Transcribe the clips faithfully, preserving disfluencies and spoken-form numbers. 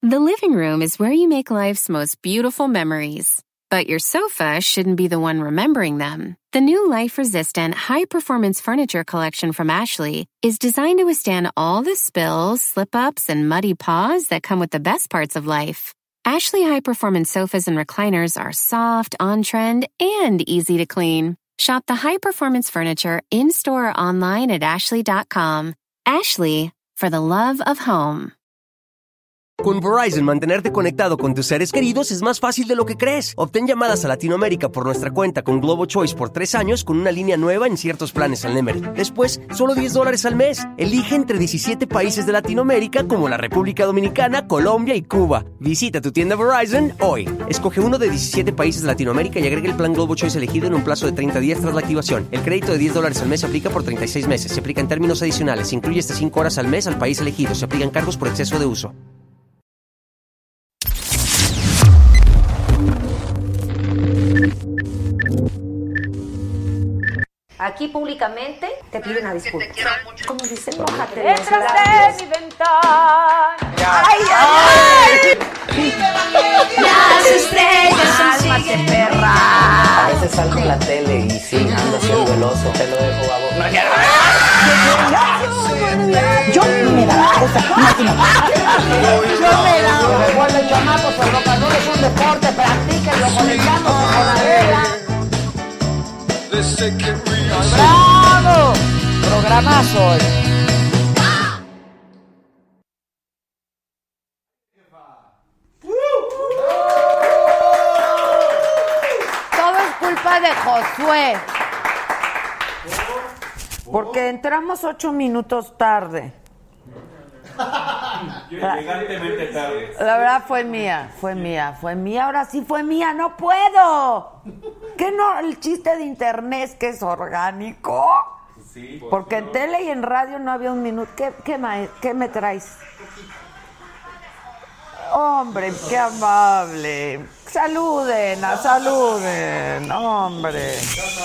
The living room is where you make life's most beautiful memories. But your sofa shouldn't be the one remembering them. The new life-resistant, high-performance furniture collection from Ashley is designed to withstand all the spills, slip-ups, and muddy paws that come with the best parts of life. Ashley high-performance sofas and recliners are soft, on-trend, and easy to clean. Shop the high-performance furniture in-store or online at ashley dot com. Ashley, for the love of home. Con Verizon, mantenerte conectado con tus seres queridos es más fácil de lo que crees. Obtén llamadas a Latinoamérica por nuestra cuenta con Globo Choice por tres años con una línea nueva en ciertos planes al Nemery. Después, solo diez dólares al mes. Elige entre diecisiete países de Latinoamérica como la República Dominicana, Colombia y Cuba. Visita tu tienda Verizon hoy. Escoge uno de diecisiete países de Latinoamérica y agrega el plan Globo Choice elegido en un plazo de treinta días tras la activación. El crédito de diez dólares al mes se aplica por treinta y seis meses. Se aplica en términos adicionales. Se incluye hasta cinco horas al mes al país elegido. Se aplican cargos por exceso de uso. Aquí públicamente te pido una disculpa. Como dicen, mójate. Detrás de mi ventana. ¡Ay, ay, ay! Las estrellas son ¡Cálmate, perra! A veces salgo en la tele y sí, ando haciendo el oso. Te lo dejo, babo. Yo me da cosa. Yo me da. Recuerden, chamacos, el rock and roll es un deporte. Practíquenlo, conectamos con la regla. ¡Bravo! Programazo hoy. Todo es culpa de Josué. Porque entramos ocho minutos tarde. Elegantemente tarde. La verdad fue mía, fue mía, fue mía, ahora sí fue mía, no puedo. ¿Qué no? El chiste de internet es que es orgánico. Sí, porque en tele y en radio no había un minuto. ¿Qué, qué, ma- qué me traes? Hombre, qué amable. Saluden, a saluden, hombre.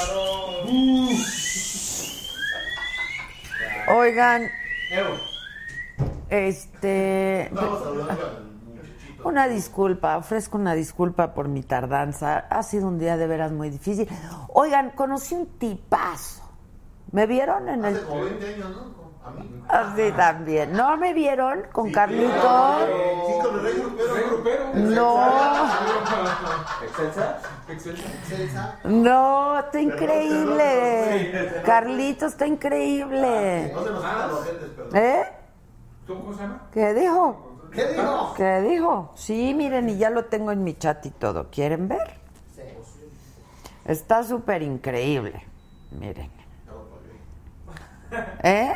Oigan, este, una disculpa, ofrezco una disculpa por mi tardanza. Ha sido un día de veras muy difícil. Oigan, conocí un tipazo. ¿Me vieron en el? Hace como veinte años, ¿no? A mí. Así también. ¿No me vieron con Carlitos? Sí, con el rey grupero. No. ¿Excelsa? Excelsa. No, está increíble. Carlitos está increíble. No se nos quitan los gentes, perdón. ¿Eh? ¿Cómo se llama? ¿Qué dijo? ¿Qué dijo? ¿Qué dijo? Sí, miren, y ya lo tengo en mi chat y todo. ¿Quieren ver? Sí. Está súper increíble. Miren. ¿Eh?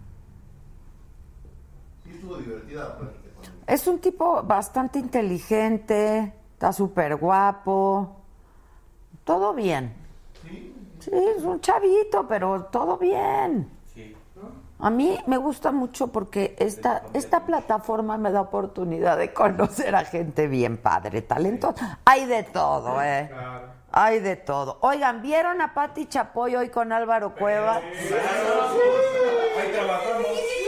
Sí, estuvo divertida la plática. Es un tipo bastante inteligente, está súper guapo, todo bien. Sí. Sí, es un chavito, pero todo bien. Sí. A mí me gusta mucho porque esta, esta plataforma me da oportunidad de conocer a gente bien padre, talentosa. Hay de todo, ¿eh? Hay de todo. Oigan, ¿vieron a Pati Chapoy hoy con Álvaro Cueva? Ahí trabajamos.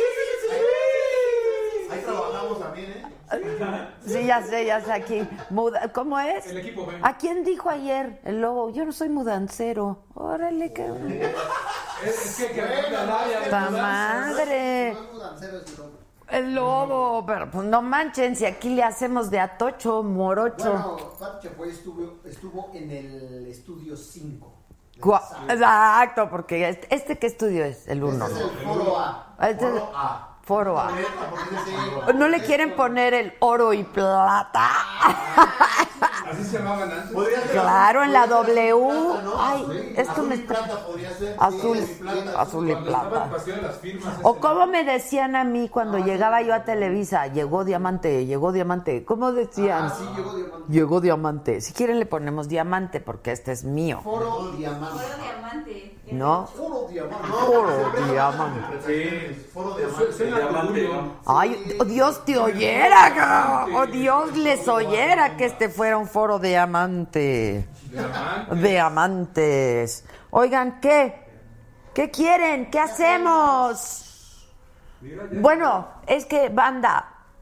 Ahí trabajamos también, ¿eh? Sí, ya sé, ya sé aquí. Muda- ¿Cómo es? El equipo B. ¿A quién dijo ayer el lobo? Yo no soy mudancero. Órale, que... Es, es que que nadie. ¡Ta madre! No es mudancero, es el hombre. El lobo, pero pues no manchen, si aquí le hacemos de atocho, morocho. Bueno, Pati Chapoy estuvo, estuvo en el estudio cinco. Gua- Exacto, porque este, ¿este qué estudio es? El uno. Este es el foro A. Este es- Foro A. Foro A. Porque ese- ¿No le quieren poner el oro y plata? Así se llamaban antes. Podría ser Claro, en la podría ser W. plata, ¿no? Ay, Sí. esto Azul me y está... plata podría ser. Azul, Sí, plata. azul y Cuando estaba plata. en pasión, las firmas. O ese, como me decían a mí cuando llegaba yo a Televisa, llegó Diamante, llegó Diamante. ¿Cómo decían? Ah, sí, llegó Diamante. Llegó Diamante. Si quieren le ponemos Diamante porque este es mío. Foro Diamante. ¿No? Foro Diamante. Foro Diamante. Sí. Foro Su- Diamante. Suena Diamante, turbio. ¿no? Ay, oh, Dios te oyera, cabrón. Oh, Dios les oyera que este fuera un foro de amante. Diamante. De amantes. Oigan, ¿qué? ¿Qué quieren? ¿Qué hacemos? Bueno, es que, banda,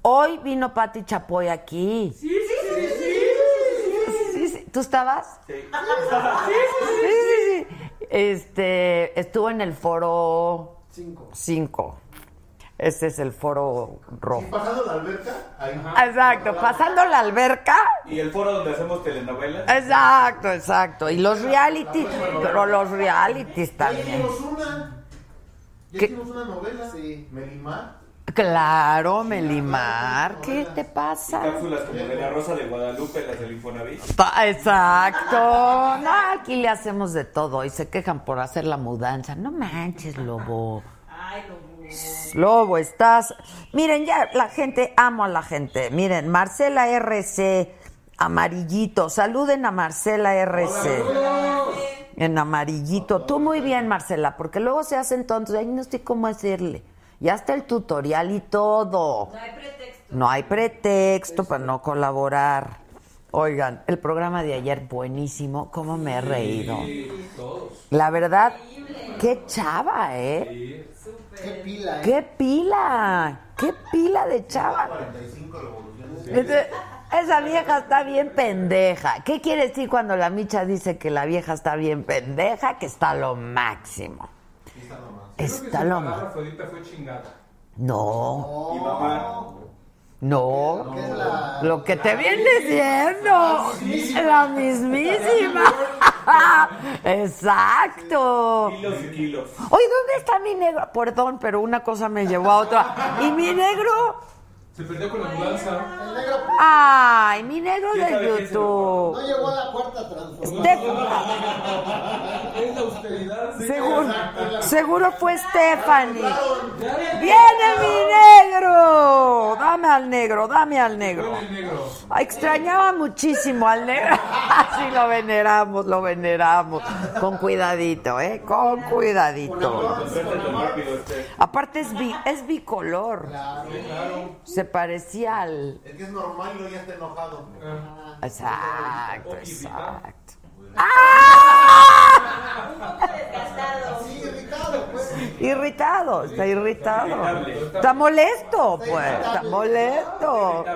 Hoy vino Pati Chapoy aquí. Sí, sí, sí, sí. Sí, sí, sí. ¿Tú estabas? Sí. Sí, sí, sí, sí. Este, estuvo en el foro Cinco. cinco. Ese es el foro rojo. ¿Y pasando la alberca? Ahí. Exacto, pasando la alberca. Y el foro donde hacemos telenovelas. Exacto, exacto. Y los reality, pero los realities Ya también. hicimos una. Ya ¿Qué? hicimos una novela. Sí. Melimar. Claro, Melimar, ¿qué te pasa? Cápsulas como de la Rosa de Guadalupe, las del Infonavit. Ta- Exacto. No, aquí le hacemos de todo y se quejan por hacer la mudanza. No manches, Lobo. Ay, Lobo. Lobo, estás... Miren, ya la gente, amo a la gente. Miren, Marcela R C, amarillito. Saluden a Marcela R C. En amarillito. Tú muy bien, Marcela, porque luego se hacen tontos. Ay, no sé cómo hacerle. Ya está el tutorial y todo. No hay pretexto. No hay pretexto para no colaborar. Oigan, el programa de ayer buenísimo. ¿Cómo me he reído? Sí, todos. La verdad, qué chava, ¿eh? Sí. Qué pila, ¿eh? ¡Qué pila! ¡Qué pila de chava! cuarenta y cinco revoluciones. Entonces, esa vieja está bien pendeja. ¿Qué quiere decir cuando la Micha dice que la vieja está bien pendeja? Que está lo máximo. Está lo La máximo. Afrodita fue chingada. No, Y mamá. no. ¿Qué es la- Lo que te viene diciendo. La mismísima. Exacto. Kilos y kilos. Oye, ¿dónde está mi negro? Perdón, pero una cosa me llevó a otra. ¿Y mi negro? Se perdió con la mudanza. El negro Ay, mi negro ¿Quién de sabe quién se lo YouTube. no llegó a la cuarta transformación. Steph- Es la austeridad. Seguro, seguro fue Stephanie. ¡Viene mi negro! Dame al negro, dame al negro. El negro. Ay, extrañaba muchísimo al negro. Así lo veneramos, lo veneramos. Con cuidadito, ¿eh? Con cuidadito. Convierte tan rápido este. Aparte es, bi, es bicolor. Se parecía al... Es que es normal y luego ya está enojado. Exacto, exacto. Sí, irritado, pues. Irritado, está irritado. Está molesto, pues, está molesto.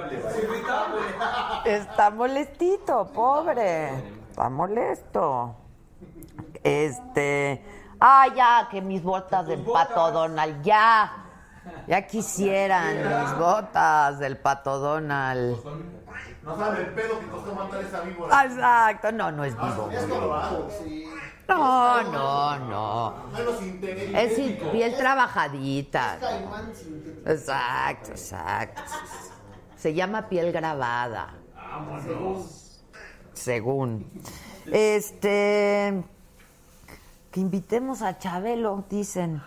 Está molestito, pobre. Está molesto. Este... Ah, ya, que mis botas del Pato Donald, ya. Ya quisieran mis botas del Pato Donald. No sabe el pedo que costó matar esa víbora. Exacto, no, no es vivo. Es colorado. Sí. No, no, no. No los integre. Es sin- piel trabajadita. Caimán sintético. Exacto, exacto. Se llama piel grabada. Según. Este. Que invitemos a Chabelo, dicen.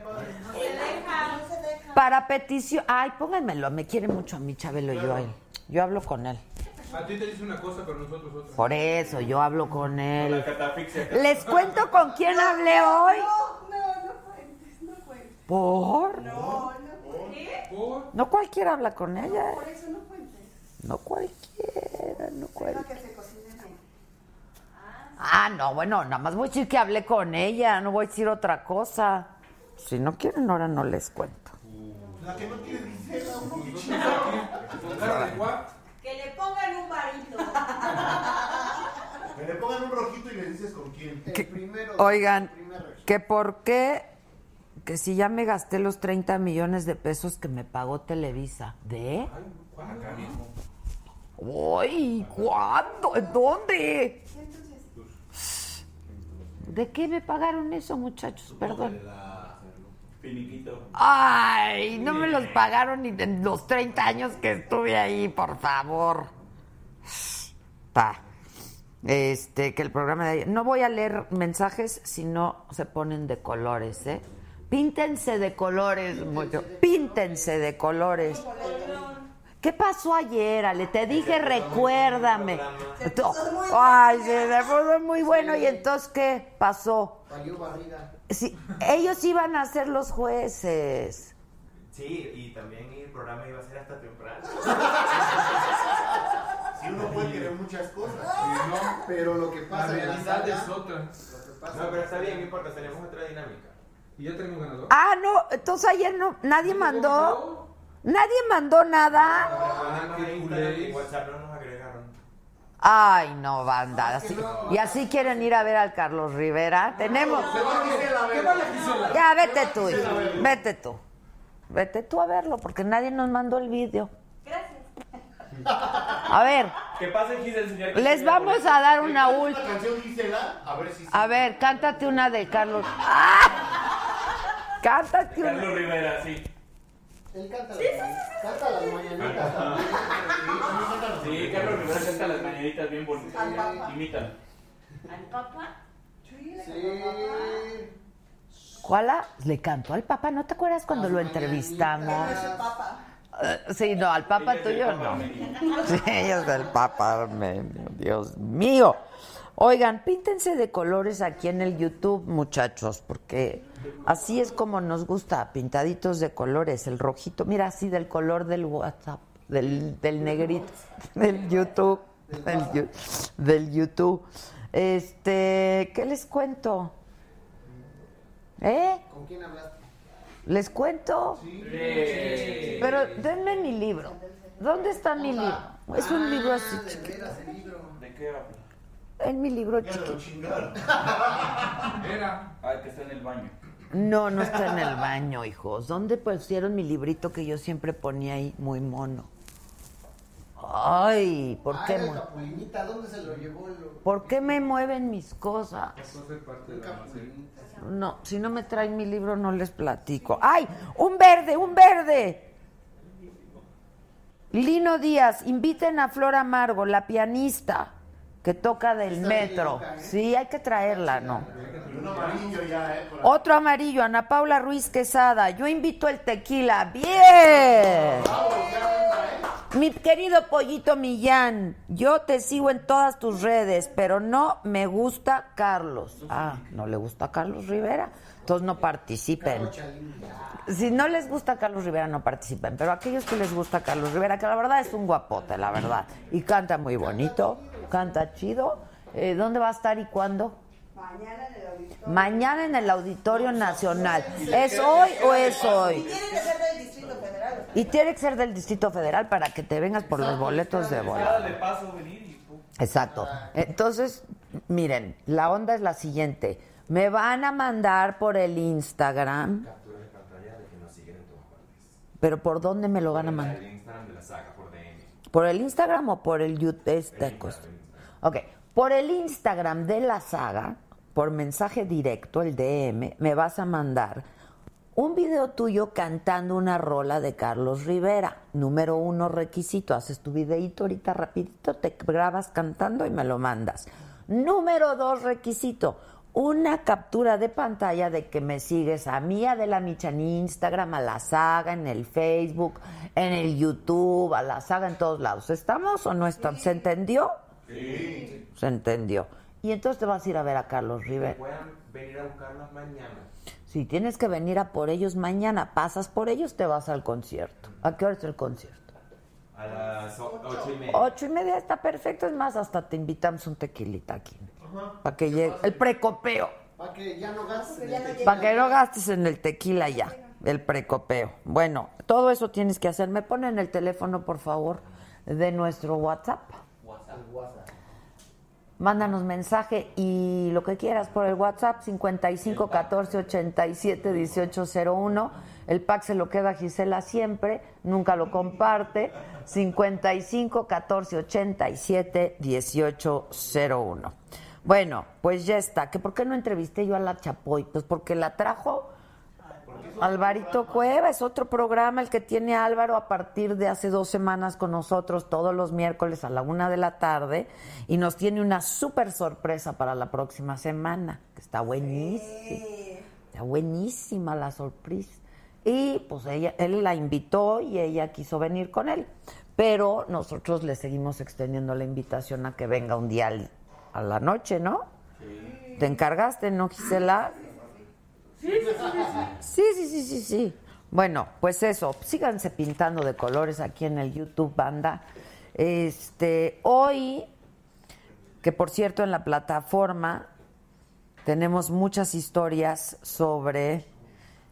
Para petición. Ay, pónganmelo. Me quiere mucho a mí, Chabelo, yo a él. Yo hablo con él. A ti te dice una cosa, pero nosotros otra. Por eso, yo hablo con La él. catafixia. ¿Les cuento con quién hablé hoy? No, no, no cuentes, no cuentes. ¿Por? No, no. ¿Qué? Por. No cualquiera habla con ella. Por eso no cuentes. No cualquiera, no cualquiera. Que se cocine bien. Ah, no, bueno, nada más voy a decir que hablé con ella, no voy a decir otra cosa. Si no quieren, ahora no les cuento. La que no quiere decir uno que Con cara de what? Que le pongan un varito. Que le pongan un rojito y le dices con quién. El primero. Oigan, primer registro. que por qué, que si ya me gasté los treinta millones de pesos que me pagó Televisa. ¿De? Acá mismo. Uy, ¿cuándo? ¿En dónde? ¿De qué me pagaron eso, muchachos? Perdón. Finiquito. Ay, no me los pagaron ni en los treinta años que estuve ahí, por favor. Ta. Este, que el programa de ayer... No voy a leer mensajes si no se ponen de colores, ¿eh? Píntense de colores, mucho. Píntense de colores. ¿Qué pasó ayer, Ale? Te dije, recuérdame. Ay, se me puso muy bueno. ¿Y entonces qué pasó? Valió barriga. Sí, ellos iban a ser los jueces. Sí, y también el programa iba a ser hasta temprano. Si uno puede querer muchas cosas. Y no, Pero lo que la pasa en la realidad sala, es otra. lo que pasa No, pero está bien, no importa, tenemos otra dinámica. ¿Y ya tenemos ganador? Ah, no, entonces ayer no, nadie mandó. Nadie mandó nada. Ah, en WhatsApp no nos agregaron. Ay, no, banda. Así- y así quieren ir a ver al Carlos Rivera. Tenemos. Ya, vete tú, hijo. Vete tú. Vete tú a verlo, porque nadie nos mandó el vídeo. Gracias. A ver, ¿Qué pasa, Giselle, señor? les vamos a dar una ¿Una última. canción, Gisela? A ver si... A ver, cántate una de Carlos. ¡Ah! Cántate Carlos una. Rivera, sí. Él canta las, canta las mañanitas también. Sí, Carlos Rivera canta las mañanitas bien bonitas. Imítala. ¿Al papá? Sí. ¿Cuál? la- Le cantó al Papa, ¿no te acuerdas cuando lo entrevistamos? Eh, sí, no, al Papa Ella es el tuyo Papa no. Armenio. Sí, ella es del Papa Armenio, Dios mío. Oigan, píntense de colores aquí en el YouTube, muchachos, porque así es como nos gusta, pintaditos de colores, el rojito, mira, así del color del WhatsApp, del, del negrito, del YouTube, del, Yu- del YouTube. Este, ¿qué les cuento? ¿Eh? ¿Con quién hablaste? ¿Les cuento? Eh, Pero denme mi libro. ¿Dónde está mi libro? Es un libro así Ah, de chiquito. veras, el libro. ¿De qué habla? En mi libro Ya lo chiquito. chingaron. Era. Ah, que está en el baño. No, no está en el baño, hijos. ¿Dónde pusieron mi librito que yo siempre ponía ahí muy mono? Ay, ¿por Ah, qué? era el mu- Capulinita, ¿dónde se lo llevó el ¿Por qué me mueven mis cosas? Eso es parte de la almacén. No, si no me traen mi libro no les platico. ¡Ay! ¡Un verde, un verde! Lino Díaz, inviten a Flor Amargo, la pianista que toca del Está metro. bien loca, ¿eh? Sí, hay que traerla, ¿no? Y un amarillo ya, ¿eh? Por Otro amarillo, Ana Paula Ruiz Quesada. Yo invito el tequila. ¡Bien! Mi querido Pollito Millán, yo te sigo en todas tus redes, pero no me gusta Carlos. Ah, ¿no le gusta Carlos Rivera? Entonces no participen. Si no les gusta Carlos Rivera, no participen. Pero aquellos que les gusta Carlos Rivera, que la verdad es un guapote, la verdad. Y canta muy bonito, canta chido. Eh, ¿Dónde va a estar y cuándo? Mañana en el auditorio. Mañana en el Auditorio Nacional. ¿Es hoy o es hoy? Tiene que ser del Distrito Federal. Y tiene que ser del Distrito Federal para que te vengas por los boletos de bola. de paso venir y pum. Exacto. Entonces, miren, la onda es la siguiente. Me van a mandar por el Instagram. ¿Pero por dónde me lo van a mandar? ¿Por el Instagram o por el YouTube? Esta cosa. Ok. Por el Instagram de la saga, por mensaje directo, el D M, me vas a mandar un video tuyo cantando una rola de Carlos Rivera. Número uno, requisito. Haces tu videíto ahorita rapidito, te grabas cantando y me lo mandas. Número dos, requisito. Una captura de pantalla de que me sigues a mí, a Adela Micha en Instagram, a la saga, en el Facebook, en el YouTube, a la saga en todos lados. ¿Estamos o no estamos? ¿Se entendió? Sí. Se entendió. Y entonces te vas a ir a ver a Carlos Rivera. Puedan venir a buscarlos mañana. Si tienes que venir a por ellos mañana, pasas por ellos, te vas al concierto. ¿A qué hora es el concierto? A las o- ocho y media. Ocho y media está perfecto. Es más, hasta te invitamos un tequilita aquí. Para que llegue el precopeo. Para que ya no gastes. Para que no gastes en el tequila ya. El precopeo. Bueno, todo eso tienes que hacer. ¿Me ponen el teléfono, por favor, de nuestro WhatsApp? Mándanos mensaje y lo que quieras por el WhatsApp, cincuenta y cinco catorce ochenta y siete dieciocho cero uno. El pack se lo queda a Gisela siempre, nunca lo comparte. cincuenta y cinco catorce ochenta y siete dieciocho cero uno. Bueno, pues ya está. ¿Que por qué no entrevisté yo a la Chapoy? Pues porque la trajo Alvarito Cueva. Es otro programa el que tiene Álvaro a partir de hace dos semanas con nosotros todos los miércoles a la una de la tarde y nos tiene una súper sorpresa para la próxima semana, que está buenísima. Está buenísima la sorpresa. Y pues ella, él la invitó y ella quiso venir con él. Pero nosotros le seguimos extendiendo la invitación a que venga un día al- a la noche, ¿no? Sí. ¿Te encargaste, no, Gisela? Sí, sí, sí, sí. Sí, sí, sí, sí. Bueno, pues eso, síganse pintando de colores aquí en el YouTube, banda. Este, hoy, que por cierto en la plataforma tenemos muchas historias sobre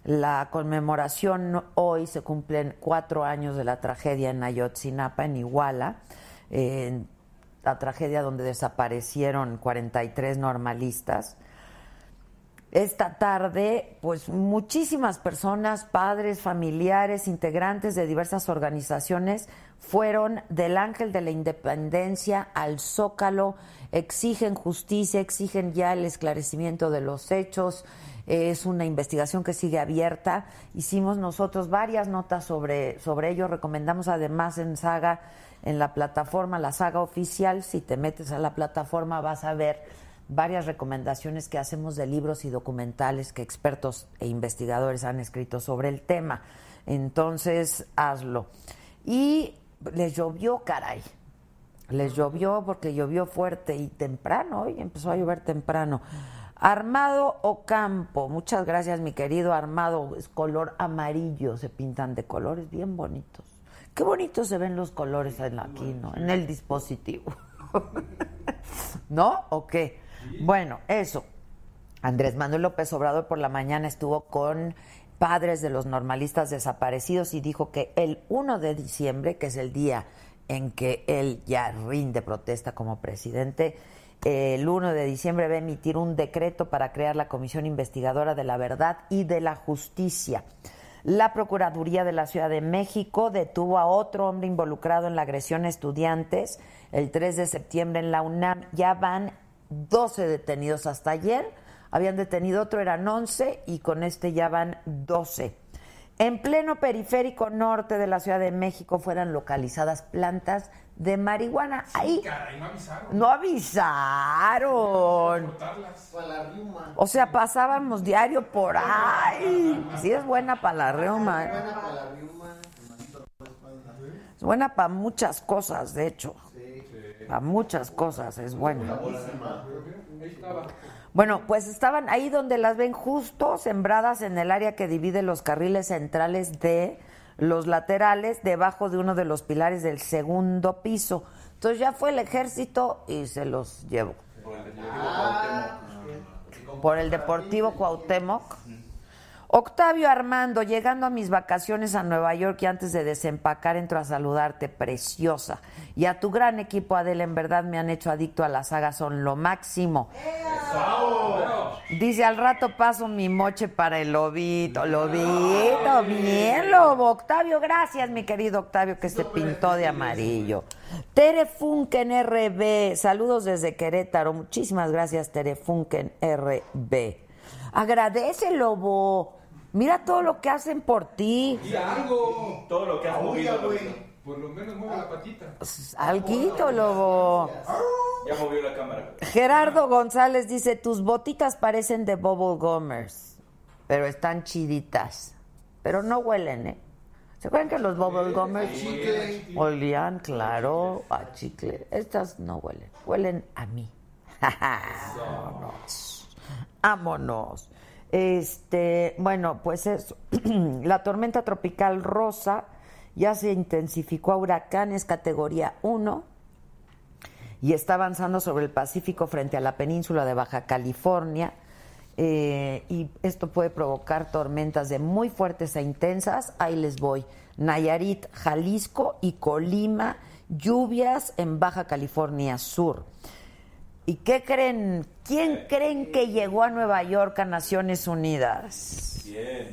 la conmemoración hoy se cumplen cuatro años de la tragedia en Ayotzinapa, en Iguala, eh, la tragedia donde desaparecieron cuarenta y tres normalistas. Esta tarde, pues muchísimas personas, padres, familiares, integrantes de diversas organizaciones fueron del Ángel de la Independencia al Zócalo, exigen justicia, exigen ya el esclarecimiento de los hechos. Es una investigación que sigue abierta. Hicimos nosotros varias notas sobre, sobre ello. Recomendamos además en Saga, en la plataforma, la Saga Oficial. Si te metes a la plataforma vas a ver varias recomendaciones que hacemos de libros y documentales que expertos e investigadores han escrito sobre el tema. Entonces, hazlo. Y les llovió, caray. Les llovió porque llovió fuerte y temprano. Hoy empezó a llover temprano. Armado Ocampo, muchas gracias, mi querido Armado. Es color amarillo, se pintan de colores bien bonitos. Qué bonitos se ven los colores en aquí, ¿no? En el dispositivo. ¿No? ¿O qué? Bueno, eso. Andrés Manuel López Obrador por la mañana estuvo con padres de los normalistas desaparecidos y dijo que el primero de diciembre, que es el día en que él ya rinde protesta como presidente, el primero de diciembre va a emitir un decreto para crear la Comisión Investigadora de la Verdad y de la Justicia. La Procuraduría de la Ciudad de México detuvo a otro hombre involucrado en la agresión a estudiantes el tres de septiembre en la UNAM. Ya van doce detenidos hasta ayer. Habían detenido otro, eran once, y con este ya van doce. En pleno periférico norte de la Ciudad de México fueron localizadas plantas de marihuana. Sí, ahí caray, no avisaron. No avisaron. O sea, pasábamos diario por ahí. Sí, es buena para la reuma. ¿eh? Es buena para muchas cosas, de hecho. Para muchas cosas es buena. Bueno, pues estaban ahí donde las ven, justo sembradas en el área que divide los carriles centrales de los laterales, debajo de uno de los pilares del segundo piso. Entonces ya fue el ejército y se los llevó. Por el Deportivo Cuauhtémoc. Octavio Armando, llegando a mis vacaciones a Nueva York y antes de desempacar entro a saludarte, preciosa. Y a tu gran equipo, Adela, en verdad me han hecho adicto a la saga, son lo máximo. Dice, al rato paso mi moche para el lobito. Lobito, bien, lobo. Octavio, gracias, mi querido Octavio, que se pintó de amarillo. Tere Funken R B, saludos desde Querétaro. Muchísimas gracias, Tere Funken R B. Agradece, lobo. Mira todo lo que hacen por ti. Y algo. Todo lo que has movido, güey. Por lo menos mueve la patita. Alguito, lobo. Ya movió la cámara. Gerardo González dice, tus botitas parecen de Bubble Gummers, pero están chiditas. Pero no huelen, ¿eh? ¿Se acuerdan que los Bubble Gummers olían, claro, a chicle? Estas no huelen. Huelen a mí. Vámonos. Vámonos. Este, bueno, pues eso. La tormenta tropical Rosa ya se intensificó a huracanes categoría uno y está avanzando sobre el Pacífico frente a la península de Baja California. Eh, y esto puede provocar tormentas de muy fuertes e intensas. Ahí les voy. Nayarit, Jalisco y Colima, lluvias en Baja California Sur. ¿Y qué creen? ¿Quién creen que llegó a Nueva York a Naciones Unidas? Bien.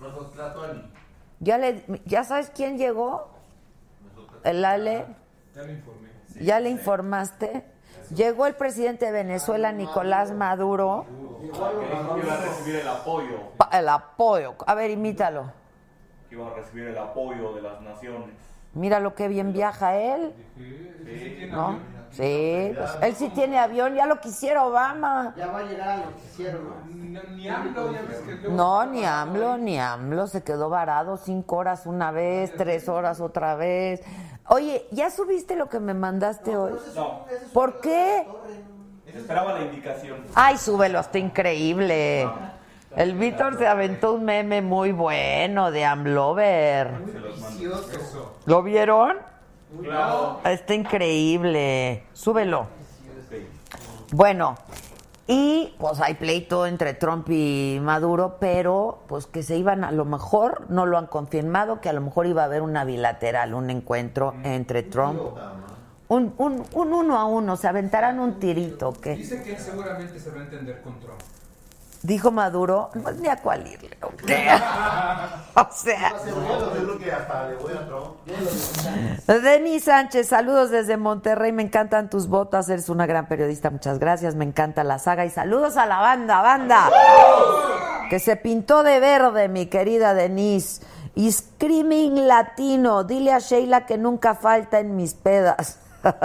¿Ya, le, ¿Ya sabes quién llegó? El Ale. Ya le informé. Sí. ¿Ya le informaste? Llegó el presidente de Venezuela, Nicolás Maduro. Que iba a recibir el apoyo. El apoyo. A ver, imítalo. Que iba a recibir el apoyo de las naciones. Mira lo que bien viaja él. Sí, ¿No? Sí, pues él sí tiene avión, ya lo quisiera Obama. Ya va a llegar a lo que hicieron, ¿no? Ni AMLO, ya ves que luego... No, ni AMLO, ni AMLO, se quedó varado cinco horas una vez, tres horas otra vez. Oye, ¿ya subiste lo que me mandaste hoy? No. ¿Por qué? Esperaba la indicación. Ay, súbelo, está increíble. El Víctor se aventó un meme muy bueno de AMLover. ¿Lo vieron? Claro. Está increíble. Súbelo. Bueno, Y pues hay pleito entre Trump y Maduro, pero pues que se iban, a lo mejor, no lo han confirmado, que a lo mejor iba a haber una bilateral, un encuentro entre Trump. Un, un, un uno a uno, se aventarán un tirito. ¿Qué? Dice que él seguramente se va a entender con Trump. Dijo Maduro, pues ni a cuál irle, ¿o qué? O sea... Yo creo que hasta le voy a Trump. Denis Sánchez, saludos desde Monterrey, me encantan tus botas, eres una gran periodista, muchas gracias, me encanta la saga y saludos a la banda, banda, que se pintó de verde, mi querida Denise. Y Screaming Latino, dile a Sheila que nunca falta en mis pedas.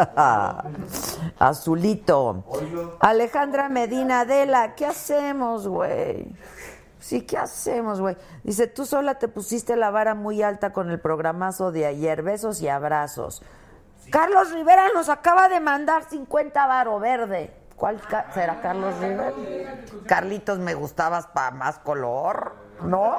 Azulito. Alejandra Medina Adela, ¿qué hacemos, güey? Sí, ¿qué hacemos, güey? Dice, tú sola te pusiste la vara muy alta con el programazo de ayer. Besos y abrazos. Sí. Carlos Rivera nos acaba de mandar cincuenta varo verde. ¿Cuál ca- será Carlos Rivera? Carlitos, me gustabas para más color, ¿no?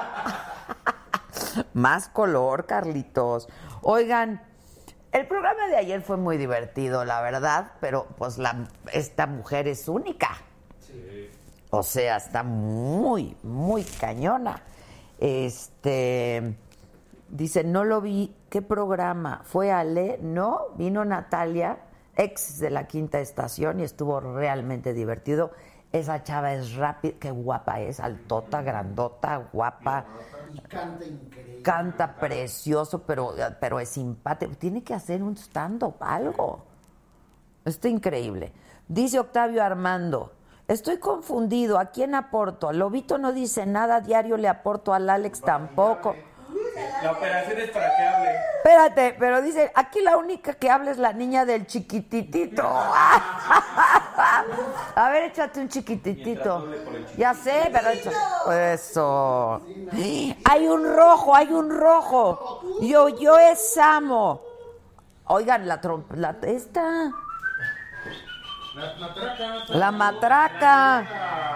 Más color, Carlitos. Oigan, el programa de ayer fue muy divertido, la verdad, pero pues la, esta mujer es única. Sí. O sea, está muy, muy cañona. Este, dice, no lo vi. ¿Qué programa? ¿Fue Ale? No, vino Natalia, ex de la Quinta Estación, y estuvo realmente divertido. Esa chava es rápida, qué guapa es, altota, grandota, guapa. Y canta increíble. Canta precioso, pero, pero es simpático. Tiene que hacer un stand-up, algo. Está increíble. Dice Octavio Armando, estoy confundido, ¿a quién aporto? Lobito no dice nada, diario le aporto al Alex tampoco. La operación es para que hable. Espérate, pero dice, aquí la única que habla es la niña del chiquititito. A ver, échate un chiquititito. Ya sé, pero échate. Eso. Hay un rojo, hay un rojo. Yo, yo es Samo. Oigan, la trompa, la, esta. La matraca. La matraca.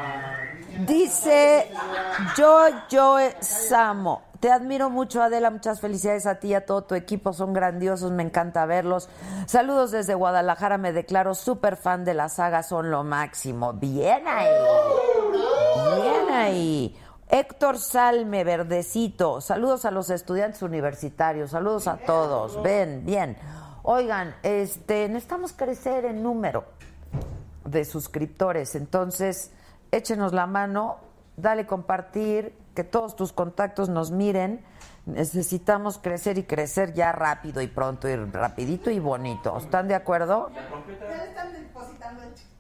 Dice, yo, yo Samo. Te admiro mucho, Adela, muchas felicidades a ti y a todo tu equipo, son grandiosos, me encanta verlos. Saludos desde Guadalajara, me declaro súper fan de la saga, son lo máximo. Bien ahí, bien ahí. Héctor Salme, verdecito, saludos a los estudiantes universitarios, saludos a todos, ven, bien. Oigan, este, necesitamos crecer en número de suscriptores, entonces échenos la mano, dale compartir, que todos tus contactos nos miren. Necesitamos crecer y crecer ya rápido y pronto y rapidito y bonito. ¿Están de acuerdo? Ya le están depositando el chiquitito.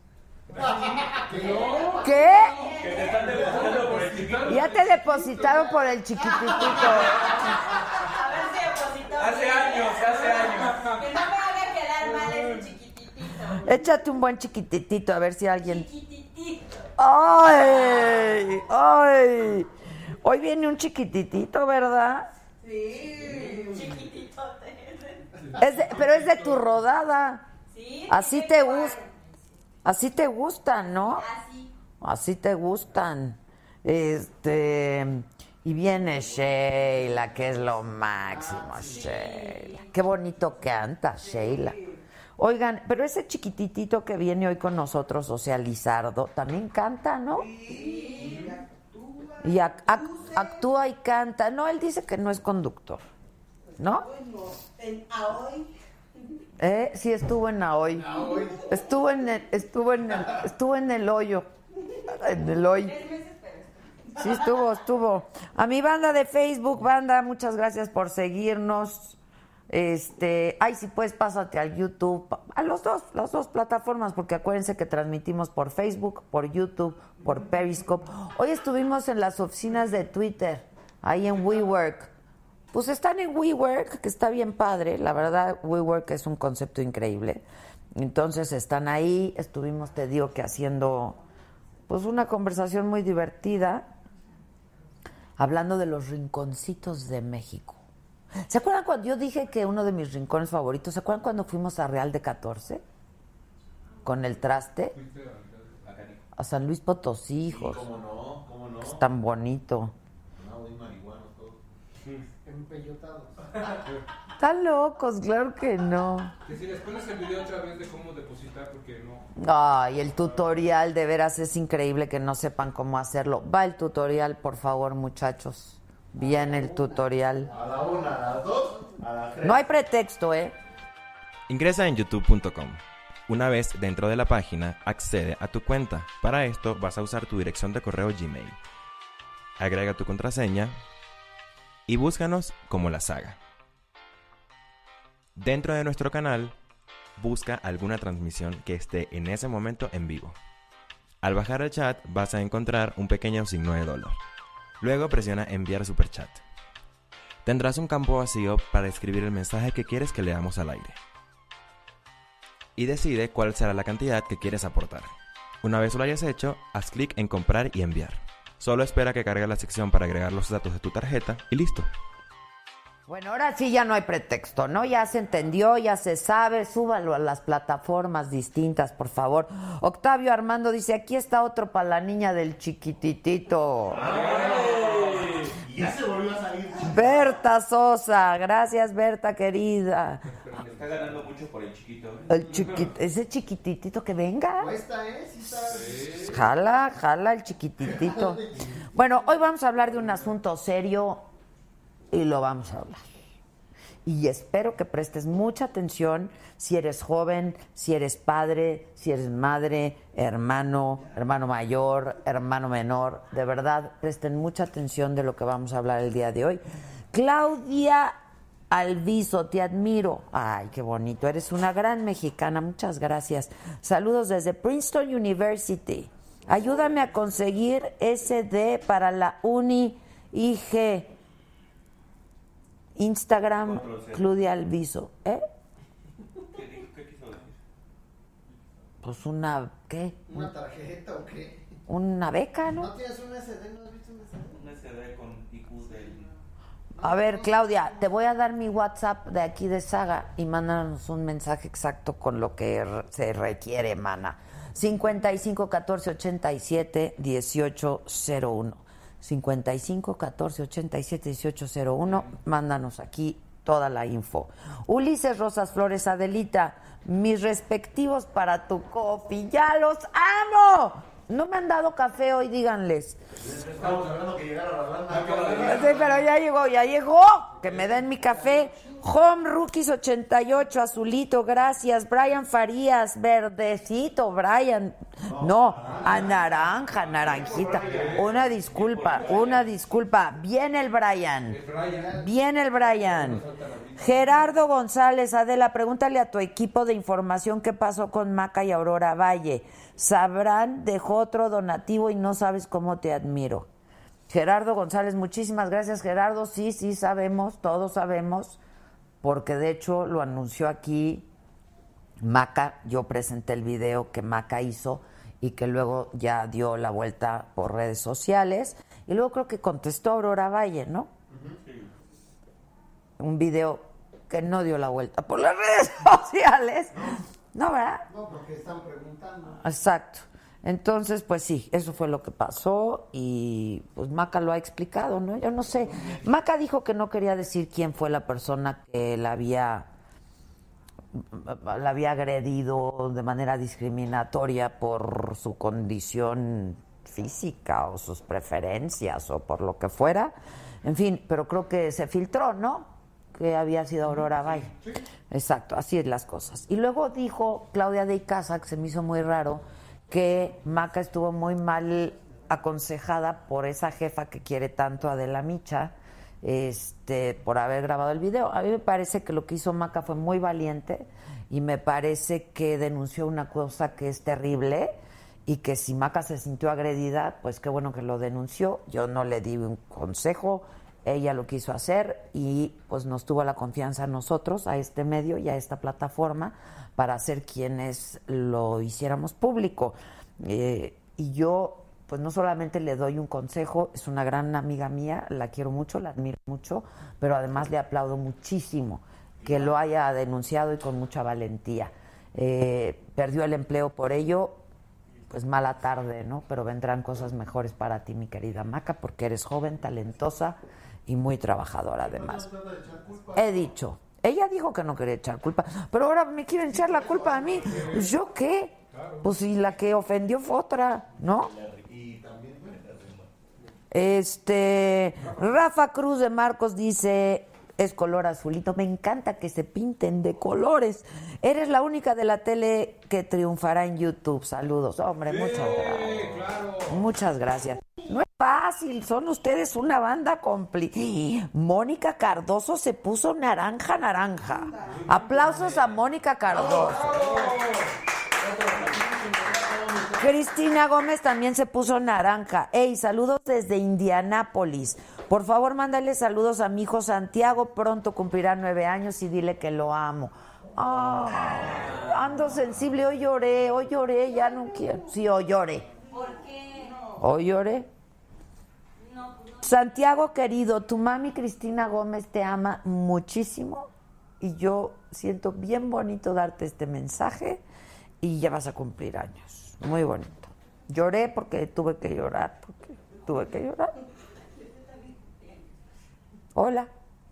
¿Qué? Que te están depositando por el chiquitito. Ya te depositaron por el chiquititito. A ver si depositó. Hace años, hace años. Que no me haga quedar mal ese chiquititito. Échate un buen chiquititito a ver si alguien... Chiquititito. ¡Ay! ¡Ay! Hoy viene un chiquititito, ¿verdad? Sí, chiquititote. Es de, pero es de tu rodada. Sí. Así te gusta. Así te gustan, ¿no? Así. Así te gustan. Este, y viene Sheila, que es lo máximo, ah, sí. Sheila. Qué bonito canta, Sheila. Oigan, pero ese chiquititito que viene hoy con nosotros, o sea, Lizardo, también canta, ¿no? Sí. Y ac- ac- actúa y canta. No, él dice que no es conductor, ¿no? Bueno, en Ahoy. Eh, sí, estuvo en Ahoy. Estuvo en el, estuvo en el, estuvo en el hoyo. En el hoyo. Sí, estuvo, estuvo. A mi banda de Facebook, banda, muchas gracias por seguirnos. Este, ay, si puedes, pásate al YouTube, a los dos, las dos plataformas, porque acuérdense que transmitimos por Facebook, por YouTube, por Periscope. Hoy estuvimos en las oficinas de Twitter, ahí en WeWork. Pues están en WeWork, que está bien padre, la verdad, WeWork es un concepto increíble. Entonces están ahí, estuvimos, te digo, que haciendo pues una conversación muy divertida, hablando de los rinconcitos de México. ¿Se acuerdan cuando yo dije que uno de mis rincones favoritos, ¿se acuerdan cuando fuimos a Real de catorce? Con el traste. A San Luis Potosí, hijos. Sí, cómo no, cómo no. Es tan bonito. No, muy marihuanos todos. Empellotados. Están locos, claro que no. Que si les pones el video otra vez de cómo depositar, porque no. Ay, el tutorial, de veras es increíble que no sepan cómo hacerlo. Va el tutorial, por favor, muchachos. Viene el tutorial. A la una, a las dos, a las tres. No hay pretexto, ¿eh? Ingresa en youtube punto com. Una vez dentro de la página, accede a tu cuenta. Para esto vas a usar tu dirección de correo Gmail. Agrega tu contraseña y búscanos como La Saga. Dentro de nuestro canal, busca alguna transmisión que esté en ese momento en vivo. Al bajar el chat vas a encontrar un pequeño signo de dólar. Luego presiona enviar superchat. Tendrás un campo vacío para escribir el mensaje que quieres que leamos al aire. Y decide cuál será la cantidad que quieres aportar. Una vez lo hayas hecho, haz clic en comprar y enviar. Solo espera que cargue la sección para agregar los datos de tu tarjeta y listo. Bueno, ahora sí ya no hay pretexto, ¿no? Ya se entendió, ya se sabe, súbalo a las plataformas distintas, por favor. Octavio Armando dice, aquí está otro para la niña del chiquititito. ¡Ay! Ya se volvió a salir. Berta Sosa, gracias Berta querida. Pero me está ganando mucho por el chiquito. ¿eh? El chiquit, ese chiquititito que venga. Cuesta, ¿eh? Sí está. Sí. Jala, jala el chiquititito. Bueno, hoy vamos a hablar de un asunto serio y lo vamos a hablar. Y espero que prestes mucha atención si eres joven, si eres padre, si eres madre, hermano, hermano mayor, hermano menor. De verdad, presten mucha atención de lo que vamos a hablar el día de hoy. Claudia Alviso, te admiro. Ay, qué bonito. Eres una gran mexicana. Muchas gracias. Saludos desde Princeton University. Ayúdame a conseguir S D para la Uni I G. Instagram, Claudia Alviso. ¿Eh? ¿Qué, dijo, ¿Qué quiso decir? Pues una, ¿qué? ¿Una tarjeta o qué? Una beca, ¿no? ¿No tienes un S D? ¿No has visto un S D? Un S D con I Q del... A ver, Claudia, te voy a dar mi WhatsApp de aquí de Saga y mándanos un mensaje exacto con lo que se requiere, mana. cincuenta y cinco, catorce, ochenta y siete, dieciocho cero uno. cincuenta y cinco, catorce, ochenta y siete, dieciocho cero uno. Mándanos aquí toda la info. Ulises Rosas Flores, Adelita, mis respectivos para tu coffee. ¡Ya los amo! No me han dado café hoy, díganles. Estamos hablando que llegara la banda. Sí, pero ya llegó, ya llegó. Que me den mi café. Home Rookies ochenta y ocho, azulito, gracias. Brian Farías, verdecito, Brian. No, a naranja, naranjita. Una disculpa, una disculpa. Viene el Brian. Viene el Brian. Gerardo González, Adela, pregúntale a tu equipo de información qué pasó con Maca y Aurora Valle. Sabrán, dejó otro donativo y no sabes cómo te admiro. Gerardo González, muchísimas gracias, Gerardo. Sí, sí, sabemos, todos sabemos, porque de hecho lo anunció aquí Maca. Yo presenté el video que Maca hizo y que luego ya dio la vuelta por redes sociales. Y luego creo que contestó Aurora Valle, ¿no? Uh-huh. Un video que no dio la vuelta por las redes sociales. No, ¿verdad? No, porque están preguntando. Exacto. Entonces, pues sí, eso fue lo que pasó y pues Maca lo ha explicado, ¿no? Yo no sé. Maca dijo que no quería decir quién fue la persona que la había, la había agredido de manera discriminatoria por su condición física o sus preferencias o por lo que fuera. En fin, pero creo que se filtró, ¿no? Que había sido Aurora Valle. Sí, sí. Exacto, así es las cosas. Y luego dijo Claudia de Icaza, que se me hizo muy raro, que Maca estuvo muy mal aconsejada por esa jefa que quiere tanto a Adela Micha, este, por haber grabado el video. A mí me parece que lo que hizo Maca fue muy valiente y me parece que denunció una cosa que es terrible y que si Maca se sintió agredida, pues qué bueno que lo denunció. Yo no le di un consejo, ella lo quiso hacer y pues nos tuvo la confianza a nosotros, a este medio y a esta plataforma para hacer quienes lo hiciéramos público. Eh, y yo pues no solamente le doy un consejo, es una gran amiga mía, la quiero mucho, la admiro mucho, pero además le aplaudo muchísimo que lo haya denunciado y con mucha valentía. Eh, perdió el empleo por ello, pues mala tarde, ¿no? Pero vendrán cosas mejores para ti, mi querida Maca, porque eres joven, talentosa y muy trabajadora además. He dicho, Ella dijo que no quería echar culpa, pero ahora me quieren echar la culpa a mí. Pues, ¿yo qué? Pues si la que ofendió fue otra, ¿no? Este, Rafa Cruz de Marcos dice, es color azulito, me encanta que se pinten de colores. Eres la única de la tele que triunfará en YouTube. Saludos, hombre, sí, muchas gracias. Claro. Muchas gracias. No es fácil, son ustedes una banda complicada. Mónica Cardoso se puso naranja, naranja. Aplausos a Mónica Cardoso. Cristina Gómez también se puso naranja. Ey, saludos desde Indianápolis. Por favor, mándale saludos a mi hijo Santiago. Pronto cumplirá nueve años y dile que lo amo. Oh, ando sensible. Hoy lloré, hoy lloré, ya no quiero. Sí, hoy lloré. ¿Por qué? Hoy lloré. No, no. Santiago, querido, tu mami Cristina Gómez te ama muchísimo y yo siento bien bonito darte este mensaje y ya vas a cumplir años. Muy bonito. Lloré porque tuve que llorar, porque tuve que llorar. Hola.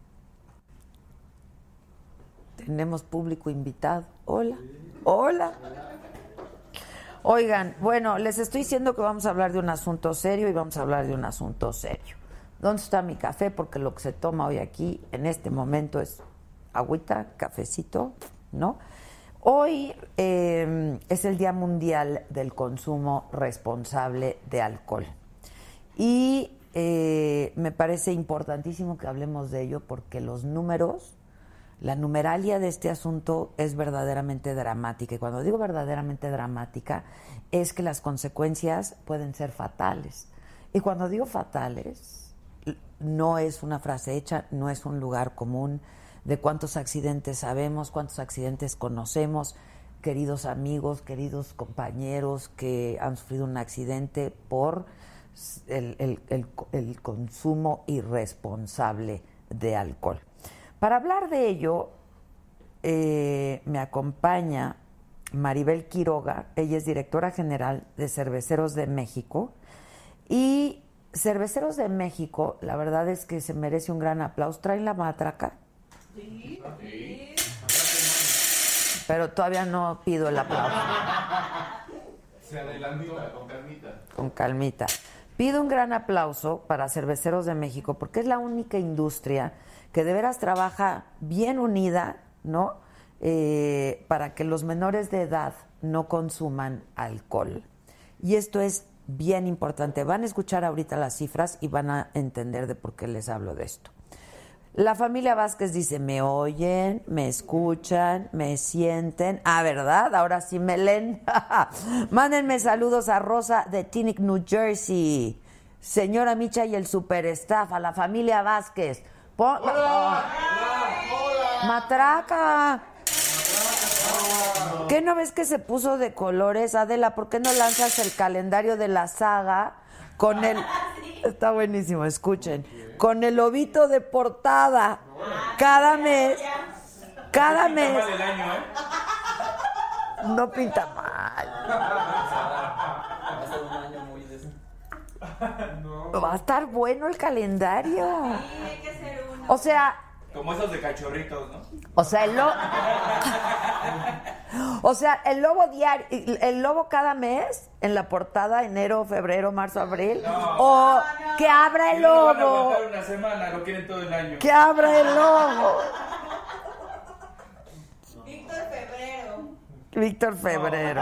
Tenemos público invitado. Hola. Hola. Oigan, bueno, les estoy diciendo que vamos a hablar de un asunto serio y vamos a hablar de un asunto serio. ¿Dónde está mi café? Porque lo que se toma hoy aquí, en este momento, es agüita, cafecito, ¿no? Hoy eh, es el Día Mundial del Consumo Responsable de Alcohol. Y eh, me parece importantísimo que hablemos de ello porque los números, la numeralia de este asunto es verdaderamente dramática. Y cuando digo verdaderamente dramática, es que las consecuencias pueden ser fatales. Y cuando digo fatales, no es una frase hecha, no es un lugar común de cuántos accidentes sabemos, cuántos accidentes conocemos, queridos amigos, queridos compañeros que han sufrido un accidente por el, el, el, el consumo irresponsable de alcohol. Para hablar de ello, eh, me acompaña Maribel Quiroga. Ella es directora general de Cerveceros de México. Y Cerveceros de México, la verdad es que se merece un gran aplauso. ¿Traen la matraca? Sí. Pero todavía no pido el aplauso. Se adelantó con calmita. Con calmita. Pido un gran aplauso para Cerveceros de México porque es la única industria que de veras trabaja bien unida, ¿no? Eh, para que los menores de edad no consuman alcohol. Y esto es bien importante. Van a escuchar ahorita las cifras y van a entender de por qué les hablo de esto. La familia Vázquez dice, me oyen, me escuchan, me sienten. Ah, ¿verdad? Ahora sí me leen. Mándenme saludos a Rosa de Teaneck, New Jersey. Señora Micha y el superstaff, a la familia Vázquez. Pon... ¡Hola! ¡Hola! ¡Hola! ¡Matraca! ¿Qué no ves que se puso de colores? Adela, ¿por qué no lanzas el calendario de la saga con el... Está buenísimo, escuchen. Con el lobito de portada. Cada mes. Cada mes. No pinta mal. Va a estar bueno el calendario. O sea... Como esos de cachorritos, ¿no? O sea, el lobo... O sea, el lobo diario, el lobo cada mes en la portada, enero, febrero, marzo, abril. No. O no, no. Que abra el lobo. No van a aguantar una semana, lo quieren todo el año. Que abra el lobo. Víctor Febrero. Víctor Febrero.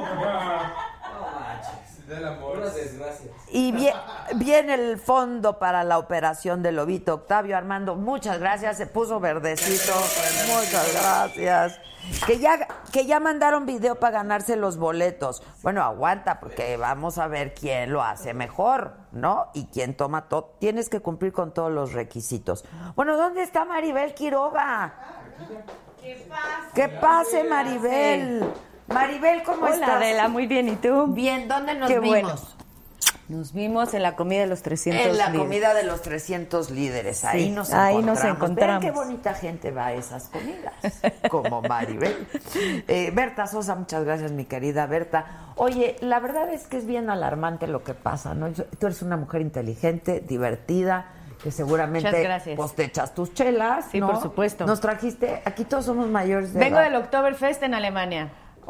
Del amor. Unas desgracias. Y viene, viene el fondo para la operación del lobito. Octavio Armando, muchas gracias. Se puso verdecito. Muchas gracias. Que ya, que ya mandaron video para ganarse los boletos. Bueno, aguanta, porque vamos a ver quién lo hace mejor, ¿no? Y quién toma todo. Tienes que cumplir con todos los requisitos. Bueno, ¿dónde está Maribel Quiroga? ¿Qué pasa? ¿Qué pase, Maribel? Maribel, ¿cómo Hola, estás? Hola, Adela, muy bien. ¿Y tú? Bien, ¿dónde nos Qué vimos? Bueno. Nos vimos en la comida de los trescientos En la líderes. comida de los trescientos líderes. Ahí, Sí, nos, ahí encontramos. nos encontramos. Vean qué bonita gente va a esas comidas, como Maribel. Eh, Berta Sosa, muchas gracias, mi querida Berta. Oye, la verdad es que es bien alarmante lo que pasa, ¿no? Tú eres una mujer inteligente, divertida, que seguramente Muchas gracias. pues te echas tus chelas, Sí, ¿no? por supuesto. Nos trajiste, aquí todos somos mayores de Vengo edad. del Oktoberfest en Alemania.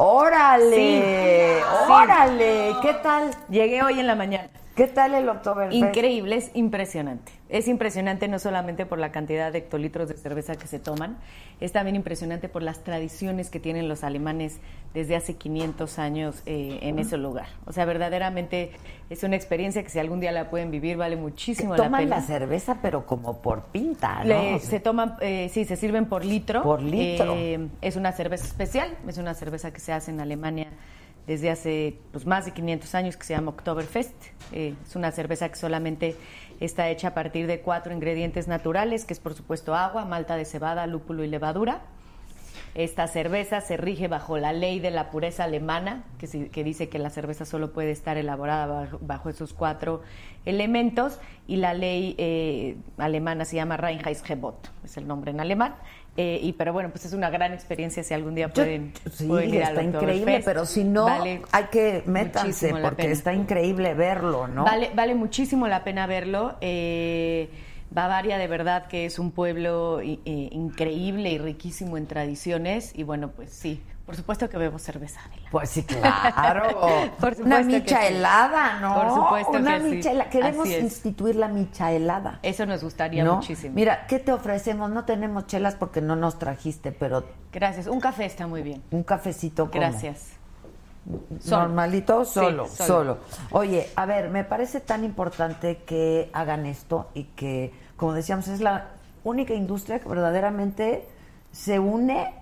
¡Órale! Sí. ¡Órale! ¿Qué tal? Llegué hoy en la mañana. ¿Qué tal el Oktoberfest? Increíble, es impresionante. Es impresionante no solamente por la cantidad de hectolitros de cerveza que se toman, es también impresionante por las tradiciones que tienen los alemanes desde hace quinientos años eh, en ese lugar. O sea, verdaderamente es una experiencia que si algún día la pueden vivir vale muchísimo la Toman pena. la cerveza, pero como por pinta, ¿no? Le- O sea, se toman, eh, sí, se sirven por litro. Por litro. Eh, es una cerveza especial, es una cerveza que se hace en Alemania desde hace pues, más de quinientos años, que se llama Oktoberfest. Eh, es una cerveza que solamente está hecha a partir de cuatro ingredientes naturales, que es por supuesto agua, malta de cebada, lúpulo y levadura. Esta cerveza se rige bajo la ley de la pureza alemana, que, si- que dice que la cerveza solo puede estar elaborada bajo, bajo esos cuatro elementos, y la ley eh, alemana se llama Reinheitsgebot, es el nombre en alemán. Eh, y pero bueno, pues es una gran experiencia si algún día pueden, sí, pueden ir al está increíble, Oktoberfest. pero si no, Vale hay que métanse muchísimo la porque pena. está increíble verlo, ¿no? Vale, vale muchísimo la pena verlo. Eh, Bavaria de verdad que es un pueblo eh, increíble y riquísimo en tradiciones y bueno, pues sí, por supuesto que bebo cerveza. Adela. Pues sí, claro. Por supuesto Una que micha sí. helada, ¿no? Por supuesto Una que sí. micha helada. Queremos Así es. instituir la micha helada. Eso nos gustaría ¿no? muchísimo. Mira, ¿qué te ofrecemos? No tenemos chelas porque no nos trajiste, pero Gracias. Un café está muy bien. un cafecito ¿cómo? Gracias. Solo. Normalito, Sí, solo, solo. solo. Oye, a ver, me parece tan importante que hagan esto y que, como decíamos, es la única industria que verdaderamente se une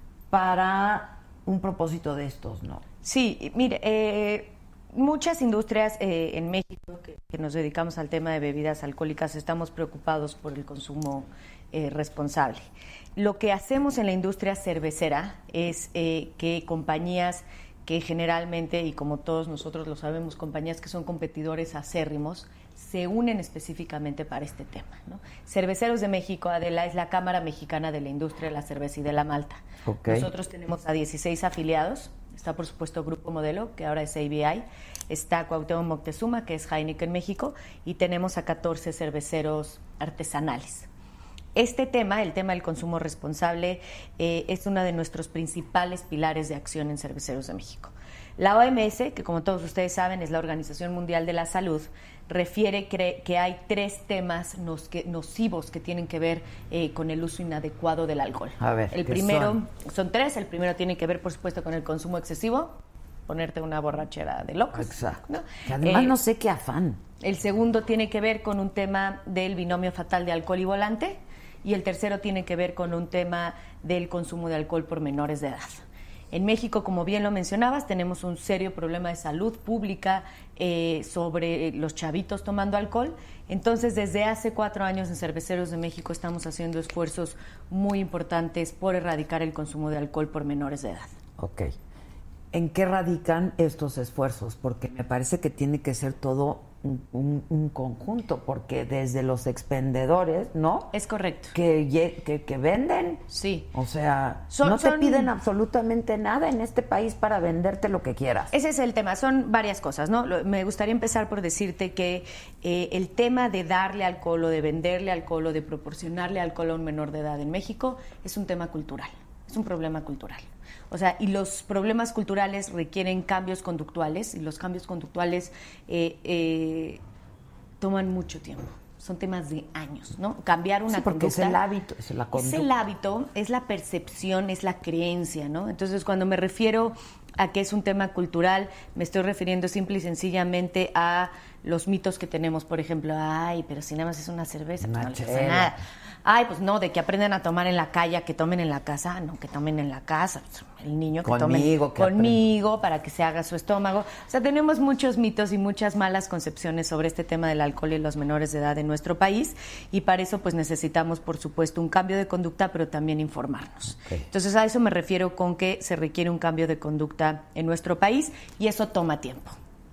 para un propósito de estos, ¿no? Sí, mire, eh, muchas industrias eh, en México que, que nos dedicamos al tema de bebidas alcohólicas estamos preocupados por el consumo eh, responsable. Lo que hacemos en la industria cervecera es eh, que compañías que generalmente, y como todos nosotros lo sabemos, compañías que son competidores acérrimos, se unen específicamente para este tema, ¿no? Cerveceros de México, Adela, es la Cámara Mexicana de la Industria de la Cerveza y de la Malta. Okay. Nosotros tenemos a dieciséis afiliados. Está, por supuesto, Grupo Modelo, que ahora es A B I. Está Cuauhtémoc Moctezuma, que es Heineken México. Y tenemos a catorce cerveceros artesanales. Este tema, el tema del consumo responsable, eh, es uno de nuestros principales pilares de acción en Cerveceros de México. La O M S, que como todos ustedes saben es la Organización Mundial de la Salud, refiere que, que hay tres temas nos, que, nocivos que tienen que ver eh, con el uso inadecuado del alcohol. A ver, el ¿qué primero, son? son tres. El primero tiene que ver, por supuesto, con el consumo excesivo, ponerte una borrachera de locos. Exacto. ¿no? Que además Eh, no sé qué afán. El segundo tiene que ver con un tema del binomio fatal de alcohol y volante. Y el tercero tiene que ver con un tema del consumo de alcohol por menores de edad. En México, como bien lo mencionabas, tenemos un serio problema de salud pública eh, sobre los chavitos tomando alcohol. Entonces, desde hace cuatro años en Cerveceros de México estamos haciendo esfuerzos muy importantes por erradicar el consumo de alcohol por menores de edad. Ok. ¿En qué radican estos esfuerzos? Porque me parece que tiene que ser todo un, un- un conjunto, porque desde los expendedores, ¿no? Es correcto. Que, lle- que, que venden. Sí. O sea, Son- no te son- piden absolutamente nada en este país para venderte lo que quieras. Ese es el tema, son varias cosas, ¿no? Lo- Me gustaría empezar por decirte que eh, el tema de darle alcohol o de venderle alcohol o de proporcionarle alcohol a un menor de edad en México es un tema cultural, es un problema cultural. O sea, y los problemas culturales requieren cambios conductuales y los cambios conductuales eh, eh, toman mucho tiempo. Son temas de años, ¿no? Cambiar una Sí, porque conducta. es el hábito, es la Es conducta. el hábito, es la percepción, es la creencia, ¿no? Entonces, cuando me refiero a que es un tema cultural, me estoy refiriendo simple y sencillamente a los mitos que tenemos, por ejemplo, ay, pero si nada más es una cerveza, pues Una no les pasa chela. nada. Ay, pues no, de que aprendan a tomar en la calle, que tomen en la casa, no, que tomen en la casa. El niño que Conmigo, tome que conmigo para que se haga su estómago. O sea, tenemos muchos mitos y muchas malas concepciones sobre este tema del alcohol y los menores de edad en nuestro país y para eso pues necesitamos, por supuesto, un cambio de conducta, pero también informarnos. Okay. Entonces, a eso me refiero con que se requiere un cambio de conducta en nuestro país y eso toma tiempo.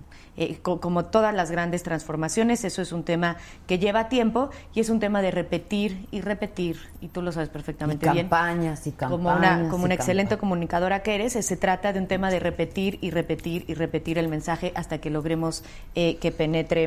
Eh, co- como todas las grandes transformaciones, eso es un tema que lleva tiempo y es un tema de repetir y repetir, y tú lo sabes perfectamente Y bien. campañas y campañas. Como una, como y una excelente campañas. comunicadora que eres, eh, se trata de un tema de repetir y repetir y repetir el mensaje hasta que logremos eh, que penetre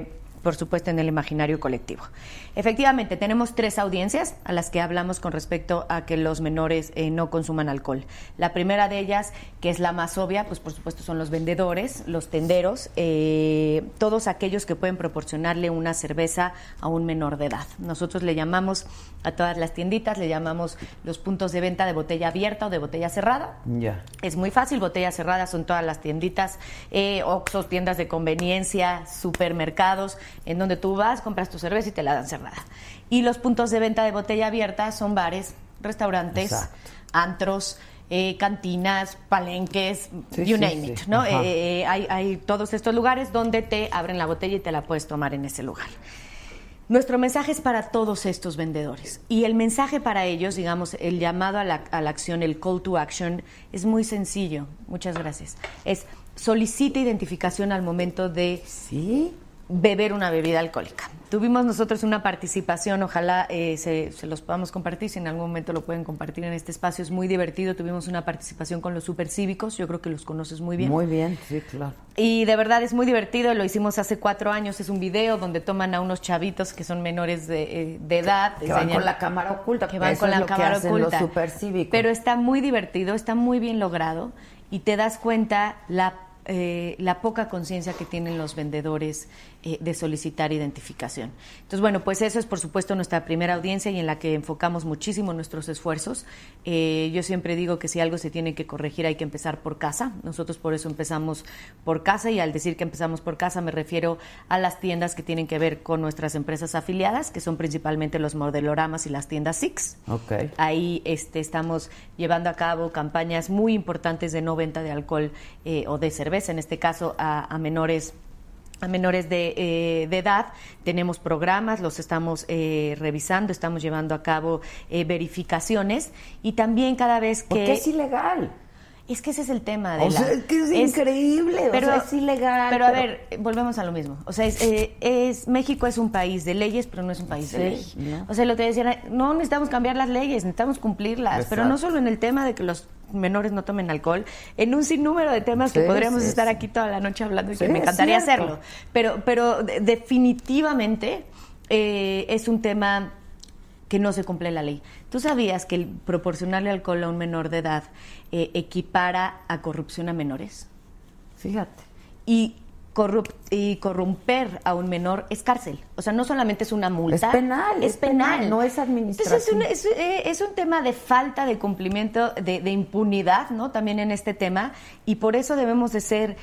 por supuesto, en el imaginario colectivo. Efectivamente, tenemos tres audiencias a las que hablamos con respecto a que los menores eh, no consuman alcohol. La primera de ellas, que es la más obvia, pues por supuesto son los vendedores, los tenderos, eh, todos aquellos que pueden proporcionarle una cerveza a un menor de edad. Nosotros le llamamos a todas las tienditas, le llamamos los puntos de venta de botella abierta o de botella cerrada. Ya. Es muy fácil, botella cerrada son todas las tienditas, eh, Oxxos, tiendas de conveniencia, supermercados, en donde tú vas, compras tu cerveza y te la dan cerrada. Y los puntos de venta de botella abierta son bares, restaurantes, Exacto. antros, eh, cantinas, palenques, sí, you sí, name sí. it, ¿no? Eh, hay, hay todos estos lugares donde te abren la botella y te la puedes tomar en ese lugar. Nuestro mensaje es para todos estos vendedores y el mensaje para ellos, digamos, el llamado a la, a la acción, el call to action, es muy sencillo. Muchas gracias. Es solicita identificación al momento de ¿Sí? beber una bebida alcohólica. Tuvimos nosotros una participación, ojalá eh, se, se los podamos compartir, si en algún momento lo pueden compartir en este espacio, es muy divertido. Tuvimos una participación con los supercívicos, yo creo que los conoces muy bien. Muy bien, sí, claro. Y de verdad es muy divertido, lo hicimos hace cuatro años, es un video donde toman a unos chavitos que son menores de, de edad. Que van con la cámara oculta. Que van con la cámara oculta. Los supercívicos. Pero está muy divertido, está muy bien logrado y te das cuenta la Eh, la poca conciencia que tienen los vendedores eh, de solicitar identificación. Entonces, bueno, pues eso es por supuesto nuestra primera audiencia y en la que enfocamos muchísimo nuestros esfuerzos. Eh, yo siempre digo que si algo se tiene que corregir hay que empezar por casa. Nosotros por eso empezamos por casa y al decir que empezamos por casa me refiero a las tiendas que tienen que ver con nuestras empresas afiliadas, que son principalmente los modeloramas y las tiendas Six. Okay. Ahí este, estamos llevando a cabo campañas muy importantes de no venta de alcohol eh, o de cerveza, en este caso a, a menores a menores de, eh, de edad. Tenemos programas, los estamos eh, revisando, estamos llevando a cabo eh, verificaciones y también cada vez que... ¿Por qué es ilegal? Es que ese es el tema de o la... sea, es que es, es increíble, pero, o sea, es ilegal. Pero, pero a ver, volvemos a lo mismo. O sea, es, eh, es México es un país de leyes, pero no es un país sí, de ley. ¿no? O sea, lo que decían, no necesitamos cambiar las leyes, necesitamos cumplirlas. Exacto. Pero no solo en el tema de que los menores no tomen alcohol, en un sinnúmero de temas sí, que podríamos sí, estar sí. aquí toda la noche hablando y sí, que me encantaría hacerlo. Pero, pero definitivamente eh, es un tema que no se cumple la ley. ¿Tú sabías que el proporcionarle alcohol a un menor de edad eh, equipara a corrupción a menores? Fíjate. Y, corrup- y corromper a un menor es cárcel. O sea, no solamente es una multa. Es penal. Es, es penal. penal. No es administrativo. Entonces es un, es, es un tema de falta de cumplimiento, de, de impunidad, ¿no? También en este tema. Y por eso debemos de ser...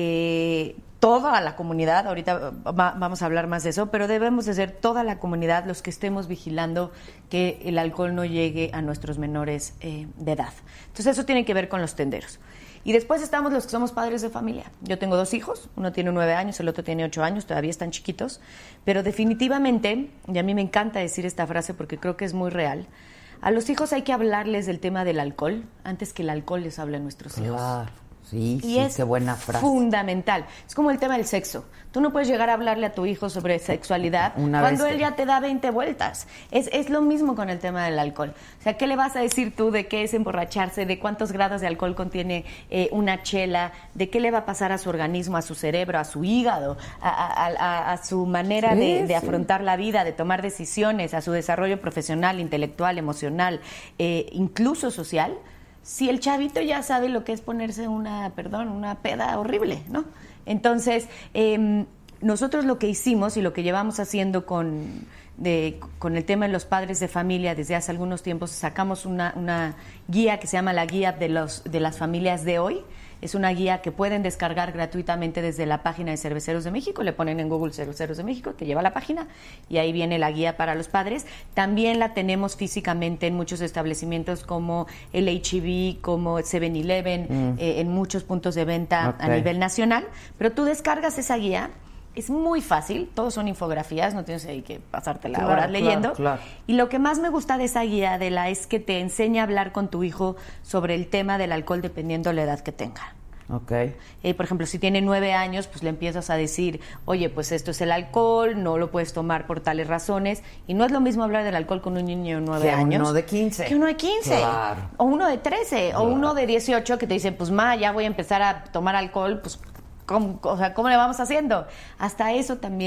Eh, toda la comunidad, ahorita va, vamos a hablar más de eso, pero debemos de ser toda la comunidad los que estemos vigilando que el alcohol no llegue a nuestros menores eh, de edad. Entonces eso tiene que ver con los tenderos. Y después estamos los que somos padres de familia. Yo tengo dos hijos, uno tiene nueve años, el otro tiene ocho años, todavía están chiquitos, pero definitivamente, y a mí me encanta decir esta frase porque creo que es muy real, a los hijos hay que hablarles del tema del alcohol antes que el alcohol les hable a nuestros claro. hijos. Sí, y sí, es qué buena frase. Fundamental. Es como el tema del sexo. Tú no puedes llegar a hablarle a tu hijo sobre sexualidad Una cuando vez él que... ya te da veinte vueltas. Es, es lo mismo con el tema del alcohol. O sea, ¿qué le vas a decir tú de qué es emborracharse, de cuántos grados de alcohol contiene eh, una chela, de qué le va a pasar a su organismo, a su cerebro, a su hígado, a, a, a, a su manera sí, de, de sí. afrontar la vida, de tomar decisiones, a su desarrollo profesional, intelectual, emocional, eh, incluso social? Si el chavito ya sabe lo que es ponerse una, perdón, una peda horrible, ¿no? Entonces, eh, nosotros lo que hicimos y lo que llevamos haciendo con, de, con el tema de los padres de familia desde hace algunos tiempos, sacamos una, una guía que se llama la guía de, los, de las familias de hoy. Es una guía que pueden descargar gratuitamente desde la página de Cerveceros de México. Le ponen en Google Cerveceros de México, te lleva a la página y ahí viene la guía para los padres. También la tenemos físicamente en muchos establecimientos como el H E B, como seven eleven, mm. eh, en muchos puntos de venta okay. a nivel nacional. Pero tú descargas esa guía. Es muy fácil, todos son infografías, no tienes ahí que pasarte la claro, hora leyendo. Claro, claro. Y lo que más me gusta de esa guía, Adela, es que te enseña a hablar con tu hijo sobre el tema del alcohol dependiendo de la edad que tenga. Okay. Eh, por ejemplo, si tiene nueve años, pues le empiezas a decir, oye, pues esto es el alcohol, no lo puedes tomar por tales razones. Y no es lo mismo hablar del alcohol con un niño de nueve años. uno de quince. Que uno de quince. Claro. O uno de trece. Claro. O uno de dieciocho que te dice, pues ma, ya voy a empezar a tomar alcohol, pues... ¿Cómo, o sea, ¿cómo le vamos haciendo? Hasta eso también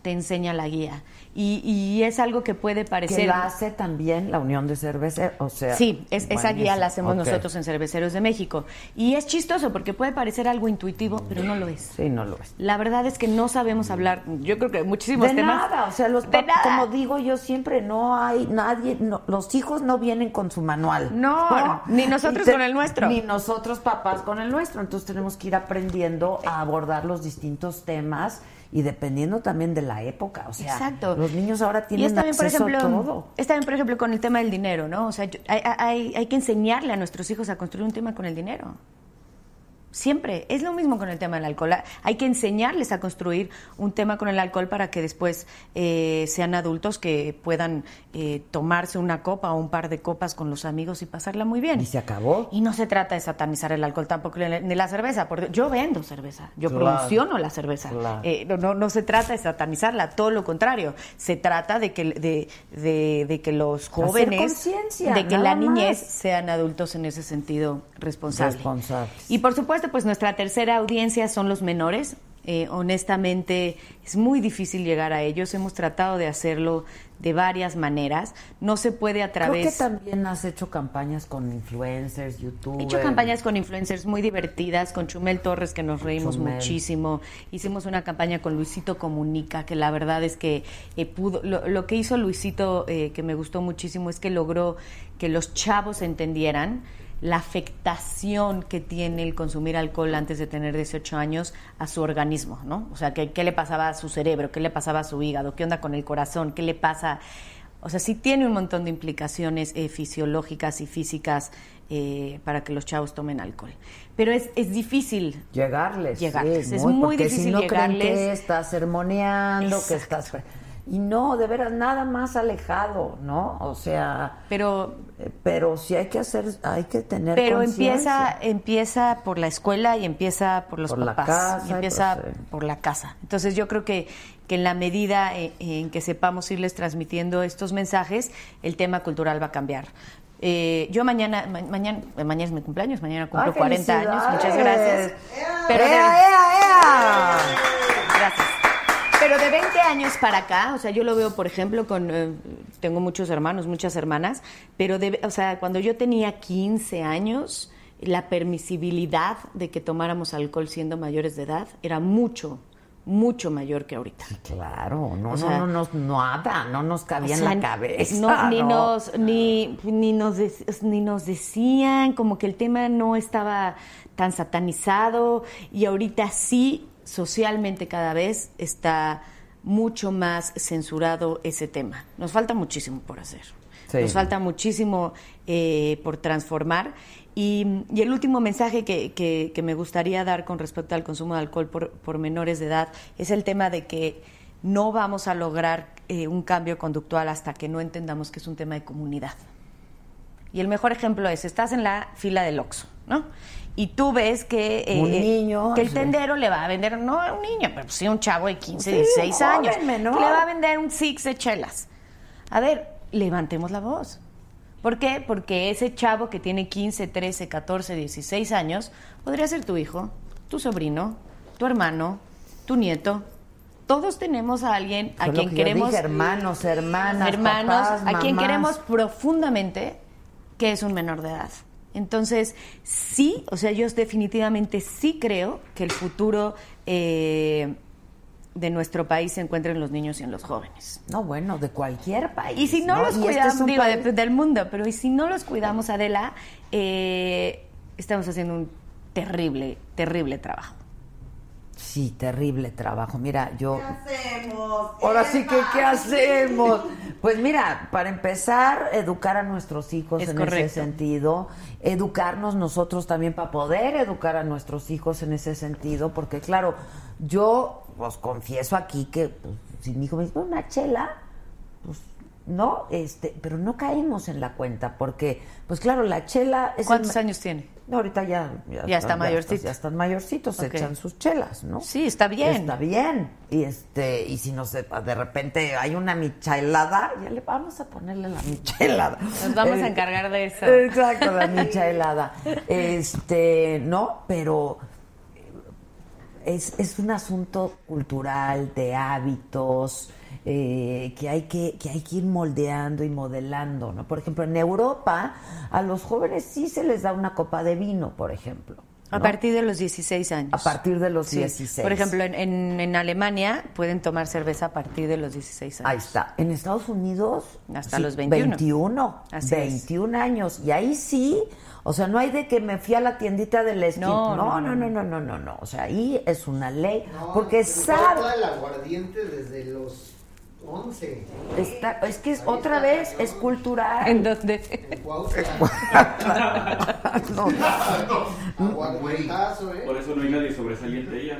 te enseña la guía. Y, y es algo que puede parecer... ¿Que la hace también la Unión de Cerveceros? O sea, sí, es, esa guía la hacemos okay. nosotros en Cerveceros de México. Y es chistoso porque puede parecer algo intuitivo, pero no lo es. Sí, no lo es. La verdad es que no sabemos hablar, yo creo que muchísimos de temas... Nada, o sea, los de nada. Como digo yo siempre, no hay nadie, no, los hijos no vienen con su manual. No, ¿no? Ni nosotros te, con el nuestro. Ni nosotros papás con el nuestro. Entonces tenemos que ir aprendiendo a abordar los distintos temas y dependiendo también de la época. O sea, exacto. Los niños ahora tienen también, acceso por ejemplo, a todo. Es también, por ejemplo, con el tema del dinero, ¿no? O sea, yo, hay, hay, hay que enseñarle a nuestros hijos a construir un tema con el dinero. Siempre. Es lo mismo con el tema del alcohol. Hay que enseñarles a construir un tema con el alcohol para que después eh, sean adultos que puedan eh, tomarse una copa o un par de copas con los amigos y pasarla muy bien. Y se acabó. Y no se trata de satanizar el alcohol tampoco, ni la cerveza. Porque yo vendo cerveza, yo claro. promociono la cerveza. Claro. Eh, no, no, no se trata de satanizarla, todo lo contrario. Se trata de que, de, de, de que los jóvenes, de que la niñez más. sean adultos en ese sentido responsables. Responsables. Y por supuesto, pues nuestra tercera audiencia son los menores. Eh, honestamente, es muy difícil llegar a ellos. Hemos tratado de hacerlo de varias maneras. No se puede a través... Creo que también has hecho campañas con influencers, youtubers. He hecho campañas con influencers muy divertidas, con Chumel Torres, que nos reímos Chumel. muchísimo. Hicimos una campaña con Luisito Comunica, que la verdad es que eh, pudo... Lo, lo que hizo Luisito, eh, que me gustó muchísimo, es que logró que los chavos entendieran la afectación que tiene el consumir alcohol antes de tener dieciocho años a su organismo, ¿no? O sea, ¿qué, qué le pasaba a su cerebro? ¿Qué le pasaba a su hígado? ¿Qué onda con el corazón? ¿Qué le pasa? O sea, sí tiene un montón de implicaciones eh, fisiológicas y físicas eh, para que los chavos tomen alcohol. Pero es, es difícil llegarles. Llegarles. Sí, es muy, muy difícil si no llegarles. Creen que estás sermoneando, Exacto. que estás... Y no, de veras, nada más alejado, ¿no? O sea... Pero... Pero sí hay que hacer, hay que tener Pero conciencia. empieza empieza por la escuela y empieza por los por papás. La casa, y empieza pues, sí. por la casa. Entonces yo creo que, que en la medida en, en que sepamos irles transmitiendo estos mensajes, el tema cultural va a cambiar. Eh, yo mañana, ma- mañana, mañana es mi cumpleaños, mañana cumplo Ay, cuarenta años, muchas gracias. Pero ¡Ea, de, ea, ea! Gracias. Pero de veinte años para acá, o sea, yo lo veo, por ejemplo, con... Eh, tengo muchos hermanos, muchas hermanas, pero, de, o sea, cuando yo tenía quince años, la permisibilidad de que tomáramos alcohol siendo mayores de edad era mucho, mucho mayor que ahorita. Claro, no, o sea, no, no, no, nada, no nos cabía o sea, en la cabeza. No, ni, no. Nos, ni, ni, nos de, ni nos decían, como que el tema no estaba tan satanizado, y ahorita sí, socialmente cada vez está mucho más censurado ese tema. Nos falta muchísimo por hacer. Sí. Nos falta muchísimo eh, por transformar. Y, y el último mensaje que, que, que me gustaría dar con respecto al consumo de alcohol por, por menores de edad es el tema de que no vamos a lograr eh, un cambio conductual hasta que no entendamos que es un tema de comunidad. Y el mejor ejemplo es, estás en la fila del Oxxo, ¿no? Y tú ves que, eh, un niño, que el sí. tendero le va a vender, no a un niño, pero sí a un chavo de quince, sí, dieciséis años, menor. que le va a vender un six de chelas. A ver, levantemos la voz. ¿Por qué? Porque ese chavo que tiene quince, trece, catorce, dieciséis años podría ser tu hijo, tu sobrino, tu hermano, tu nieto. Todos tenemos a alguien a Fue quien lo que queremos... yo dije, hermanos, hermanas, hermanos, papás, a mamás. quien queremos profundamente, que es un menor de edad. Entonces, sí, o sea, yo definitivamente sí creo que el futuro eh, de nuestro país se encuentra en los niños y en los jóvenes. No, bueno, de cualquier país. Y si no, ¿no? los y cuidamos, este es digo, país... de, del mundo, pero y si no los cuidamos, Adela, eh, estamos haciendo un terrible, terrible trabajo. Sí, terrible trabajo. Mira, yo... ¿Qué hacemos? Ahora sí que, ¿qué hacemos? Pues mira, para empezar, educar a nuestros hijos es en correcto. ese sentido, educarnos nosotros también para poder educar a nuestros hijos en ese sentido, porque claro, yo os confieso aquí que pues, si mi hijo me dice una chela, pues no, este, pero no caímos en la cuenta, porque, pues claro, la chela... Es ¿Cuántos el... años tiene? No, ahorita ya... Ya, ya está mayorcito. Ya están mayorcitos, se okay. echan sus chelas, ¿no? Sí, está bien. Está bien. Y este y si no sé, de repente hay una michelada, ya le vamos a ponerle la michelada. Nos vamos eh, a encargar de eso. Exacto, la michelada. Este, no, pero es, es un asunto cultural, de hábitos, eh, que, hay que, que hay que ir moldeando y modelando, ¿no? Por ejemplo, en Europa a los jóvenes sí se les da una copa de vino, por ejemplo, ¿no? A partir de los dieciséis años. A partir de los sí. dieciséis. Por ejemplo, en, en, en Alemania pueden tomar cerveza a partir de los dieciséis años. Ahí está. En Estados Unidos... Hasta sí, los veintiuno. veintiuno. Así veintiún años. Y ahí sí, o sea, no hay de que me fui a la tiendita de la esquina. No No, no no, no, no, no, no, no. O sea, ahí es una ley. No, porque sabe... el aguardiente desde los once. Está, es que es ahí otra está, vez, ¿no? Es cultural. ¿En dónde? En Cuautla. no, no. Aguardientazo, ¿eh? Por eso no hay nadie sobresaliente ahí.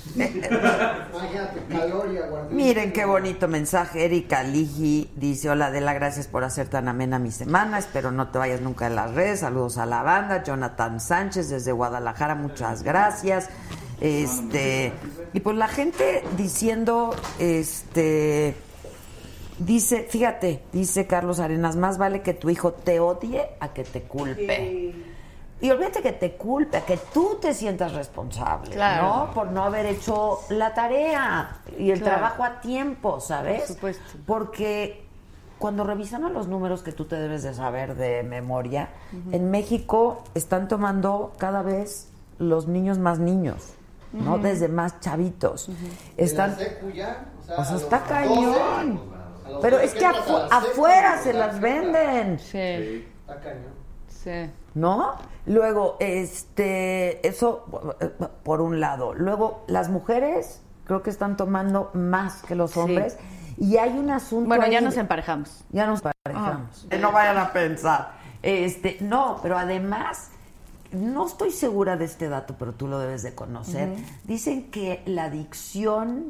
Imagínate, calor y aguardiente. Miren qué bonito mensaje. Erika Ligi dice: hola Adela, gracias por hacer tan amena mi semana. Espero no te vayas nunca de las redes. Saludos a la banda. Jonathan Sánchez desde Guadalajara, muchas gracias. Este, y pues la gente diciendo, este, dice, fíjate, dice Carlos Arenas, más vale que tu hijo te odie a que te culpe. Sí. Y olvídate que te culpe, que tú te sientas responsable, claro, ¿no? Por no haber hecho la tarea y el claro. trabajo a tiempo, ¿sabes? Por supuesto. Porque cuando revisamos los números que tú te debes de saber de memoria, uh-huh. en México están tomando cada vez los niños más niños, ¿no? Uh-huh. Desde más chavitos. Uh-huh. Están... Ya, o sea, o sea está cañón. doce, pero es que afu- afuera se las venden. Sí. sí. Está cañón. Sí. ¿No? Luego, este, eso por un lado. Luego, las mujeres creo que están tomando más que los hombres. Sí. Y hay un asunto. Bueno, ya ahí, nos emparejamos. Ya nos emparejamos. Oh. No vayan a pensar. Este, no, pero además, no estoy segura de este dato, pero tú lo debes de conocer. Uh-huh. Dicen que la adicción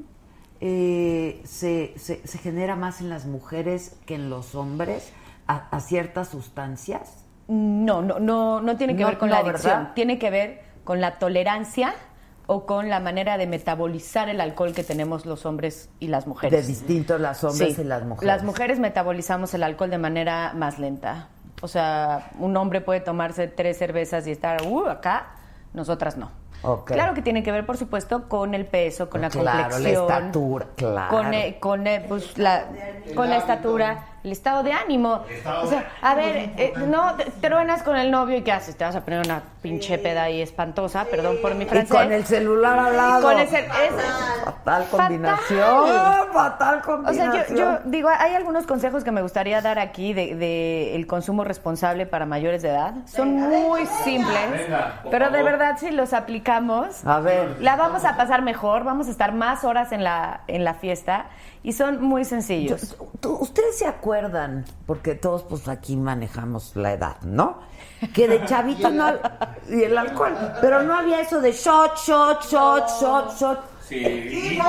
eh, se, se, se genera más en las mujeres que en los hombres a, a ciertas sustancias. No, no, no, no tiene que no, ver con no, la adicción. ¿verdad? Tiene que ver con la tolerancia o con la manera de metabolizar el alcohol que tenemos los hombres y las mujeres. De distintos las hombres sí. y las mujeres. Las mujeres metabolizamos el alcohol de manera más lenta. O sea, un hombre puede tomarse tres cervezas y estar uh, acá, nosotras no. Okay. Claro que tiene que ver, por supuesto, con el peso, con la claro, complexión. la estatura, claro. Con, eh, con, eh, pues, la, con la estatura, el estado de ánimo. O sea, a ver, eh, no, te, te truenas con el novio y ¿qué haces? Te vas a poner una pinche peda ahí espantosa, sí. Perdón por mi francés. Y con el celular al lado. Con el cel- es, fatal combinación. Fatal. fatal combinación. O sea, yo, yo digo, hay algunos consejos que me gustaría dar aquí de, de el consumo responsable para mayores de edad. Son muy simples, venga, pero de verdad si los aplicamos, a ver, la vamos a pasar mejor, vamos a estar más horas en la en la fiesta y son muy sencillos. Yo, tú, ustedes se acuerdan, porque todos pues aquí manejamos la edad, ¿no? Que de chavita no y el alcohol, pero no había eso de shot, shot, shot, shot, shot. Sí, sí, sí.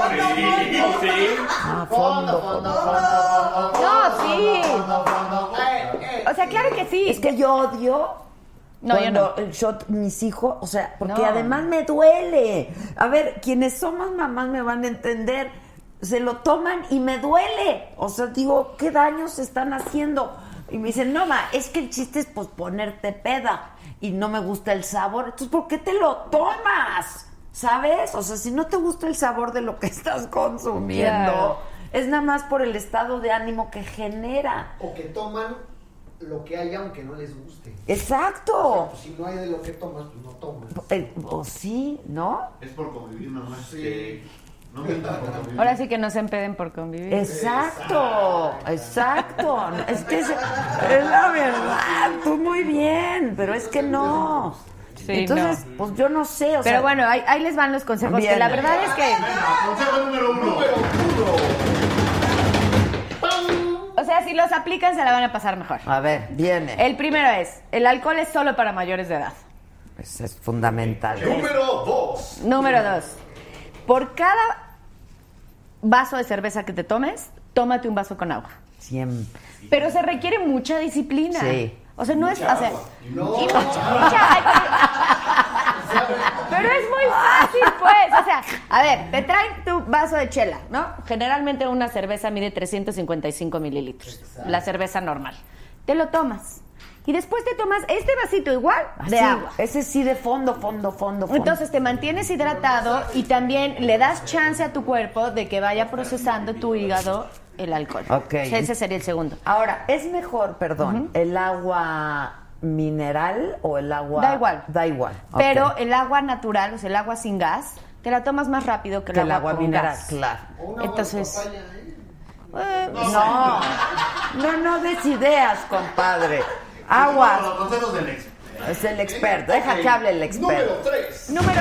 Ah, fondo, fondo, fondo. No, sí. O sea, claro que sí. Es que yo odio no, cuando yo no. el shot mis hijos, o sea, porque no. además me duele. A ver, quienes somos mamás me van a entender. Se lo toman y me duele. O sea, digo, ¿qué daño se están haciendo? Y me dicen, no, ma, es que el chiste es pues ponerte peda y no me gusta el sabor. Entonces, ¿por qué te lo tomas? ¿Sabes? O sea, si no te gusta el sabor de lo que estás consumiendo, claro. Es nada más por el estado de ánimo que genera. O que toman lo que hay aunque no les guste. Exacto. O sea, pues, si no hay de lo que tomas, pues no tomas. Eh, o sí, ¿no? Es por convivir nomás. Sí. Que no mientan por convivir. Ahora sí que no se empeden por convivir. Exacto, exacto. Es que es, es la verdad. Tú muy bien, pero es que no. Sí, entonces, no. Pues yo no sé. O Pero sea, bueno, ahí, ahí les van los consejos. Bien. Que la verdad es que. Venga, consejo número uno. Número uno. O sea, si los aplican se la van a pasar mejor. A ver, viene. El primero es, el alcohol es solo para mayores de edad. Eso es fundamental. Número dos. Número dos. Por cada vaso de cerveza que te tomes, tómate un vaso con agua. Siempre. Pero se requiere mucha disciplina. Sí. O sea, no mucha es... O sea, no. y mucha, mucha, ay, pero es muy fácil, pues. O sea, a ver, te traen tu vaso de chela, ¿no? Generalmente una cerveza mide trescientos cincuenta y cinco mililitros. Exacto. La cerveza normal. Te lo tomas. Y después te tomas este vasito igual de Así, agua. Ese sí de fondo, fondo, fondo, fondo. Entonces te mantienes hidratado y también le das chance a tu cuerpo de que vaya procesando tu hígado el alcohol. Ok. O sea, ese sería el segundo. Ahora, ¿es mejor, perdón, uh-huh. el agua mineral o el agua...? Da igual. Da igual. Pero okay. el agua natural, o sea, el agua sin gas, te la tomas más rápido que, que el agua, agua con mineral, gas. claro. Entonces... Papaya, ¿eh? Eh, no, no, no, no des ideas, compadre. Aguas. Los consejos del experto. Es el experto. Deja okay. que hable el experto. Número tres. Número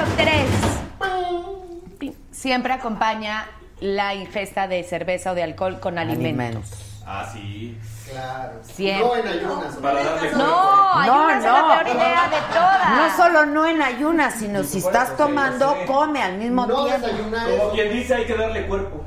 tres. Siempre acompaña la ingesta de cerveza o de alcohol con alimentos. alimentos. Ah, sí. Claro. Siempre. No en ayunas. Para darle no, no, ayunas no. es la peor idea de todas. No solo no en ayunas, sino si estás tomando, come al mismo no tiempo. Como quien dice, hay que darle cuerpo.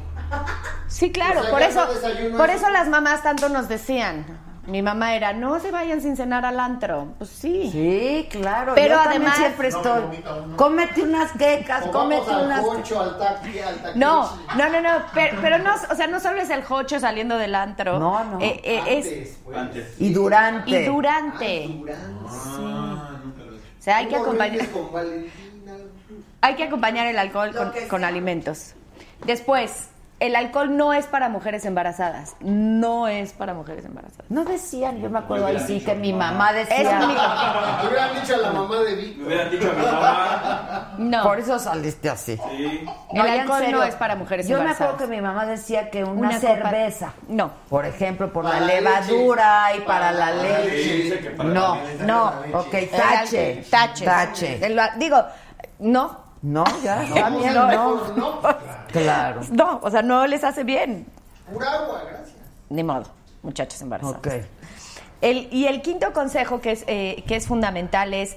Sí, claro, o sea, por eso por eso las mamás tanto nos decían. Mi mamá era, no se vayan sin cenar al antro. Pues sí. Sí, claro. Pero yo además siempre estoy. No, cómete unas quecas, o cómete al unas. Jocho, al taqui, al taqui. No, no, no, no. Pero, pero no, o sea, no solo es el jocho saliendo del antro. No, no. Eh, eh, Antes, es pues. Antes. Y durante. Y durante. Ah, durante. Sí. Ah, nunca lo he hecho. O sea, hay que acompañar. Con Valentina. Hay que acompañar el alcohol con, con alimentos. Después. El alcohol no es para mujeres embarazadas. No es para mujeres embarazadas. No decían, yo me acuerdo ahí sí que mi mamá decía. Es mi... Me hubieran dicho a la mamá de Víctor. Me hubieran dicho a mi mamá. No. Por eso saliste así. Sí. El alcohol no es para mujeres yo embarazadas. Yo me acuerdo que mi mamá decía que una, una cerveza. Copa... No. Por ejemplo, por para la levadura leche. y para, para la leche. leche. Para no, la no. Ok, tache. Tache. Tache. El, digo, no. No, ya, no, también no. no. no. Claro. No, o sea, no les hace bien. Pura agua, gracias. Ni modo, muchachos embarazados. Ok. El, y el quinto consejo que es, eh, que es fundamental es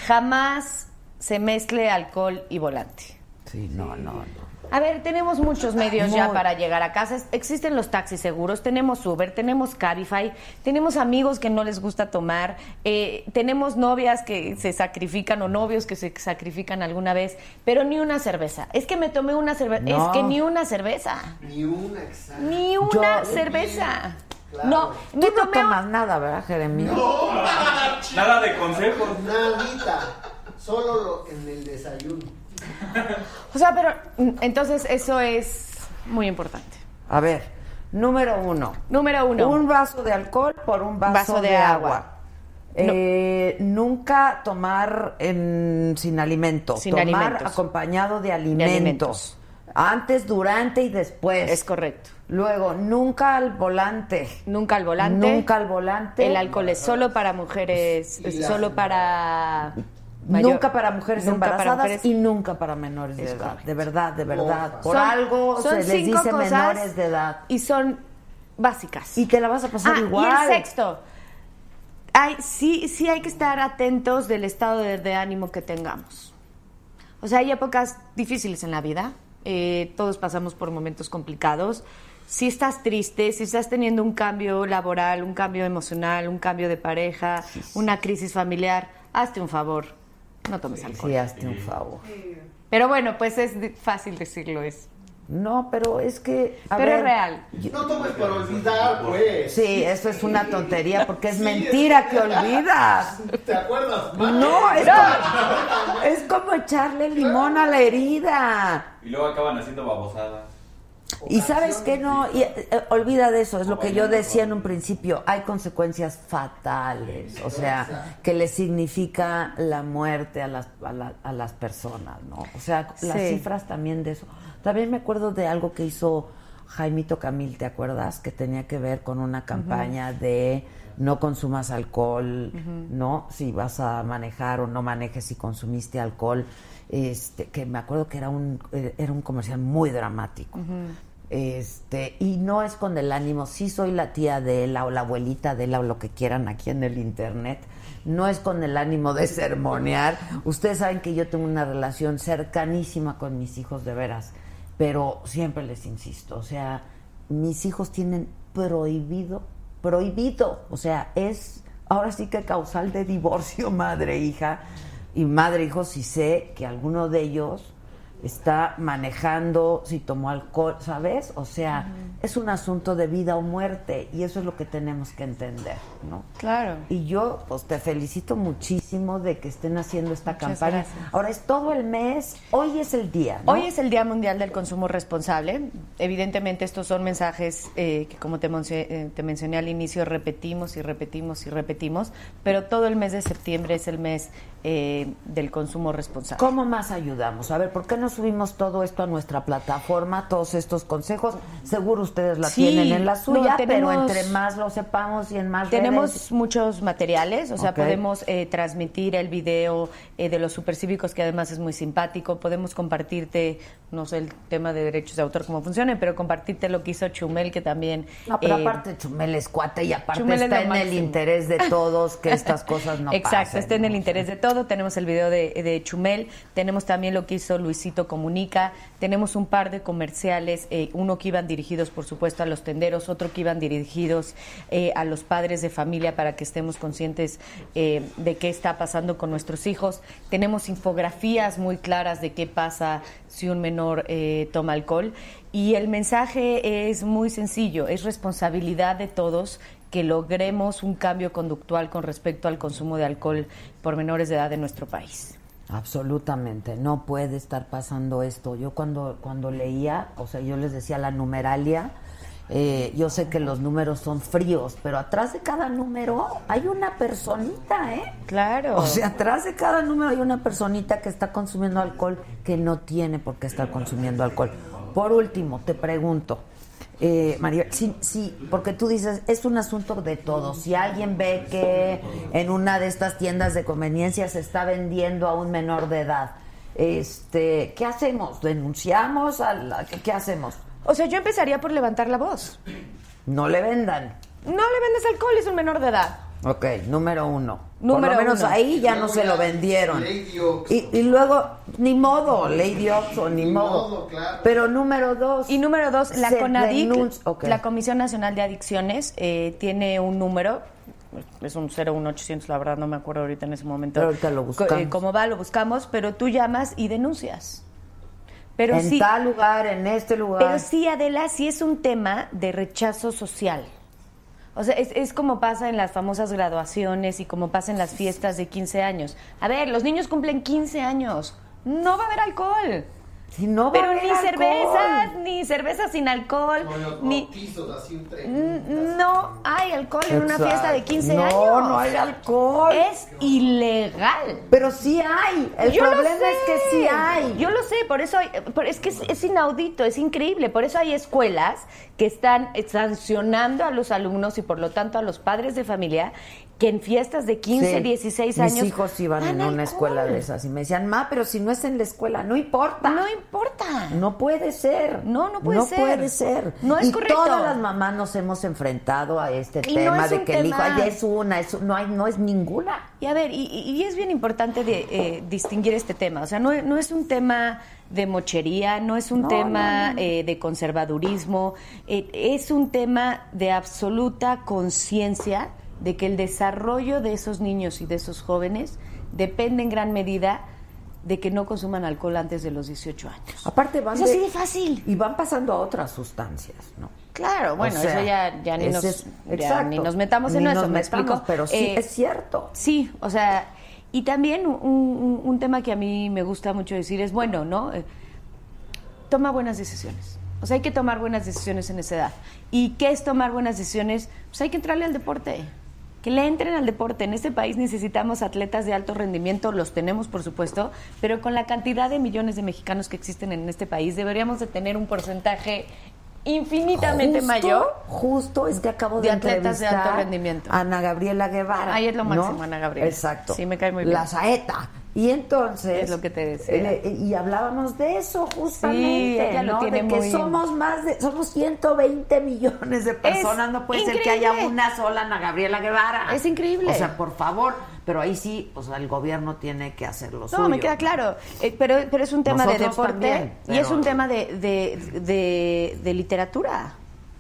jamás se mezcle alcohol y volante. Sí, no, no, no. A ver, tenemos muchos medios Muy... ya para llegar a casa. Existen los taxis seguros, tenemos Uber, tenemos Cabify, tenemos amigos que no les gusta tomar, eh, tenemos novias que se sacrifican o novios que se sacrifican alguna vez, pero ni una cerveza. Es que me tomé una cerveza. No. Es que ni una cerveza. Ni una, exacto. Ni una Yo, cerveza. Claro. No, me Tú no tomé... tomas nada, ¿verdad, Jeremías? No, nada de consejos. Nadita. Solo lo, en el desayuno. O sea, pero entonces eso es muy importante. A ver, número uno. Número uno. Un vaso de alcohol por un vaso, vaso de, de agua. agua. Eh, no. Nunca tomar en, sin alimento. Sin tomar alimentos. acompañado de alimentos. de alimentos. Antes, durante y después. Es correcto. Luego, nunca al volante. Nunca al volante. Nunca al volante. El alcohol es solo para mujeres, es solo para... Mayor. Nunca para mujeres nunca embarazadas para mujeres... y nunca para menores de es edad. correcto. De verdad, de verdad. Oh. Por son, algo son se les dice menores de edad. Y son básicas. Y te la vas a pasar ah, igual. Y el sexto. Hay, sí, sí hay que estar atentos del estado de, de ánimo que tengamos. O sea, hay épocas difíciles en la vida. Eh, todos pasamos por momentos complicados. Si estás triste, si estás teniendo un cambio laboral, un cambio emocional, un cambio de pareja, sí, sí. una crisis familiar, hazte un favor. No tomes alcohol. Sí, hazte un favor. Pero bueno, pues es fácil decirlo eso. No, pero es que... Pero ver, es real. Yo, no tomes para olvidar, pues. Sí, eso es una tontería porque es sí, mentira es que olvidas. ¿Te acuerdas? No, es, no. Como, es como echarle limón a la herida. Y luego acaban haciendo babosadas. Y sabes que no, y, eh, olvida de eso, es lo que yo decía en un principio, hay consecuencias fatales, o sea, que le significa la muerte a las, a, la, a las personas, ¿no? O sea, las sí. cifras también de eso. También me acuerdo de algo que hizo Jaimito Camil, ¿te acuerdas? Que tenía que ver con una campaña uh-huh. de no consumas alcohol, uh-huh. ¿no? Si vas a manejar o no manejes si consumiste alcohol. Este, que me acuerdo que era un era un comercial muy dramático. Uh-huh. Este, y no es con el ánimo, sí soy la tía de él o la abuelita de él o lo que quieran aquí en el internet, no es con el ánimo de sermonear. Ustedes saben que yo tengo una relación cercanísima con mis hijos de veras, pero siempre les insisto, o sea, mis hijos tienen prohibido, prohibido, o sea, es ahora sí que causal de divorcio madre-hija. Y madre, hijo, si sé que alguno de ellos está manejando, si tomó alcohol, ¿sabes? O sea, uh-huh. es un asunto de vida o muerte y eso es lo que tenemos que entender, ¿no? Claro. Y yo, pues, te felicito muchísimo de que estén haciendo esta Muchas campaña. Gracias. Ahora es todo el mes, hoy es el día, ¿no? Hoy es el Día Mundial del Consumo Responsable. Evidentemente estos son mensajes eh, que, como te, eh, te mencioné al inicio, repetimos y repetimos y repetimos, pero todo el mes de septiembre es el mes eh, del consumo responsable. ¿Cómo más ayudamos? A ver, ¿por qué no subimos todo esto a nuestra plataforma, todos estos consejos? Seguro ustedes la sí, tienen en la suya, no, tenemos, pero entre más lo sepamos y en más tenemos redes. muchos materiales, o sea, okay. podemos eh, transmitir el video eh, de los supercívicos, que además es muy simpático, podemos compartirte, no sé el tema de derechos de autor cómo funciona, pero compartirte lo que hizo Chumel, que también... No, pero eh, aparte Chumel es cuate y aparte Chumel está en máximo. El interés de todos que estas cosas no Exacto, pasen. está en ¿no? el interés de todo. Tenemos el video de, de Chumel, tenemos también lo que hizo Luisito Comunica, tenemos un par de comerciales, eh, uno que iban dirigidos, por supuesto, a los tenderos, otro que iban dirigidos eh, a los padres de familia para que estemos conscientes eh, de qué está pasando con nuestros hijos. Tenemos infografías muy claras de qué pasa si un menor eh, toma alcohol. Y el mensaje es muy sencillo, es responsabilidad de todos que logremos un cambio conductual con respecto al consumo de alcohol por menores de edad en nuestro país. Absolutamente, no puede estar pasando esto. Yo cuando, cuando leía, o sea, yo les decía la numeralia, eh, yo sé que los números son fríos, pero atrás de cada número hay una personita, ¿eh? Claro. O sea, atrás de cada número hay una personita que está consumiendo alcohol que no tiene por qué estar consumiendo alcohol. Por último, te pregunto, eh, María, sí, sí, porque tú dices, es un asunto de todos. Si alguien ve que en una de estas tiendas de conveniencia se está vendiendo a un menor de edad, este, ¿qué hacemos? ¿Denunciamos? A la, ¿qué, ¿Qué hacemos? O sea, yo empezaría por levantar la voz. No le vendan. No le vendes alcohol, es un menor de edad. Ok, número uno. Número Por lo menos uno. ahí ya no se lo vendieron. Y, y luego, ni modo, Lady Oxxo, ni, ni modo. modo claro. Pero número dos. Y número dos, la CONADIC, denunci- okay. la Comisión Nacional de Adicciones, eh, tiene un número, es un cero uno ochocientos, la verdad no me acuerdo ahorita en ese momento. Pero ahorita lo buscamos. Eh, ¿Cómo va? Lo buscamos, pero tú llamas y denuncias. Pero en sí, tal lugar, en este lugar. Pero sí, Adela, sí es un tema de rechazo social. O sea, es, es como pasa en las famosas graduaciones y como pasa en las fiestas de quince años. A ver, los niños cumplen quince años. No va a haber alcohol. Si no va Pero a haber ni alcohol. cervezas, ni cervezas sin alcohol. No, no, ni pisos, así un N- No hay alcohol en una Exacto. fiesta de quince no, años. No, no hay alcohol. Es ilegal. Pero sí hay. El Yo problema lo sé. es que sí hay. Yo lo sé, por eso hay, por, es que es, es inaudito, es increíble. Por eso hay escuelas que están sancionando a los alumnos y por lo tanto a los padres de familia que en fiestas de quince, Sí. dieciséis Mis años hijos iban en dan una alcohol. escuela de esas y me decían, ma, pero si no es en la escuela, no importa. No importa. No puede ser. No, no puede no ser. No puede ser. No es y correcto. todas las mamás nos hemos enfrentado a este Y tema no es de un que el hijo tema- ay, es una, es, no, hay, no es ninguna. Y a ver, y, y es bien importante de, eh, distinguir este tema. O sea, no, no es un tema de mochería, no es un No, tema no, no. Eh, de conservadurismo, eh, es un tema de absoluta conciencia de que el desarrollo de esos niños y de esos jóvenes depende en gran medida de que no consuman alcohol antes de los dieciocho años. Aparte van Es así de fácil. Y van pasando a otras sustancias, ¿no? Claro, bueno, O sea, eso ya, ya, ni, ese nos, es- ya exacto. ni nos metamos en Ni eso, nos ¿me metamos, explico? pero sí, Eh, es cierto. Sí, o sea, y también un, un, un tema que a mí me gusta mucho decir es, bueno, ¿no? Eh, toma buenas decisiones. O sea, hay que tomar buenas decisiones en esa edad. ¿Y qué es tomar buenas decisiones? Pues hay que entrarle al deporte. Que le entren al deporte. En este país necesitamos atletas de alto rendimiento, los tenemos por supuesto, pero con la cantidad de millones de mexicanos que existen en este país deberíamos de tener un porcentaje infinitamente Justo, mayor Justo es que acabo de, de atletas de entrevistar alto rendimiento. a Ana Gabriela Guevara. Ahí es lo máximo, ¿no? Ana Gabriela. Exacto. Sí, me cae muy bien. La saeta. Y entonces... Es lo que te decía. eh, y hablábamos de eso justamente, Sí, ella lo ¿no? tiene de que muy- somos más de... Somos ciento veinte millones de personas. No puede ser que haya increíble. una sola Ana Gabriela Guevara. Es increíble. O sea, por favor. Pero ahí sí, o sea, el gobierno tiene que hacer lo suyo. No, me queda claro. Eh, pero, pero es un tema de Nosotros deporte también, y es pero- un tema de, de, de, de literatura.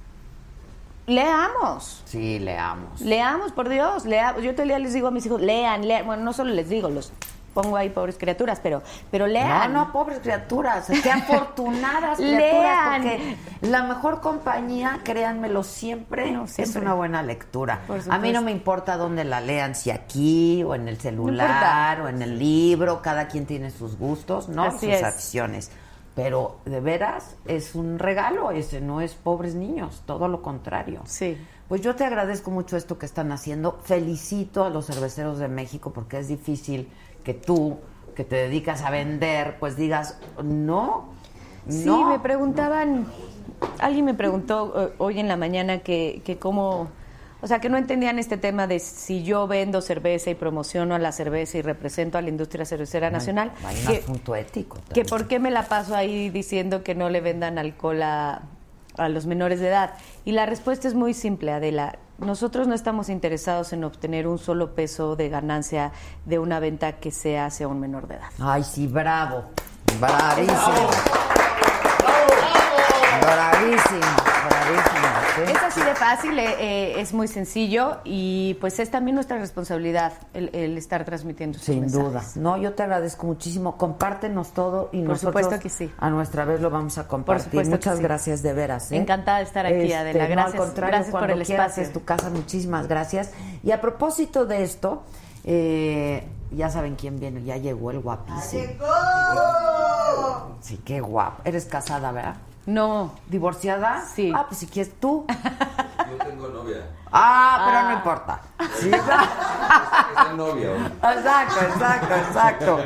Leamos. Sí, leamos. Leamos, por Dios. Leamos. Yo todo el día les digo a mis hijos, lean, lean. Bueno, no solo les digo, los pongo ahí pobres criaturas, pero, pero lean. No, no, pobres criaturas, qué afortunadas criaturas, Lean. porque la mejor compañía, créanmelo, siempre, no, siempre. es una buena lectura. A mí no me importa dónde la lean, si aquí, o en el celular, no o en el libro, cada quien tiene sus gustos, ¿no? Así sus es. aficiones. Pero, de veras, es un regalo, ese no es pobres niños, todo lo contrario. Sí. Pues yo te agradezco mucho esto que están haciendo, felicito a los cerveceros de México, porque es difícil que tú, que te dedicas a vender, pues digas, no, sí, no. me preguntaban, alguien me preguntó uh, hoy en la mañana que, que cómo, o sea, que no entendían este tema de si yo vendo cerveza y promociono a la cerveza y represento a la industria cervecera nacional. Hay un que, asunto ético también. Que por qué me la paso ahí diciendo que no le vendan alcohol a, a los menores de edad. Y la respuesta es muy simple, Adela. Nosotros no estamos interesados en obtener un solo peso de ganancia de una venta que se hace a un menor de edad. Ay, sí, bravo. Bravísimo. Bravísimo, bravísimo. ¿Sí? Es así de fácil, eh, eh, es muy sencillo y pues es también nuestra responsabilidad el, el estar transmitiendo sus Sin mensajes. duda. No, yo te agradezco muchísimo. Compártenos todo y Por nosotros supuesto que sí. a nuestra vez lo vamos a compartir. Muchas sí. gracias de veras. ¿eh? Encantada de estar aquí, este, Adela. No, Gracias, al contrario, gracias cuando por el quieras, espacio. es tu casa, muchísimas gracias. Y a propósito de esto, eh, ya saben quién viene, ya llegó el guapísimo. ¡Llegó! Sí, qué guapo. Eres casada, ¿verdad? No. ¿Divorciada? Sí. Ah, pues si quieres tú. Yo tengo novia. Ah, pero Ah. no importa. Sí, Es novia. exacto, exacto, exacto.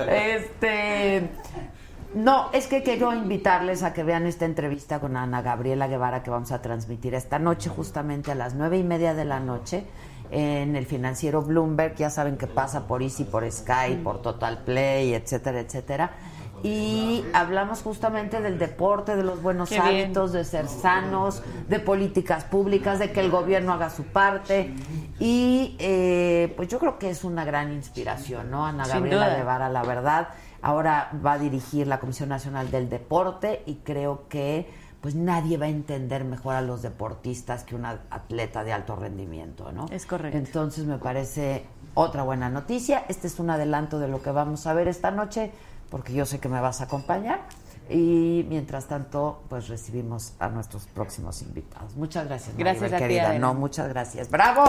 Este, no, es que quiero invitarles a que vean esta entrevista con Ana Gabriela Guevara que vamos a transmitir esta noche, justamente a las nueve y media de la noche, en el financiero Bloomberg. Ya saben que pasa por Easy, por Sky, por Total Play, etcétera, etcétera. Y hablamos justamente del deporte, de los buenos Qué bien. hábitos, de ser sanos, de políticas públicas, de que el gobierno haga su parte. Y eh, pues yo creo que es una gran inspiración, ¿no? Ana Sin Gabriela duda. Guevara, la verdad. Ahora va a dirigir la Comisión Nacional del Deporte y creo que pues nadie va a entender mejor a los deportistas que una atleta de alto rendimiento, ¿no? Es correcto. Entonces me parece otra buena noticia. Este es un adelanto de lo que vamos a ver esta noche, porque yo sé que me vas a acompañar. Y mientras tanto, pues recibimos a nuestros próximos invitados. Muchas gracias, Gracias Maribel, a ti, querida. Adela. No, muchas gracias. ¡Bravo!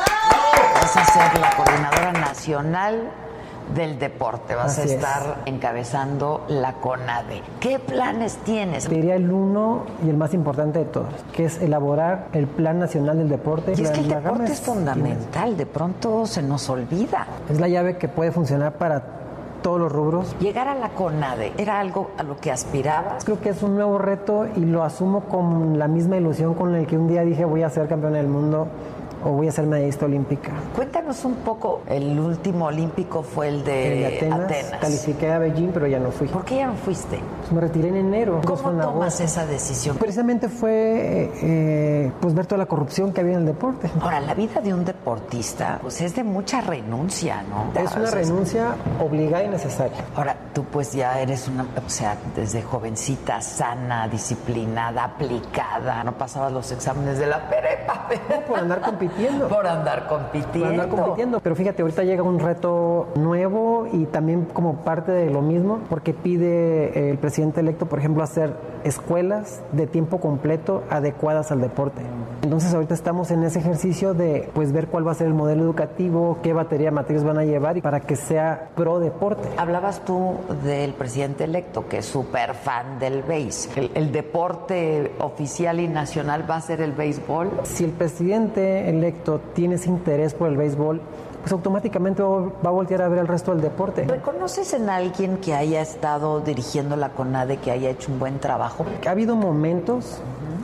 Vas a ser la coordinadora nacional del deporte. Vas Así a es. estar encabezando la CONADE. ¿Qué planes tienes? Te diría el uno y el más importante de todos, que es elaborar el Plan Nacional del Deporte. Y es que el La- la gama deporte es fundamental. De pronto se nos olvida. Es la llave que puede funcionar para todos los rubros. Llegar a la CONADE, ¿era algo a lo que aspirabas? Creo que es un nuevo reto y lo asumo con la misma ilusión con la que un día dije voy a ser campeón del mundo o voy a ser medallista olímpica. Cuéntanos un poco, el último olímpico fue el de, El de Atenas, Atenas. Califiqué a Beijing, pero ya no fui. ¿Por qué ya no fuiste? Pues me retiré en enero. ¿Cómo fue en tomas agosto. esa decisión? Precisamente fue eh, eh, pues ver toda la corrupción que había en el deporte. Ahora, la vida de un deportista pues es de mucha renuncia, ¿no? Es una O sea, renuncia obligada y necesaria. Ahora, tú pues ya eres una, o sea, desde jovencita, sana, disciplinada, aplicada, no pasabas los exámenes de la prepa. No, por andar compitiendo. Por andar compitiendo. Por andar compitiendo. Pero fíjate, ahorita llega un reto nuevo y también como parte de lo mismo, porque pide el presidente electo, por ejemplo, hacer escuelas de tiempo completo adecuadas al deporte. Entonces ahorita estamos en ese ejercicio de pues ver cuál va a ser el modelo educativo, qué batería de materias van a llevar y para que sea pro deporte. Hablabas tú del presidente electo, que es súper fan del béis. El, el deporte oficial y nacional va a ser el béisbol. Si el presidente electo tiene ese interés por el béisbol, pues automáticamente va a voltear a ver el resto del deporte. ¿Reconoces en alguien que haya estado dirigiendo la CONADE, que haya hecho un buen trabajo? Ha habido momentos,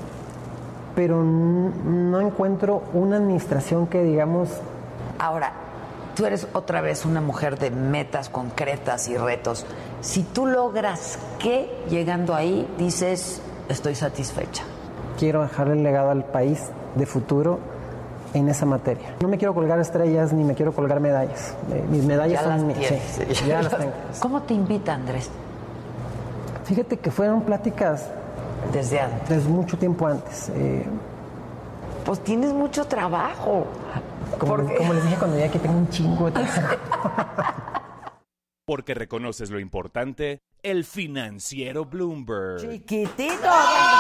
pero no encuentro una administración que digamos... Ahora, tú eres otra vez una mujer de metas concretas y retos. Si tú logras que, llegando ahí, dices, estoy satisfecha. Quiero dejarle el legado al país de futuro en esa materia. No me quiero colgar estrellas ni me quiero colgar medallas. Eh, mis medallas Ya son las mías. tienes. Sí, ya las tengo. ¿Cómo te invita, Andrés? Fíjate que fueron pláticas desde antes. Desde mucho tiempo antes. Eh, pues tienes mucho trabajo. Como, como les dije cuando ya que tengo un chingo de trabajo. Porque reconoces lo importante, el financiero Bloomberg. Chiquitito.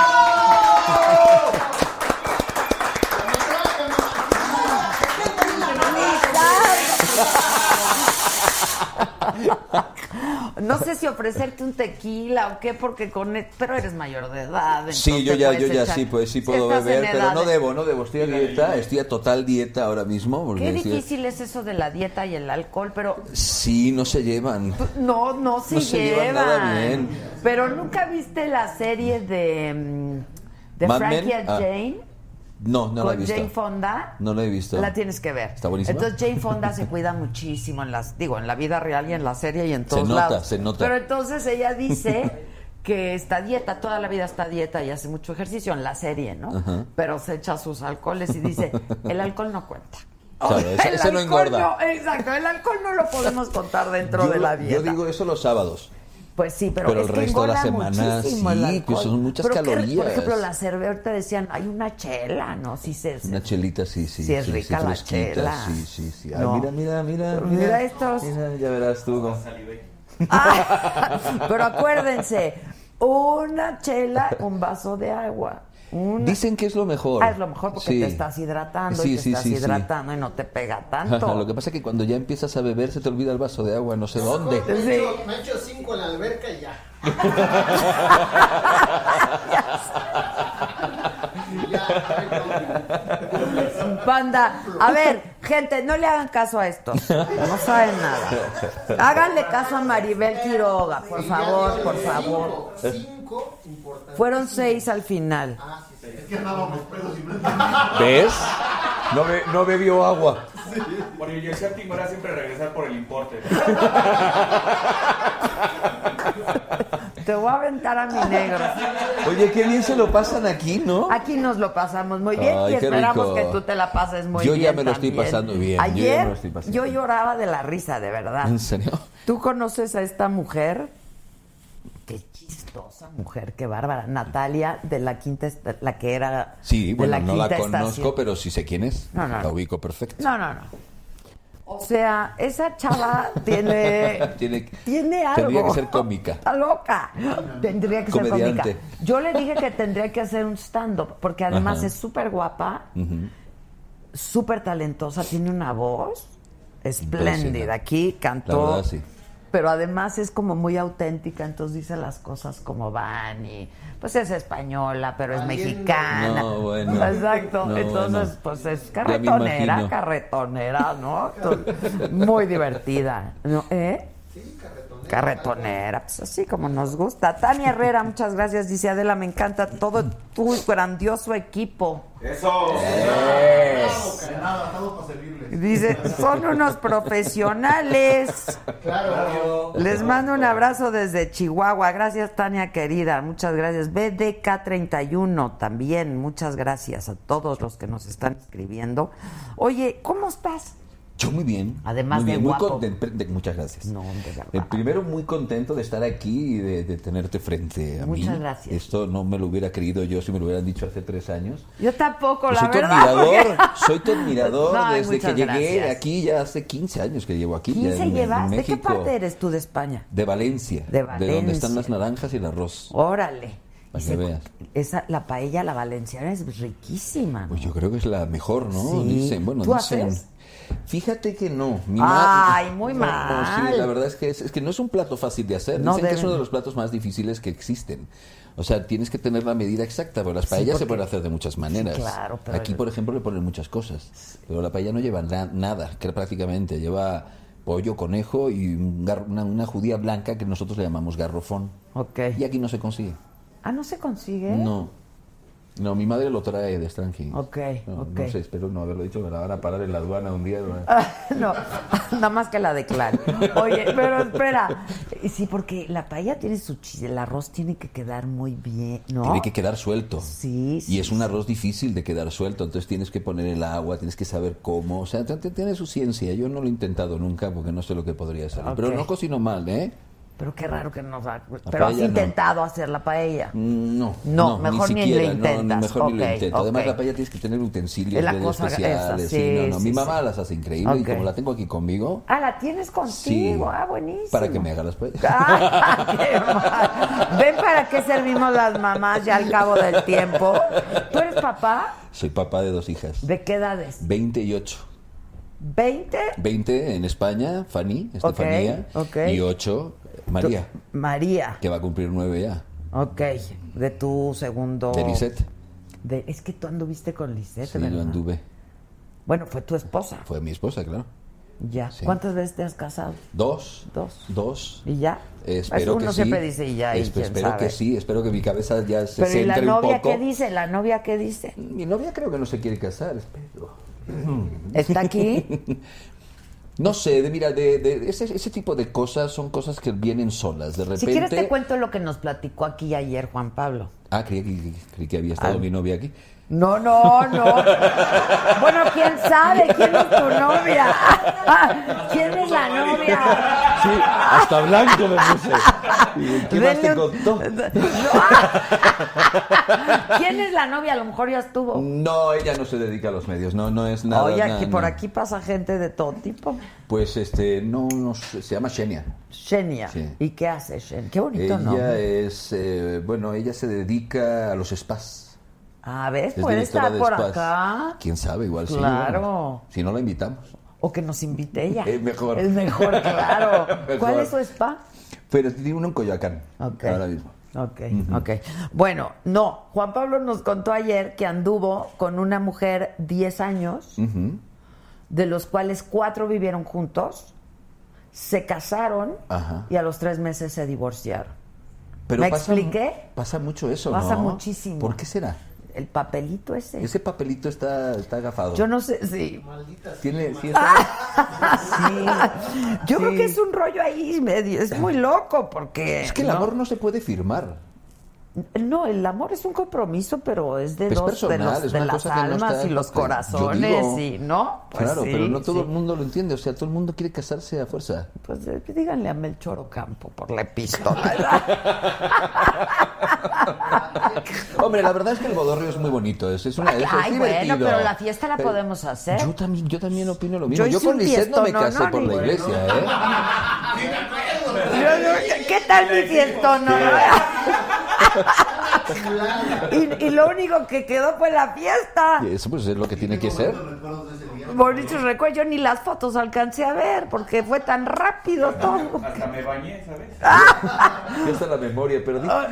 No sé si ofrecerte un tequila o qué, porque con el... pero eres mayor de edad. Sí, yo ya, yo ya echar... sí, pues sí puedo Estás beber, en pero edad no de... debo, no debo. Estoy a dieta, estoy a total dieta ahora mismo. Porque Qué estoy... difícil es eso de la dieta y el alcohol, pero... Sí, no se llevan. No, no se, no se llevan. llevan nada bien. Pero ¿nunca viste la serie de, de Mad Frankie Men? and Ah. Jane? No, no la he Con visto. Jane Fonda. No la he visto. La tienes que ver. ¿Está buenísima? Entonces Jane Fonda se cuida muchísimo en las, digo, en la vida real y en la serie y en todos Se nota, lados. se nota. Pero entonces ella dice que está dieta, toda la vida está dieta y hace mucho ejercicio en la serie, ¿no? Ajá. Pero se echa sus alcoholes y dice, el alcohol no cuenta. Claro, ese, El ese no alcohol engorda. no, exacto, el alcohol no lo podemos contar dentro yo, de la dieta. Yo digo eso los sábados. Pues sí, pero, Pero es el que resto de la engorda semana, muchísimo sí, el alcohol. pues son muchas Pero que, calorías. por ejemplo, la cerveza decían, hay una chela, ¿no? Sí, se, Una chelita, sí, sí. Sí, es rica la fresquita, chela. Sí, sí, sí. Ay, No. mira, mira, mira. Mira, mira estos. Mira, ya verás tú. Cómo... Ah, pero acuérdense, una chela, un vaso de agua. Una... Dicen que es lo mejor. Ah, es lo mejor porque Sí. te estás hidratando Sí, y te sí, estás sí, sí. hidratando y no te pega tanto. Lo que pasa es que cuando ya empiezas a beber se te olvida el vaso de agua, no sé dónde. Sí. Me he hecho cinco en la alberca y ya. Banda, a ver, gente, no le hagan caso a esto. No saben nada. Háganle caso a Maribel Quiroga, por favor, por favor. Cinco importantes. Fueron seis al final. Es que andábamos pedos y no ¿Ves? No, be- no bebió agua. Porque yo decía Tim era siempre regresar por el importe. Te voy a aventar a mi negro. Oye, qué bien se lo pasan aquí, ¿no? Aquí nos lo pasamos muy bien Ay, y qué esperamos rico. que tú te la pases muy Yo bien. ya me lo estoy también. pasando bien, yo ya Ayer me lo estoy pasando yo bien. lloraba de la risa, de verdad. ¿En serio? ¿Tú conoces a esta mujer? Qué chistosa mujer, qué bárbara. Natalia de la quinta, est- la que era Sí, de bueno, la no la quinta conozco, estación. pero sí sé quién es. No, no, La no. ubico perfecto. No, no, no. O sea, esa chava tiene Tiene, tiene algo. tendría que ser cómica. Está loca. Tendría que ser Comediante. cómica. Yo le dije que tendría que hacer un stand-up, porque además Ajá. es súper guapa, Ujú. súper talentosa, tiene una voz espléndida. Impresionante. Aquí La cantó, verdad, sí. pero además es como muy auténtica, entonces dice las cosas como van y pues es española, pero es Valiendo. mexicana. No, bueno. Exacto. No, Entonces, bueno. pues es Ya me carretonera, imagino. carretonera, ¿no? Entonces, muy divertida. ¿No? ¿Eh? Carretonera, pues así como nos gusta. Tania Herrera, muchas gracias. Dice Adela, me encanta todo tu grandioso equipo. Eso. De nada, estamos para servirles. Dice, son unos profesionales. Claro. Les mando un abrazo desde Chihuahua. Gracias, Tania querida. Muchas gracias. B D K treinta y uno también. Muchas gracias a todos los que nos están escribiendo. Oye, ¿cómo estás? Yo muy bien. Además muy de bien, muy guapo. contento. de- muchas gracias. No, de verdad. El primero, muy contento de estar aquí y de, de tenerte frente a mí. Muchas gracias. Esto no me lo hubiera creído yo si me lo hubieran dicho hace tres años. Yo tampoco, Yo la soy tu verdad. admirador, porque- soy tu admirador No, desde que muchas llegué gracias. aquí, ya hace quince años que llevo aquí. ya ¿quince en- en llevas? ¿De qué México. parte eres tú de España? De Valencia. De De Valencia. donde están las naranjas y el arroz. Órale. Para Y que se- veas. Esa, la paella, la valenciana, es riquísima. ¿no? Pues yo creo que es la mejor, ¿no? Sí. Dicen, bueno, ¿Tú dicen. haces? Fíjate que no. Mi Ay, ma- muy No, mal. sí, la verdad es que es, es que no es un plato fácil de hacer. No Dicen que es deben. uno de los platos más difíciles que existen. O sea, tienes que tener la medida exacta, porque las Sí, paellas se porque- pueden hacer de muchas maneras. claro, pero Aquí, el- por ejemplo, le ponen muchas cosas. Pero la paella no lleva na- nada, que prácticamente lleva pollo, conejo y un gar- una, una judía blanca que nosotros le llamamos garrofón. Ok. Y aquí no se consigue. Ah, ¿no se consigue? No. No, mi madre lo trae de extranjero. Ok, no, ok. no sé, espero no haberlo dicho, me la van a parar en la aduana un día. ¿no? No, nada más que la declare. Oye, pero espera. Sí, porque la paella tiene su chiste, el arroz tiene que quedar muy bien, ¿no? Tiene que quedar suelto. Sí, sí. Y es un arroz difícil de quedar suelto, entonces tienes que poner el agua, tienes que saber cómo. O sea, t- t- tiene su ciencia. Yo no lo he intentado nunca porque no sé lo que podría salir. Ok. Pero no cocino mal, ¿eh? Pero qué raro que no... La Pero has paella, intentado hacer la paella. No, No, mejor ni, siquiera, le intentas. No, mejor okay, ni lo intento. Además, okay. la paella tienes que tener utensilios Es la bien cosa especiales. esa, sí, sí, no, no. sí, Mi mamá sí. las hace increíble Okay. y como la tengo aquí conmigo, Ah, la tienes contigo. Sí. Ah, buenísimo. para que me haga las paellas. Ah, qué mal. ¿Ven para qué servimos las mamás ya al cabo del tiempo? ¿Tú eres papá? Soy papá de dos hijas. ¿De qué edades? veinte y ocho. ¿veinte? veinte en España, Fanny, Estefanía. ok. Y ocho, María, María. que va a cumplir nueve ya. Ok. De tu segundo... De Lisette. De... Es que tú anduviste con Lisette, Sí, ¿verdad? yo anduve. Bueno, fue tu esposa. Fue mi esposa, claro. Ya. Sí. ¿Cuántas veces te has casado? Dos. Dos. Dos. ¿Y ya? Espero Uno que sí. siempre dice y ya, y Espe- quién espero sabe. que sí, espero que mi cabeza ya se Pero ¿y la centre un novia poco. qué dice? ¿La novia qué dice? Mi novia creo que no se quiere casar, espero. ¿Está aquí? No sé, de, mira, de, de ese, ese tipo de cosas son cosas que vienen solas. De repente... Si quieres te cuento lo que nos platicó aquí ayer Juan Pablo. Ah, creí que, creí que había estado Ah. mi novia aquí. No, no, no. Bueno, ¿quién sabe? ¿Quién es tu novia? ¿Quién es la novia? Sí, hasta blanco me puse. ¿Y ¿Qué más te Denle un- contó? ¿Quién es la novia? A lo mejor ya estuvo. No, ella no se dedica a los medios, no, no es nada. Oye, nada, aquí por no. aquí pasa gente de todo tipo. Pues este, no, no sé, se llama Xenia. Xenia. Sí. ¿Y qué hace Xenia? Qué bonito Ella nombre. es, eh, bueno, ella se dedica a los spas. A ver, Es puede directora estar de por spas. acá. ¿Quién sabe? Igual sí. Claro. bueno, si no la invitamos. O que nos invite ella. Es mejor. Es mejor, claro. Mejor. ¿Cuál es su spa? Pero tiene uno en Coyoacán. Ok. Ahora mismo. Ok, Ujú. ok. Bueno, no, Juan Pablo nos contó ayer que anduvo con una mujer diez años, Ujú. de los cuales cuatro vivieron juntos, se casaron Ajá. y a los tres meses se divorciaron. Pero ¿Me pasa, expliqué? Pasa mucho eso, Pasa ¿no? muchísimo. ¿Por qué será? El papelito ese. Ese papelito está, está agafado. Yo no sé, sí. Tiene, sí está- sí, Yo creo sí. que es un rollo ahí medio, es muy loco porque... Es que el ¿no? amor no se puede firmar. No, el amor es un compromiso, pero es de Es dos, de, personal, los, es de una las cosa que no almas está- y los yo digo, corazones y no. Pues claro, sí, pero no todo sí. el mundo lo entiende. O sea, todo el mundo quiere casarse a fuerza. Pues eh, díganle a Melchor Ocampo por la epístola. Hombre, la verdad es que el bodorrio es muy bonito. Es, es una, es, Ay, es bueno, divertido. pero la fiesta la Pero podemos hacer. Yo también, yo también opino lo mismo. Yo Yo, hice con un Lisette no me fiestón, casé no, por ni- la iglesia, ¿eh? Yo- yo- ¿Qué tal mi fiestón? No? y, y lo único que quedó fue la fiesta. Y eso pues es lo que tiene que ser. Bonitos recuerdos. Yo ni las fotos alcancé a ver porque fue tan rápido todo. Hasta me bañé, ¿sabes? Ya está la memoria perdida.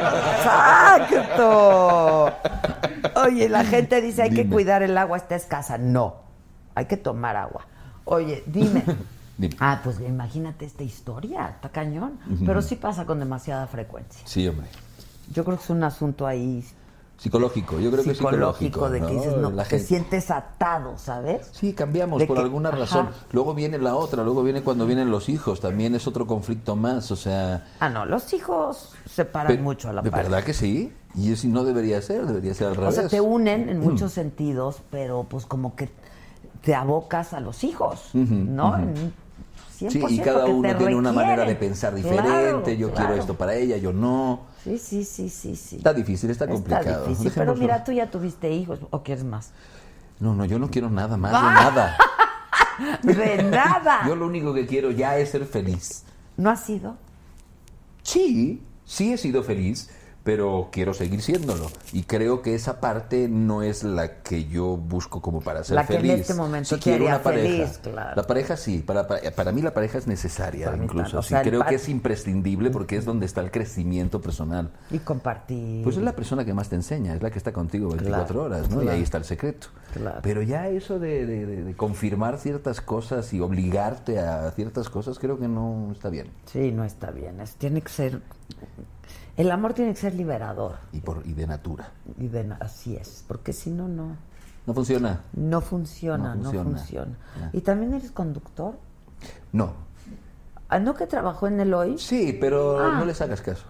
¡Exacto! Oye, la gente dice hay que Dime. cuidar el agua, está escasa. No, hay que tomar agua. Oye, dime. Dime. Ah, pues imagínate esta historia, está cañón. Ujú. Pero sí pasa con demasiada frecuencia. Sí, hombre. Yo creo que es un asunto ahí Psicológico, yo creo que es psicológico psicológico. de que dices, no, La te gente- sientes atado, ¿sabes? Sí, cambiamos De por que- alguna ajá. razón. Luego viene la otra, luego viene cuando vienen los hijos, también es otro conflicto más, o sea... Ah, no, los hijos separan Pe- mucho a la ¿De pareja. verdad que sí? Y eso no debería ser, debería ser al O revés. sea, te unen en muchos sentidos, pero pues como que te abocas a los hijos, Ujú, ¿no? ujú. En Sí, cien por y ciento cada que uno te tiene una manera de requieren. pensar Claro, diferente, yo claro. quiero esto para ella, yo no. Sí, sí, sí, sí, sí. Está difícil, está complicado. Está difícil, pero Dejémoslo. mira, tú ya tuviste hijos, ¿o quieres más? No, no, yo no quiero nada más Ah. de nada. De nada. Yo lo único que quiero ya es ser feliz. ¿No has sido? Sí, sí he sido feliz, pero quiero seguir siéndolo. Y creo que esa parte no es la que yo busco como para ser La que en feliz. este momento Sí te quiero haría una pareja. feliz, claro. La pareja sí, para, para, para mí la pareja es necesaria Para mí incluso. también, o Sí, sea, el creo pa- que es imprescindible porque es donde está el crecimiento personal. Y compartir. Pues es la persona que más te enseña, es la que está contigo veinticuatro Claro, horas, ¿no? claro. Y ahí está el secreto. Claro. Pero ya eso de, de- de- de confirmar ciertas cosas y obligarte a ciertas cosas, creo que no está bien. Sí, no está bien. Es, tiene que ser... El amor tiene que ser liberador. Y, por, y de natura. Y de, na- así es, porque si no, no... ¿No funciona? No funciona, no No funciona. funciona. Ya. ¿Y también eres conductor? No. ¿Ah, no que trabajó en el hoy? Sí, pero Ah. no les hagas caso.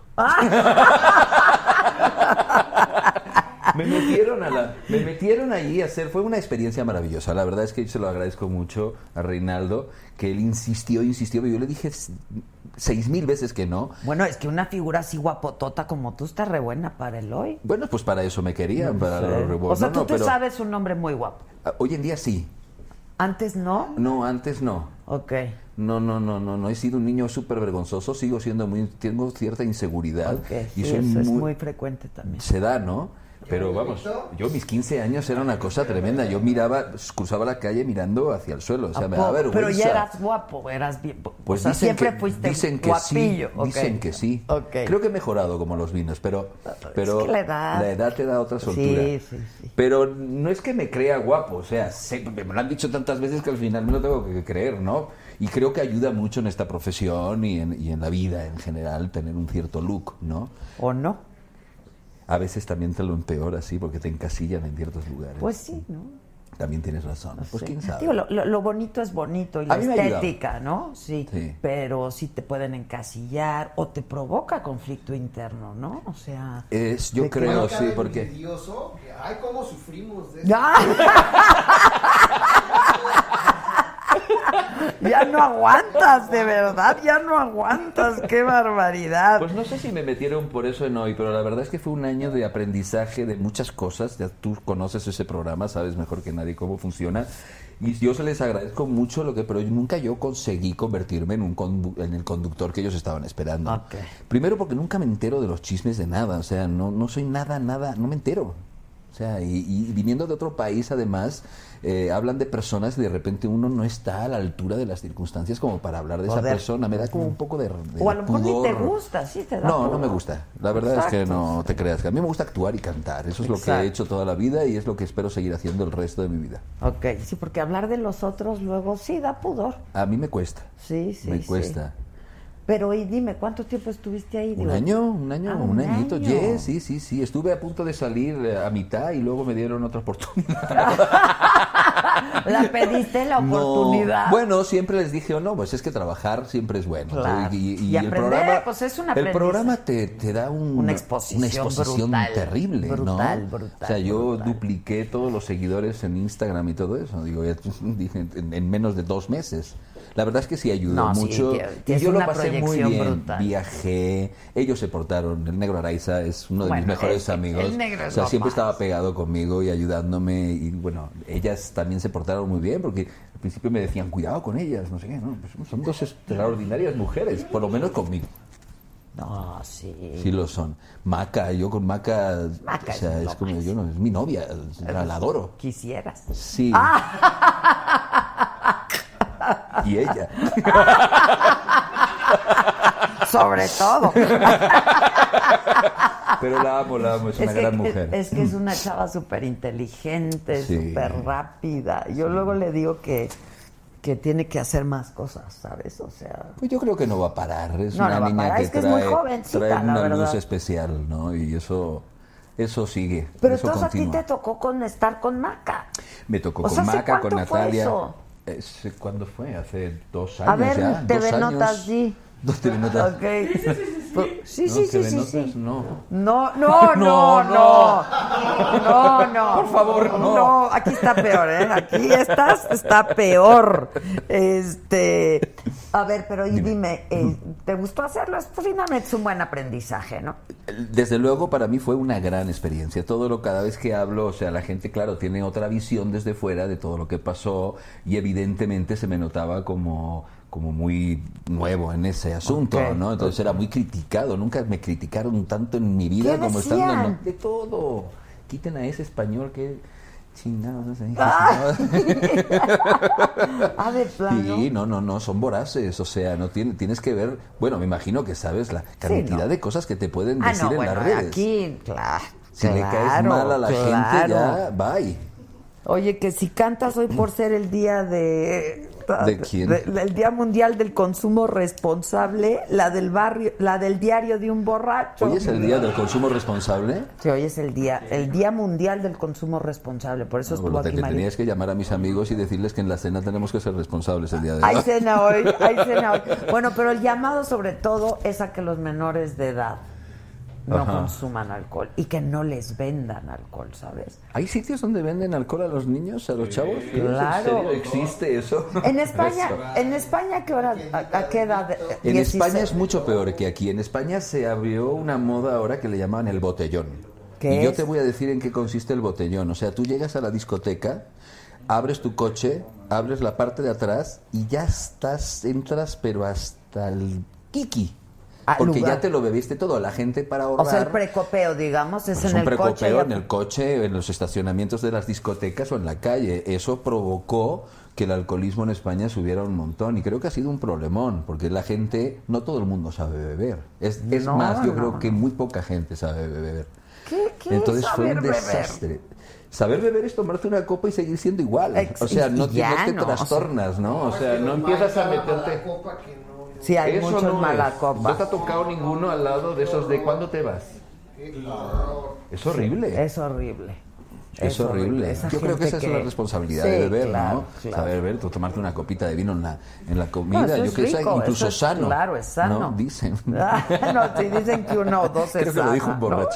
Me metieron a la, me metieron allí a hacer, fue una experiencia maravillosa. La verdad es que yo se lo agradezco mucho a Reinaldo, que él insistió, insistió, pero yo le dije, seis mil veces que no. Bueno, es que una figura así guapotota como tú está re buena para el hoy. Bueno, pues para eso me querían. No para sé. lo rebo- O sea, no, tú no, te pero, sabes un hombre muy guapo. hoy en día sí. ¿Antes no? No, antes no. Ok. No, no, no, no, no. He sido un niño súper vergonzoso. Sigo siendo muy... Tengo cierta inseguridad. Okay, y sí, soy eso muy, es muy frecuente también. Se da, ¿no? Pero vamos, yo mis quince años era una cosa tremenda. Yo miraba, cruzaba la calle mirando hacia el suelo. O sea, me daba vergüenza. Pero ya eras guapo, eras bien. Pues o sea, dicen siempre que, fuiste dicen que guapillo. sí, Okay. dicen que sí. Okay. Creo que he mejorado como los vinos, pero, pero es que la edad. la edad te da otra soltura. Sí, sí, sí. Pero no es que me crea guapo, o sea, sé- me lo han dicho tantas veces que al final me lo tengo que creer, ¿no? Y creo que ayuda mucho en esta profesión y en, y en la vida en general tener un cierto look, ¿no? ¿O no? A veces también te lo empeora, sí, porque te encasillan en ciertos lugares. Pues sí, ¿no? También tienes razón. Pues Sí. quién sabe. Digo, lo, lo- lo bonito es bonito y la A mí me ha estética, ¿no? Sí, Sí. pero sí te pueden encasillar o te provoca conflicto interno, ¿no? O sea... Es, yo de que- creo, Bueno, sí, cada porque... envidioso, que, ay, cómo sufrimos de ¡Ya! Ya no aguantas, de verdad, ya no aguantas, qué barbaridad. Pues no sé si me metieron por eso en hoy, pero la verdad es que fue un año de aprendizaje de muchas cosas. Ya tú conoces ese programa, sabes mejor que nadie cómo funciona. Y yo se les agradezco mucho lo que, pero nunca yo conseguí convertirme en un condu- en el conductor que ellos estaban esperando. Ok. Primero porque nunca me entero de los chismes de nada, o sea, no, no soy nada, nada, no me entero. O sea, y, y viniendo de otro país, además, eh, hablan de personas y de repente uno no está a la altura de las circunstancias como para hablar de esa Joder. persona. Me da como un poco de, de O a lo mejor ni pudor. te gusta, sí te da No, pudor. no me gusta. La verdad es que Exacto. no te creas. Que a mí me gusta actuar y cantar. Eso es lo que Exacto. he hecho toda la vida y es lo que espero seguir haciendo el resto de mi vida. Ok, sí, porque hablar de los otros luego sí da pudor. A mí me cuesta. Sí, sí, me sí. cuesta. Pero y dime, ¿cuánto tiempo estuviste ahí? Un Digo, año, un año, Ah, un, un añito. año. Yes, sí, sí, sí. Estuve a punto de salir eh, a mitad y luego me dieron otra oportunidad. La pediste la No. oportunidad. Bueno, siempre les dije, oh, no, pues es que trabajar siempre es bueno. Claro. Y, y- y Y el aprender, programa, pues es un el aprendizaje. programa te, te da un- Una exposición una exposición brutal, terrible, brutal, ¿no? brutal, O sea, yo brutal. dupliqué todos los seguidores en Instagram y todo eso. Digo, ya, dije, en, en menos de dos meses. La verdad es que sí ayudó No, sí, mucho. tío, y tienes yo lo una pasé muy proyección bien. brutal. Viajé, ellos se portaron. El negro Araiza es uno de Bueno, mis mejores es que amigos. el negro es o sea, lo siempre más. estaba pegado conmigo y ayudándome. Y bueno, ellas también se portaron muy bien porque al principio me decían, cuidado con ellas, no sé qué. No, pues son dos extraordinarias mujeres, por lo menos conmigo. No, sí. Sí lo son. Maca, yo con Maca, Maca o sea, es es, lo como, más. yo no, es mi novia, la, la adoro. Quisieras. Sí. Y ella. Sobre todo. Pero la amo, la amo, es una que, gran mujer. Es, es que es una chava súper inteligente, Sí. súper rápida. Yo luego le digo que, que tiene que hacer más cosas, ¿sabes? O sea... Pues yo creo que no va a parar. Es No, una no va a niña parar, que es que es trae, muy jovencita, trae la una luz verdad. especial, ¿no? Y eso, eso sigue. Pero eso entonces a ti continúa. te tocó con estar con Maca. Me tocó O con sea, ¿hace Maca, con cuánto fue Natalia. eso? Es- ¿Cuándo fue? Hace dos años A ver, ya. T dos V años. Notas, sí. Dos T V Notas. Ok. Sí, No, sí, sí, T V sí, Notas, sí. no. No, no, no, No, no. No, no. Por favor, no. No, aquí está peor, ¿eh? Aquí estás, está peor. Este, a ver, pero y dime, eh, ¿te gustó hacerlo? Es, pues, finalmente es un buen aprendizaje, ¿no? Desde luego para mí fue una gran experiencia. Todo lo cada vez que hablo, o sea, la gente, claro, tiene otra visión desde fuera de todo lo que pasó y evidentemente se me notaba como como muy nuevo en ese asunto, Ok, ¿no? Entonces era muy criticado. Nunca me criticaron tanto en mi vida ¿Qué como estando decían? en, de todo. Quiten a ese español que chingados no sé. Ah, de plano. Sí, no, no, no, son voraces, o sea, no tiene, tienes que ver, bueno, me imagino que sabes la cantidad no. de cosas que te pueden Ah, decir no, en bueno, las redes. aquí, claro. Si le caes mal a la gente, ya, bye. Oye, que si cantas hoy por ser el día de... ¿De quién? de- el Día Mundial del Consumo Responsable, la del barrio, la del diario de un borracho. Hoy es el día del consumo responsable. Sí, hoy es el día, el Día Mundial del Consumo Responsable, por eso Ah, estuvo bueno, te, aquí que María. tenías que llamar a mis amigos y decirles que en la cena tenemos que ser responsables el día de hoy. Hay cena hoy, hay cena hoy. Bueno, pero el llamado sobre todo es a que los menores de edad no Ajá. consuman alcohol y que no les vendan alcohol, ¿sabes? ¿Hay sitios donde venden alcohol a los niños, a los chavos? Claro. ¿En serio existe eso? En España, Eso. en España, ¿a qué hora, a, a qué edad? En dieciséis. España es mucho peor que aquí. En España se abrió una moda ahora que le llaman el botellón. ¿Qué Y yo es? te voy a decir en qué consiste el botellón. O sea, tú llegas a la discoteca, abres tu coche, abres la parte de atrás y ya estás, entras pero hasta el kiki. Al Porque lugar. ya te lo bebiste todo. La gente para ahorrar... O sea, el precopeo, digamos, es Pues en un el coche. precopeo ya- en el coche, en los estacionamientos de las discotecas o en la calle. Eso provocó que el alcoholismo en España subiera un montón y creo que ha sido un problemón porque la gente, no todo el mundo sabe beber. Es, es No, más, yo no, creo no. que muy poca gente sabe beber. ¿Qué, qué Entonces es fue saber un beber? desastre. Saber beber es tomarte una copa y seguir siendo igual. Ex- O sea, no, y te- ya, no te no, trastornas, ¿no? O sea, no empiezas a meterte... Sí, hay Eso muchos no mala es. copa. ¿No te ha tocado ninguno al lado de esos de cuándo te vas? Es horrible. Es horrible. Es, horrible. Esa Yo creo que gente esa es la responsabilidad Sí, de beber, claro, ¿no? claro. Saber beber, tú tomarte una copita de vino en la, en la comida, No, eso yo es que sé, rico, incluso eso es- sano. claro, es sano. ¿no? Dicen. Ah, no, si dicen que uno o dos es Creo que lo dijo sana, un ¿no? borracho.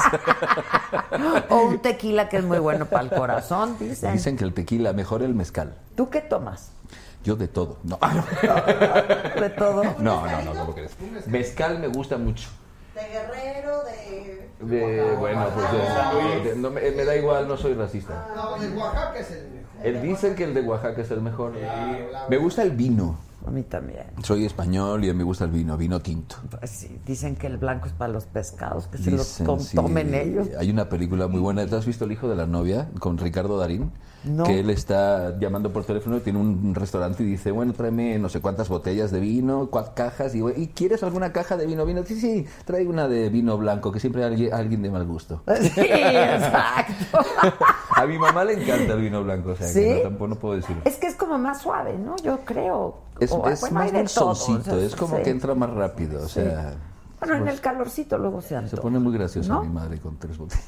O un tequila que es muy bueno para el corazón, dicen. Dicen que el tequila, mejor el mezcal. ¿Tú qué tomas? Yo de todo. No, ¿De todo? no, no, no, ¿cómo crees? Mezcal me gusta mucho. De Guerrero, de... De, bueno, pues de- de- no me, me da igual, no soy racista. No, de Oaxaca es el mejor. Él dicen que el de Oaxaca es el mejor. Me gusta el vino. A mí también. Soy español y me gusta el vino, vino tinto. Pues sí, dicen que el blanco es para los pescados, que se Dicen, los sí. tomen ellos. Hay una película muy buena. ¿Te has visto El hijo de la novia? Con Ricardo Darín. No. Que él está llamando por teléfono, tiene un restaurante y dice, bueno, tráeme no sé cuántas botellas de vino, cuatro cajas. Y, ¿y quieres alguna caja de vino? Vino, sí, sí, trae una de vino blanco, que siempre hay alguien, alguien de mal gusto. Sí, exacto. A mi mamá le encanta el vino blanco, o sea, ¿Sí? que no, tampoco no puedo decirlo. Es que es como más suave, ¿no? Yo creo. Es, O, es bueno, hay más de todo, dulzoncito, o sea, es como sí. que entra más rápido, o Sí. sea... Bueno, en el calorcito luego se Se antoja. pone muy graciosa ¿No? mi madre con tres botellas.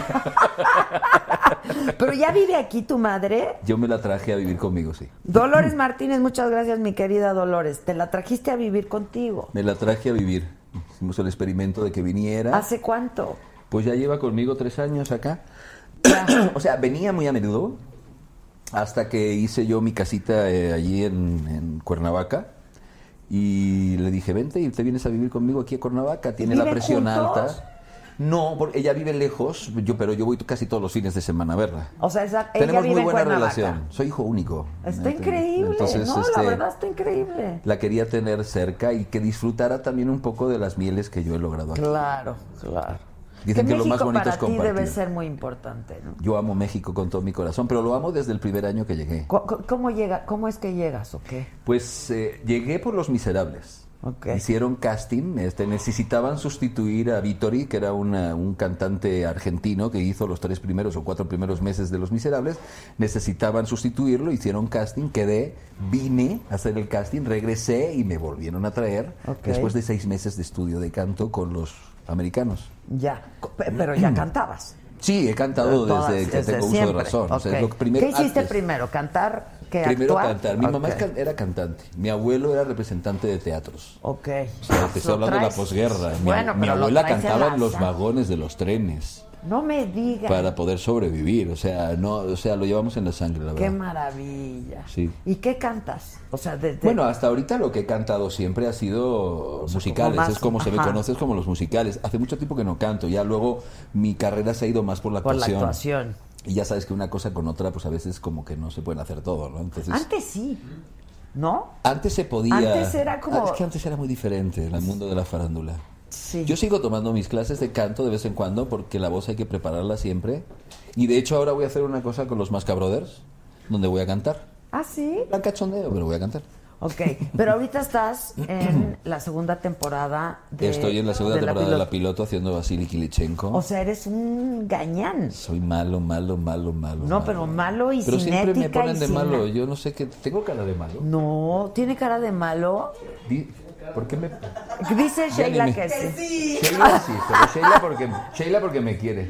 Pero ya vive aquí tu madre. Yo me la traje a vivir conmigo, sí. Dolores Martínez, muchas gracias, mi querida Dolores. Te la trajiste a vivir contigo. Me la traje a vivir. Hicimos el experimento de que viniera. ¿Hace cuánto? Pues ya lleva conmigo tres años acá. O sea, venía muy a menudo hasta que hice yo mi casita eh, allí en, en Cuernavaca. Y le dije, vente y te vienes a vivir conmigo aquí a Cuernavaca. Tiene la ¿Viven presión juntos? alta. No, porque ella vive lejos, yo, pero yo voy casi todos los fines de semana a verla. O sea, esa, ella Tenemos vive muy en buena Cuernavaca. relación. Soy hijo único. Está Entonces, increíble, entonces, no, este, la verdad está increíble. La quería tener cerca y que disfrutara también un poco de las mieles que yo he logrado aquí. Claro, claro. Dicen que, lo México más bonito para es ti compartir. debe ser muy importante, ¿no? Yo amo México con todo mi corazón, pero lo amo desde el primer año que llegué. ¿Cómo, cómo llega, cómo es que llegas o qué? Pues eh, llegué por Los Miserables. Okay. Hicieron casting, este, necesitaban sustituir a Vittori, que era una, un cantante argentino que hizo los tres primeros o cuatro primeros meses de Los Miserables. Necesitaban sustituirlo, hicieron casting, quedé, vine a hacer el casting, regresé y me volvieron a traer Okay. después de seis meses de estudio de canto con los americanos. Ya, pe- pero ya cantabas. Sí, he cantado Todas, desde que desde tengo uso siempre. de razón. O sea, es Ok. lo primero, ¿Qué hiciste antes. primero? ¿Cantar? ¿Qué, Primero actuar? cantar. Mi mamá Ok. es can- era cantante. Mi abuelo era representante de teatros. Ok. O sea, te estoy Lo hablando de la traes- posguerra. Mi, Bueno, mi pero lo abuela traes en cantaba la en los sangre. vagones de los trenes No me digas. para poder sobrevivir. O sea, no, o sea, lo llevamos en la sangre, la Qué verdad. maravilla. Sí. ¿Y qué cantas? O sea, de, de- Bueno, hasta ahorita lo que he cantado siempre ha sido musicales, más- es como se me ajá. conoce, es como los musicales. Hace mucho tiempo que no canto, ya luego mi carrera se ha ido más por la por la actuación. actuación. Y ya sabes que una cosa con otra, pues a veces como que no se pueden hacer todo, ¿no? Entonces, Antes sí, ¿no? antes se podía. Antes era como- Ah, es que antes era muy diferente el mundo de la farándula. Sí. Yo sigo tomando mis clases de canto de vez en cuando porque la voz hay que prepararla siempre. Y de hecho ahora voy a hacer una cosa con los Masca Brothers, donde voy a cantar. ¿Ah, sí? La cachondeo, pero voy a cantar. Ok, pero ahorita estás en la segunda temporada de... Estoy en la segunda de temporada de piloto. La Piloto haciendo a Vasily Kilichenko. O sea, eres un gañán. Soy malo, malo, malo, malo. No, malo. pero malo y Pero sin siempre me ética ponen y de sin malo. nada. Yo no sé qué. ¿Tengo cara de malo? No, tiene cara de malo. Di- ¿Por qué me.? Dice Ya ni Sheila me- que sí. Sheila sí, pero Sheila porque, Sheila porque me quiere.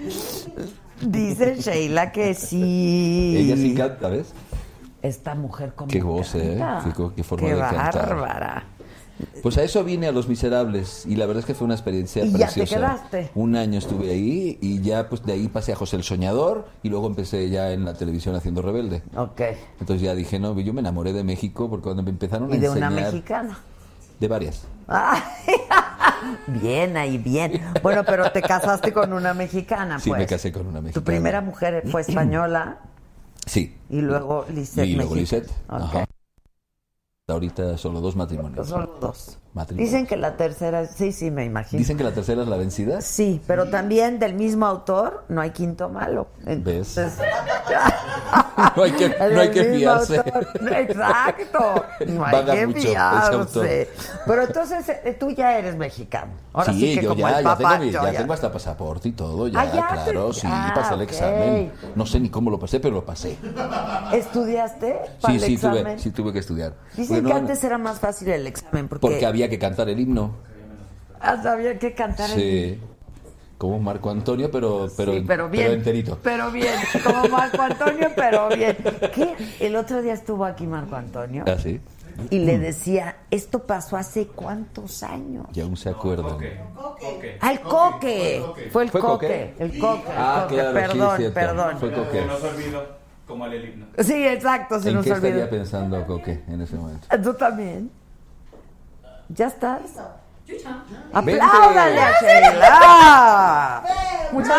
Dice Sheila que sí. Ella sí canta, ¿ves? Esta mujer como Qué voz, ¿eh? canta. Qué co- qué forma Qué de cantar. bárbara. Pues a eso vine, a Los Miserables, y la verdad es que fue una experiencia ¿Y ya te preciosa. quedaste? Un año estuve ahí y ya pues de ahí pasé a José el Soñador y luego empecé ya en la televisión haciendo Rebelde. Ok. Entonces ya dije, no, yo me enamoré de México porque cuando me empezaron a ¿Y de enseñar... una mexicana? De varias. Ay, bien, ahí bien. Bueno, pero te casaste con una mexicana, pues. Sí, me casé con una mexicana. Tu primera mujer fue española. Sí. Y luego Lisette. Y luego México. Lisette. Ok. Ajá. Ahorita solo dos matrimonios. Solo dos. Matrimonios. Dicen que la tercera, sí, sí, me imagino. ¿Dicen que la tercera es la vencida? Sí, pero también del mismo autor no hay quinto malo. ¿Ves? Entonces, No hay que, no hay que fiarse. autor. Exacto. No hay Vaga que mucho ese fiarse. autor. Pero entonces eh, tú ya eres mexicano. Ahora sí, Sí, que yo como ya, el ya, papá, tengo, mi- yo ya ya- tengo hasta pasaporte y todo, ya, Ah, ya, claro, tú- sí, ah, pasé el ok. examen. No sé ni cómo lo pasé, pero lo pasé. ¿Estudiaste para Sí, el sí examen? tuve, sí tuve que estudiar. Dicen Porque que no- antes era más fácil el examen porque, Porque había que cantar el himno. Ah, había que cantar el Sí. Como Marco Antonio, pero, pero, Sí, pero bien. enterito. Pero bien, como Marco Antonio, pero bien. ¿Qué? El otro día estuvo aquí Marco Antonio ¿Ah, sí? y le decía, esto pasó hace cuántos años. Y aún se acuerdan. Al coque. Fue el ¿Fue coque. Coque? El coque. el Ah, coque. claro, sí, perdón, cierto. perdón. Fue Coque. Se nos olvidó, como el himno. Sí, exacto, se ¿En nos qué olvidó. estaría pensando Coque en ese momento? ¿Tú también? ¿Ya estás? Vente. ¡Apláudale a Sheila! Muchas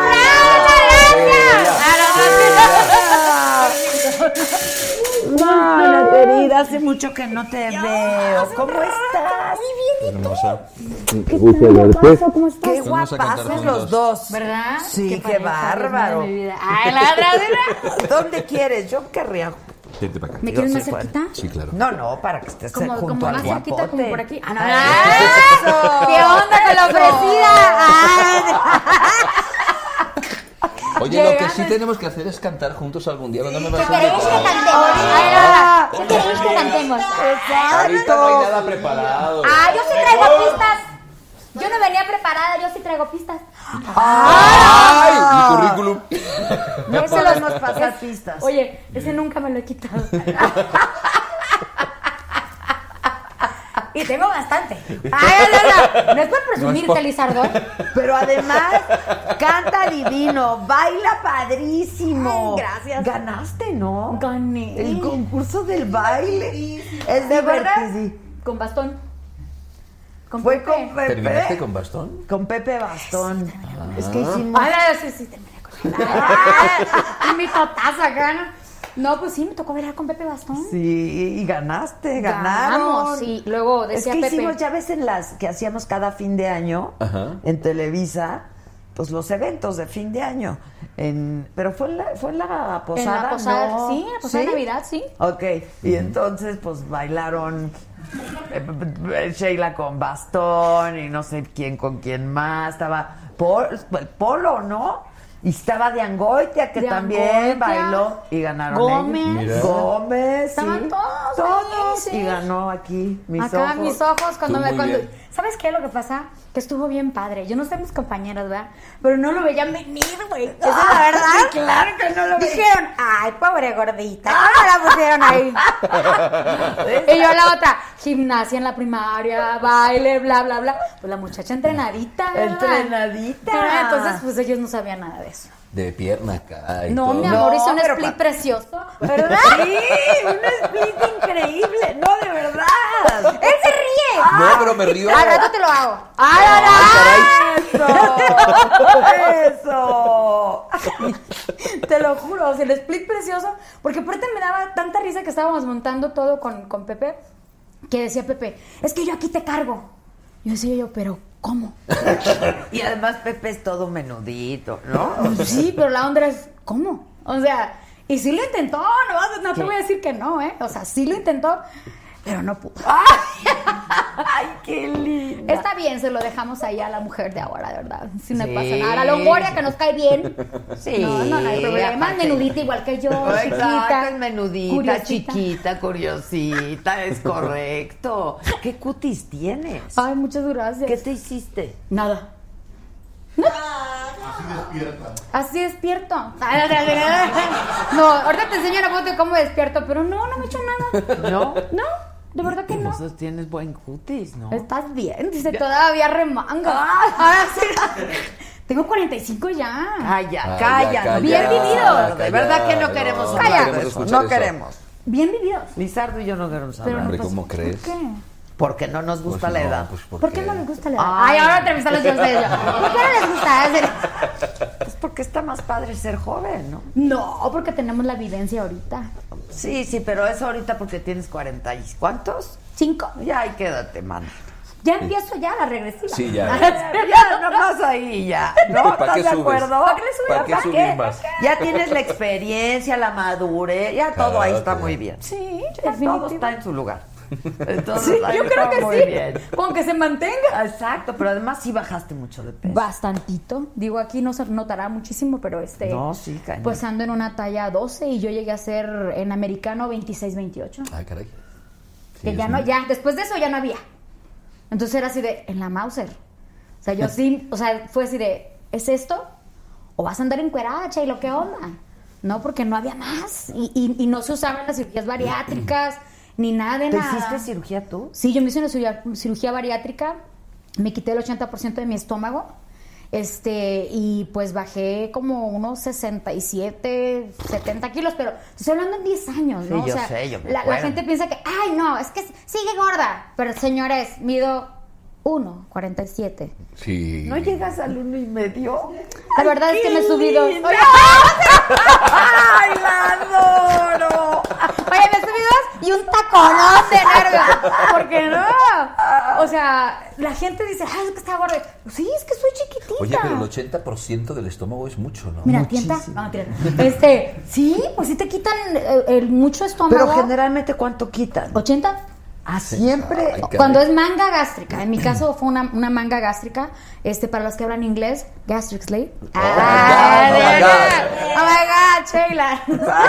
Mana, querida, hace mucho que no te veo. ¿Cómo estás? Hermosa. Qué guapazo, ¿Cómo estás? Qué Vamos a cantar guapazos juntos. los dos. ¿Verdad? Sí, qué, pareja, bárbaro. Dios mío de mi vida. Ay, la otra. ¿Dónde quieres? Yo querría. Vente para acá. ¿Me quieres Yo más sí, cerquita? Sí, claro. No, no, para que estés Como, junto como al más cerquita, guapote. como por aquí. Ah, no, ¡Eso! ¿Qué onda con la ofrecida? Ay. Oye, lo que Llegando- sí tenemos que hacer es cantar juntos algún día. ¿Cuándo me vas ¿Qué a queréis que invitar? cantemos? Ay, nada. ¿Qué queréis que cantemos? Ahorita no hay nada preparado. Ah, yo sí traigo pistas. Yo no venía preparada, yo sí traigo pistas. ¡Ay! Mi currículum. No podemos pasar pistas. Oye, ese nunca me lo he quitado. Y tengo bastante. Ay, no, no, no es por presumirte, Lizardo. Pero además, canta divino, baila padrísimo. Ay, gracias. Ganaste, ¿no? Gané. El concurso del baile. Es ¿De verdad? divertido. Con bastón. Con Fue Pepe. con Pepe. ¿Terminaste con bastón? Con Pepe Bastón. Es que hicimos. Ay, no, sí, sí, terminé con él. Ay, mi totaza acá, ¿no? No, pues sí, me tocó bailar con Pepe Bastón. Sí, y ganaste, ganaron. Ganamos, sí. Luego decía es que Pepe. hicimos, ya ves, en las que hacíamos cada fin de año Ajá. en Televisa, pues los eventos de fin de año. En, pero fue en la, fue en la posada, En la posada, ¿no? sí, en la posada de Navidad, sí. Ok, y entonces pues bailaron eh, eh, Sheila con Bastón y no sé quién con quién más. Estaba Pol- el Polo, ¿no? Y estaba de Angoitia, que De también Angoitia. bailó y ganaron Gómez. ellos. Mira. Gómez, Estaban sí. todos Todos. ahí, sí. Y ganó aquí mis Acá ojos. mis ojos cuando Tú me muy cuando bien. ¿sabes qué? Lo que pasa que estuvo bien padre. Yo no sé mis compañeros, ¿verdad? Pero no lo veían venir, güey. Esa es la verdad. Sí, claro que no lo veían. Dijeron, "Ay, pobre gordita. ¿Cómo la pusieron ahí?" Y yo la otra, gimnasia en la primaria, baile, bla bla bla. Pues la muchacha entrenadita, ¿verdad? Entrenadita. Ah, entonces, pues ellos no sabían nada de eso. De pierna acá y No, todo. mi amor, No, hizo un pero split pa- precioso, ¿verdad? Sí, un split increíble. No, de verdad. Él se ríe. No, pero me río. Al rato te lo hago. Ay, Eso. Eso. Te lo juro, o sea, el split precioso, porque aparte me daba tanta risa que estábamos montando todo con, con Pepe, que decía Pepe, es que yo aquí te cargo. Yo decía yo, pero ¿cómo? Y además Pepe es todo menudito, ¿no? Sí, pero la onda es, ¿cómo? O sea, y sí lo intentó, no, vas- no te voy a decir que no, ¿eh? O sea, sí lo intentó, pero no pudo. Ay, qué linda. Está bien, se lo dejamos ahí a la mujer de ahora, de verdad. Si no Sí. pasa nada. A la Longoria, que nos cae bien. Sí. No, no, no hay problema. aparte- Menudita igual que yo, Exacto, chiquita. es menudita, curiosita. chiquita, curiosita, es correcto. ¿Qué cutis tienes? Ay, muchas gracias. ¿Qué te hiciste? Nada. Así despierta. Así despierto. No, ahorita te enseño una foto de cómo despierto, pero no, no me he hecho nada. ¿No? No, de verdad que no. Pues tienes buen cutis, ¿no? Estás bien, dice, todavía remanga. Ahora sí. Tengo cuarenta y cinco ya. Ay, ya, Ay, calla. ya, calla, Bien vividos. De calla, verdad que no queremos no, hablar no de queremos eso. escuchar No eso. queremos. Bien vividos. Lizardo y yo no queremos hablar. Pero Hombre, no pasa- ¿cómo crees? ¿Por qué? Porque no nos gusta Pues la no, edad. pues ¿Por, porque... qué no les gusta la edad? Ay. Ay, ahora entrevistarlos yo a ustedes. yo. ¿Por qué no les gusta? Es decir, Pues porque está más padre ser joven, ¿no? no, porque tenemos la vivencia ahorita. Sí, sí, pero es ahorita porque tienes cuarenta y... ¿Cuántos? Cinco. Ya, ahí quédate, mano. Ya empiezo ya la regresiva. Sí, ya. Ya, nomás ahí, ya. ¿No? ¿Para qué ¿Estás de subes? acuerdo? ¿Para qué le subes? ¿Para qué ¿Para subir qué? más? Ya tienes la experiencia, la madurez, ya todo ahí está Claro. muy bien. Sí, Ya todo definitivamente. está en su lugar. Entonces, Sí, ahí yo creo está que muy sí. bien. Con que se mantenga. Exacto, pero además sí bajaste mucho de peso. Bastantito. Digo, aquí no se notará muchísimo, pero este. No, sí, cañón. Pues ando en una talla doce y yo llegué a ser en americano veintiséis veintiocho. Ay, caray. Que Sí, ya es no, un- ya, después de eso ya no había. Entonces era así de, en la Mauser. O sea, yo sí, o sea, fue así de, ¿es esto? ¿O vas a andar encueracha y lo que onda? No, porque no había más. Y, y, y no se usaban las cirugías bariátricas, ni nada de ¿Te nada. hiciste cirugía tú? Sí, yo me hice una cirugía, cirugía bariátrica, me quité el ochenta por ciento de mi estómago, este, y pues bajé como unos sesenta y siete, setenta kilos, pero estoy hablando en diez años, ¿no? Sí, yo o sea, sé, yo me la, la acuerdo. gente piensa que, ay, no, es que sigue gorda, pero señores, mido uno cuarenta y siete. Sí. ¿No llegas al uno y medio? La verdad es que me he subido. Oye, ¡Ay, la adoro! me he subido y un taconón de nervios. ¿Por qué no? O sea, la gente dice, ay, es que está gorda. Sí, es que soy chiquitita. Oye, pero el ochenta por ciento del estómago es mucho, ¿no? Mira, tienta. No, mentira. Este, sí, pues sí te quitan el, el mucho estómago. Pero generalmente, ¿cuánto quitan? ¿ochenta? Ah, siempre. Ay, caray. Cuando es manga gástrica. En mi caso fue una, una manga gástrica. Este, para los que hablan inglés, gastric sleeve. Oh, my God, oh, my God. Oh my God, Sheila.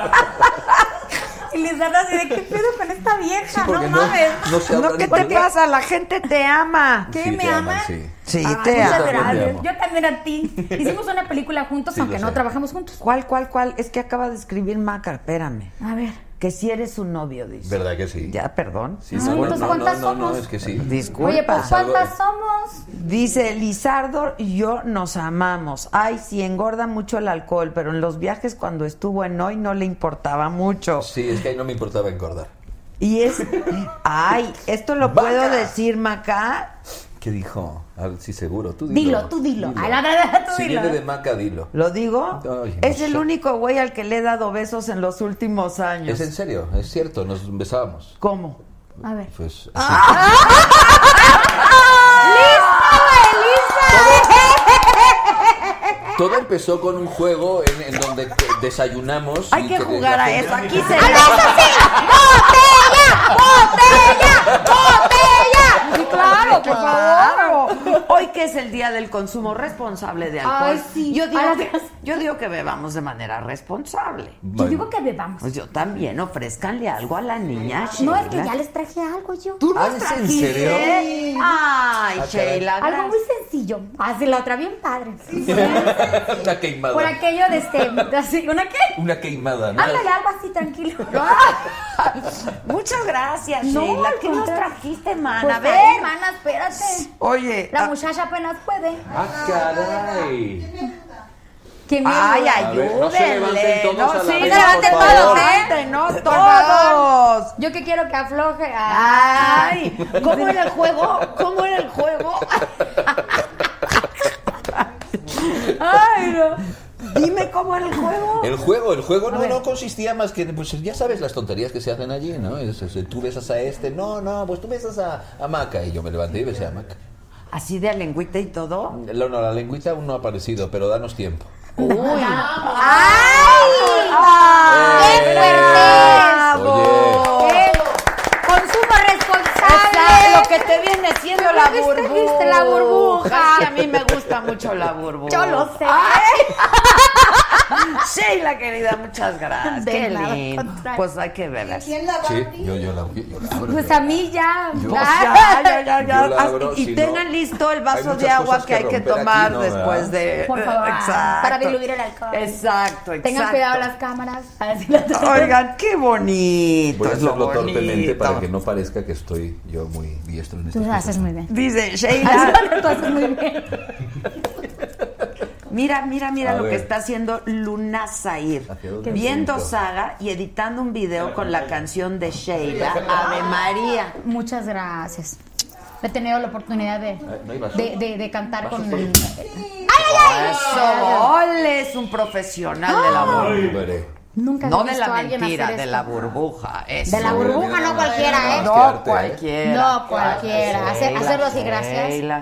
Y Lizardo así de, ¿qué pedo con esta vieja? Sí, porque no mames. no se No, habla ¿qué ni te por- pasa? La gente te ama. ¿Qué? Sí, ¿Me te aman, aman? sí. Sí, Ay, te muchas ama. Yo también te gracias. amo. Yo también a ti. Hicimos una película juntos, Sí, aunque lo no sé. trabajamos juntos. ¿Cuál, cuál, cuál? Es que acaba de escribir Maca, espérame. A ver. Que si eres su novio, dice. ¿Verdad que sí? Ya, perdón. Sí, Ay, no, no, entonces, no, ¿cuántas no, no, somos? es que sí. Disculpa. Oye, pues ¿cuántas somos? Dice, Lizardo y yo nos amamos. Ay, sí, engorda mucho el alcohol, pero en los viajes cuando estuvo en Hoy no le importaba mucho. Sí, es que ahí no me importaba engordar. Y es... Ay, ¿esto lo ¡Vaca! puedo decir, Maca? ¿Qué dijo? Ah, sí, seguro. Tú dilo. Dilo, tú dilo. Ay, la verdad, tú Si dilo. viene de Maca, dilo. ¿Lo digo? Ay, no es el sé. único güey al que le he dado besos en los últimos años. Es en serio, es cierto, nos besábamos. ¿Cómo? A ver. Pues... Todo empezó con un juego en, en donde desayunamos. Hay y que que jugar la a gente- eso. Aquí se... ¡Botella! ¡Botella! Sí, claro, por favor. Claro. Hoy que es el día del consumo responsable de alcohol. Ay, sí. Yo digo, A las que, dos. yo digo que bebamos de manera responsable. Yo digo que bebamos. Pues yo también, ofrézcanle algo a la niña, No, Sheila. es que ya les traje algo yo. ¿Tú Ah, nos ¿es en trajiste? serio? Ay, Ah, caray. Sheila, Algo gracias. muy sencillo. Así la otra bien padre. Una queimada. Por aquello de este. Así, ¿una qué? Una queimada, ¿no? Ándale, algo así, tranquilo. Muchas gracias, No, Sheila. al ¿Qué nos contrario. trajiste, mana? Pues, A ver. ven, mana, espérate. Oye. La ah, muchacha apenas puede. ¡Ah, caray! ¿Qué miedo? Ay, A ver, no se ayúdenle. levanten todos a la sí, vez, levanten por todos, favor. ¿eh? No, Por favor. todos. Yo que quiero que afloje. Ay, ¿cómo era el juego? ¿Cómo era el juego? Ay, no. Dime cómo era el juego. El juego, el juego no, no consistía más que, pues ya sabes las tonterías que se hacen allí, ¿no? Es- es- tú besas a este, no, no, pues tú besas a, a Maca. Y yo me levanté y besé a Maca. ¿Así de a lengüita y todo? No, no, la lengüita aún no ha aparecido, pero danos tiempo. Uy. ¡Ay! ¡Qué fuerte! Oye. ¡Qué consumo responsable! Esa, lo que te viene siendo la ¿Viste, burbuja. viste la burbuja? Sí, a mí me gusta mucho la burbuja. Yo lo sé. Ay. Sheila, querida, muchas gracias. De Qué nada, lindo. contrario. Pues hay que verlas. ¿Quién la va Sí, a abrir? yo, yo la, yo la abro. Pues a mí ya. Yo- Pues ya, ya, ya, ya. Yo la abro, y si tengan no, listo el hay vaso muchas de agua cosas que hay que que romper aquí, tomar ¿no? después ¿Verdad? de. Por favor, Exacto. para diluir el alcohol. Exacto, exacto. Tengan cuidado las cámaras. A ver si las- Oigan, qué bonito. Voy a es lo hacerlo torpemente bonito. para que no parezca que estoy yo muy diestro en este Tú lo haces muy bien. Dice Sheila. Tú haces muy bien. Mira, mira, mira A lo ver. que está haciendo Luna Zair. ¿Hacia dónde? Viendo Bonito. Saga y editando un video con la canción de Sheila, Ave María. Muchas gracias. He tenido la oportunidad de, ¿no hay vaso? de, de, de cantar ¿Vaso con... por ahí? ¡Ay, ay, Eso, Ole es un profesional de la burbuja. Hombre. Nunca No había de visto la a alguien mentira, hacer de esto. la burbuja. Eso. De la burbuja, no cualquiera, ¿eh? No Qué arte, ¿eh? cualquiera. No cualquiera. Hacer- Sheila, hacerlo así, gracias. Sheila.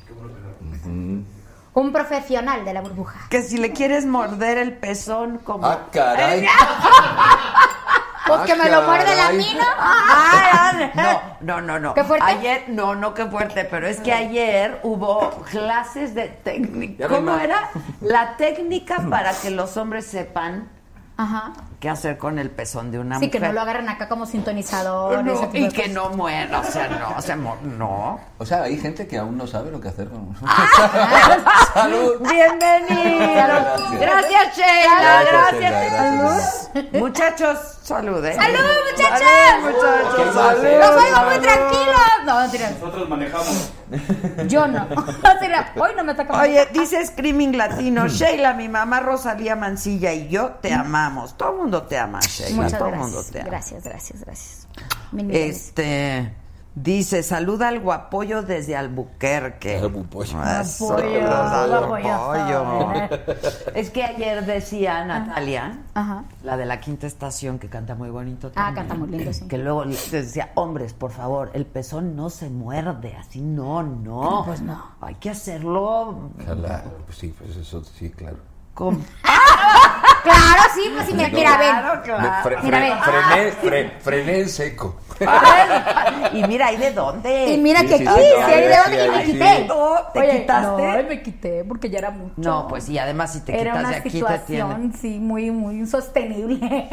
Un profesional de la burbuja. Que si le quieres morder el pezón como... Ah, caray. Pues que me lo muerde la caray. mina. Ay, no, no, no, no. ¿Qué fuerte? Ayer, no, no, qué fuerte, pero es que ayer hubo clases de técnica. Ya me ¿Cómo ima- era? La técnica para que los hombres sepan Ajá. qué hacer con el pezón de una Sí, mujer. que no lo agarren acá como sintonizador. No, ese tipo y de que cosas. no muera, o sea, no, o sea, mo- no. O sea, hay gente que aún no sabe lo que hacer con... ¡Salud! ¡Bienvenido! Gracias. Gracias, Sheila. Gracias, Gracias. Sheila, gracias. Muchachos, salud, ¿eh? ¡Salud, muchachos! Salud, muchachos, salud. ¡Los oigo muy tranquilos! No, mentira. Nosotros manejamos. Yo no. Mentira. Hoy no me toca. Oye, dice Screaming Latino, Sheila, mi mamá Rosalía Mancilla y yo te amamos. Todo el mundo te ama, Sheila. Muchas Todo el mundo gracias. te ama. Gracias, gracias, gracias. Mil millones. Este, dice, saluda al guapollo desde Albuquerque. Albuquerque. Eso, Guapollo, saludos al guapollo. guapollo. Es que ayer decía Natalia, Ajá. la de la quinta estación, que canta muy bonito Ah, también, canta muy lindo, sí. que luego les decía, hombres, por favor, el pezón no se muerde, así no, no. Pues no. Hay que hacerlo Ojalá. Pues sí, pues eso sí, claro. con... Claro, sí, pues sí, mira, mira, ven. Claro, claro. Fre- Mira, fre- ve. frené, fre- frené en seco. Y mira, ¿y de dónde? Y mira Sí, que sí, aquí, sí, sí, ahí de sí, dónde y me sí. quité. No, ¿te Oye, quitaste? No, me quité porque ya era mucho. No, pues y además si te Era quitas una de aquí te tiene... situación, sí, muy, muy insostenible.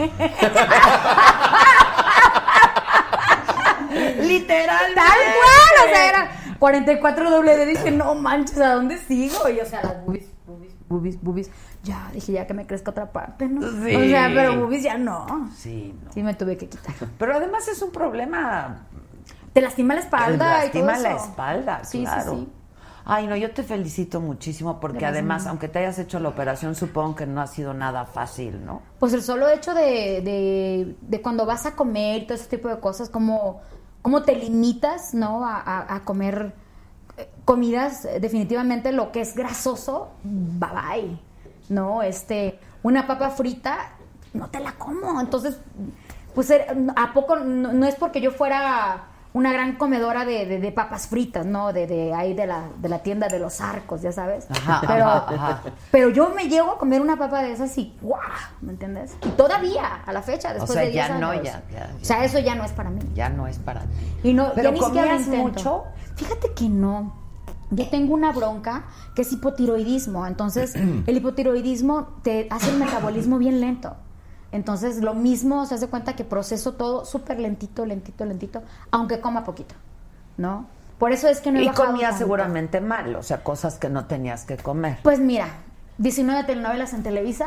Literal. Tal cual, o sea, era cuarenta y cuatro doble D. Dije, no manches, ¿a dónde sigo? Y o sea, las boobies, boobies, boobies, boobies. Ya, dije, ya que me crezca otra parte, ¿no? Sí. O sea, pero boobies ya no. Sí, no. Sí, me tuve que quitar. Pero además es un problema... Te lastima la espalda Te y todo lastima la eso. espalda, Sí, claro. sí, sí. Ay, no, yo te felicito muchísimo porque Gracias, además, mamá. aunque te hayas hecho la operación, supongo que no ha sido nada fácil, ¿no? Pues el solo hecho de, de, de cuando vas a comer y todo ese tipo de cosas, como, como te limitas, ¿no? A, a, a comer eh, comidas, eh, definitivamente lo que es grasoso, bye bye, ¿no? Este, una papa frita, no te la como. Entonces, pues, er- ¿a poco? No, no es porque yo fuera una gran comedora de, de, de papas fritas, ¿no? De, de ahí de la, de la tienda de los Arcos, ya sabes. Ajá, pero, ajá, ajá. pero yo me llego a comer una papa de esas y ¡guau! ¿Me entiendes? Y todavía, a la fecha, después sea, de diez ya no, años. ya, ya, ya. O sea, eso ya no es para mí. Ya no es para ti. Y no, ¿Pero ya ni siquiera lo comías intento. mucho? Fíjate que no. Yo tengo una bronca que es hipotiroidismo. Entonces, el hipotiroidismo te hace el metabolismo bien lento. Entonces, lo mismo, se hace cuenta que proceso todo súper lentito, lentito, lentito, aunque coma poquito, ¿no? Por eso es que no he Y bajado comías tanto. seguramente mal, o sea, cosas que no tenías que comer. Pues mira, diecinueve telenovelas en Televisa,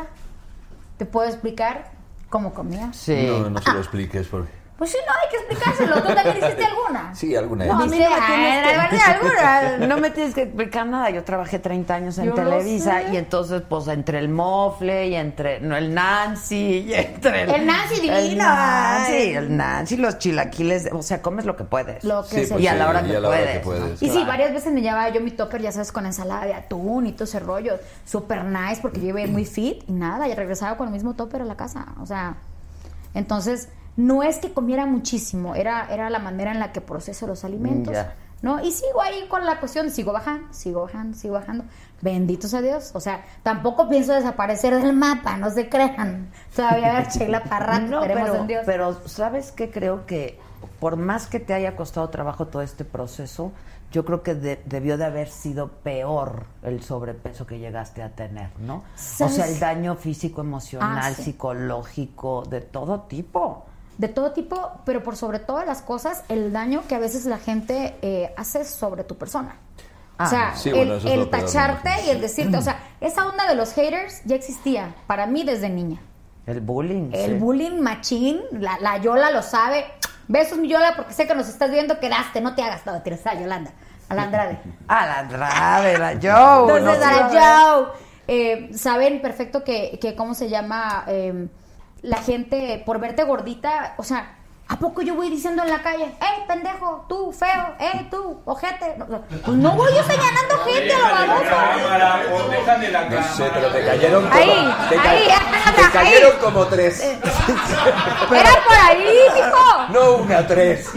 te puedo explicar cómo comía. Sí. No, no se lo expliques porque... Pues sí, no, hay que explicárselo. ¿Tú también hiciste alguna? Sí, alguna No, a vez. mí no me Dice, tienes "Ay, que- la verdad, alguna". No me tienes que explicar nada. Yo trabajé treinta años en Yo lo Televisa sé. y entonces, pues, entre el mofle y entre no, el Nancy y entre el... El Nancy divino, El Nancy, ay. el Nancy, los chilaquiles. O sea, comes lo que puedes. Lo que Sí, se pues y a sí, la hora y que a la hora puedes. que puedes. Y sí, Claro. varias veces me llevaba yo mi topper, ya sabes, con ensalada de atún y todo ese rollo. Súper nice, porque yo iba a ir muy fit y nada, y regresaba con el mismo topper a la casa. O sea, entonces, no es que comiera muchísimo, era, era la manera en la que proceso los alimentos. Ya. ¿No? Y sigo ahí con la cuestión, sigo bajando, sigo bajando, sigo bajando. Benditos a Dios. O sea, tampoco pienso desaparecer del mapa, no se crean. Todavía a ver, Sheila Parra, No, esperemos pero, en Dios. pero ¿sabes qué? Creo que por más que te haya costado trabajo todo este proceso, yo creo que de, debió de haber sido peor el sobrepeso que llegaste a tener, ¿no? ¿Sabes? O sea, el daño físico, emocional, Ah, sí. psicológico, de todo tipo. De todo tipo, pero por sobre todas las cosas, el daño que a veces la gente eh, hace sobre tu persona. Ah, o sea, sí, el, bueno, eso es el lo peor, tacharte me y el decirte, o sea, esa onda de los haters ya existía para mí desde niña. El bullying. El sí. bullying machín, la, la Yola lo sabe. Besos, mi Yola, porque sé que nos estás viendo, quedaste, no te hagas todo, tienes a Yolanda, a la Andrade. A la Andrade, la Joe. Entonces, no a la sé. Joe. Eh, saben perfecto que, que, ¿cómo se llama? Eh, la gente, por verte gordita, o sea, ¿a poco yo voy diciendo en la calle, ¡ey, pendejo, tú, feo, ey, tú, ojete? No, no, pues no voy yo señalando gente a la babosa. Déjale la No cámara. sé, pero te cayeron como... Ahí, te, ca- ahí, te ahí. cayeron como tres. Era por ahí, mijo. No una, tres.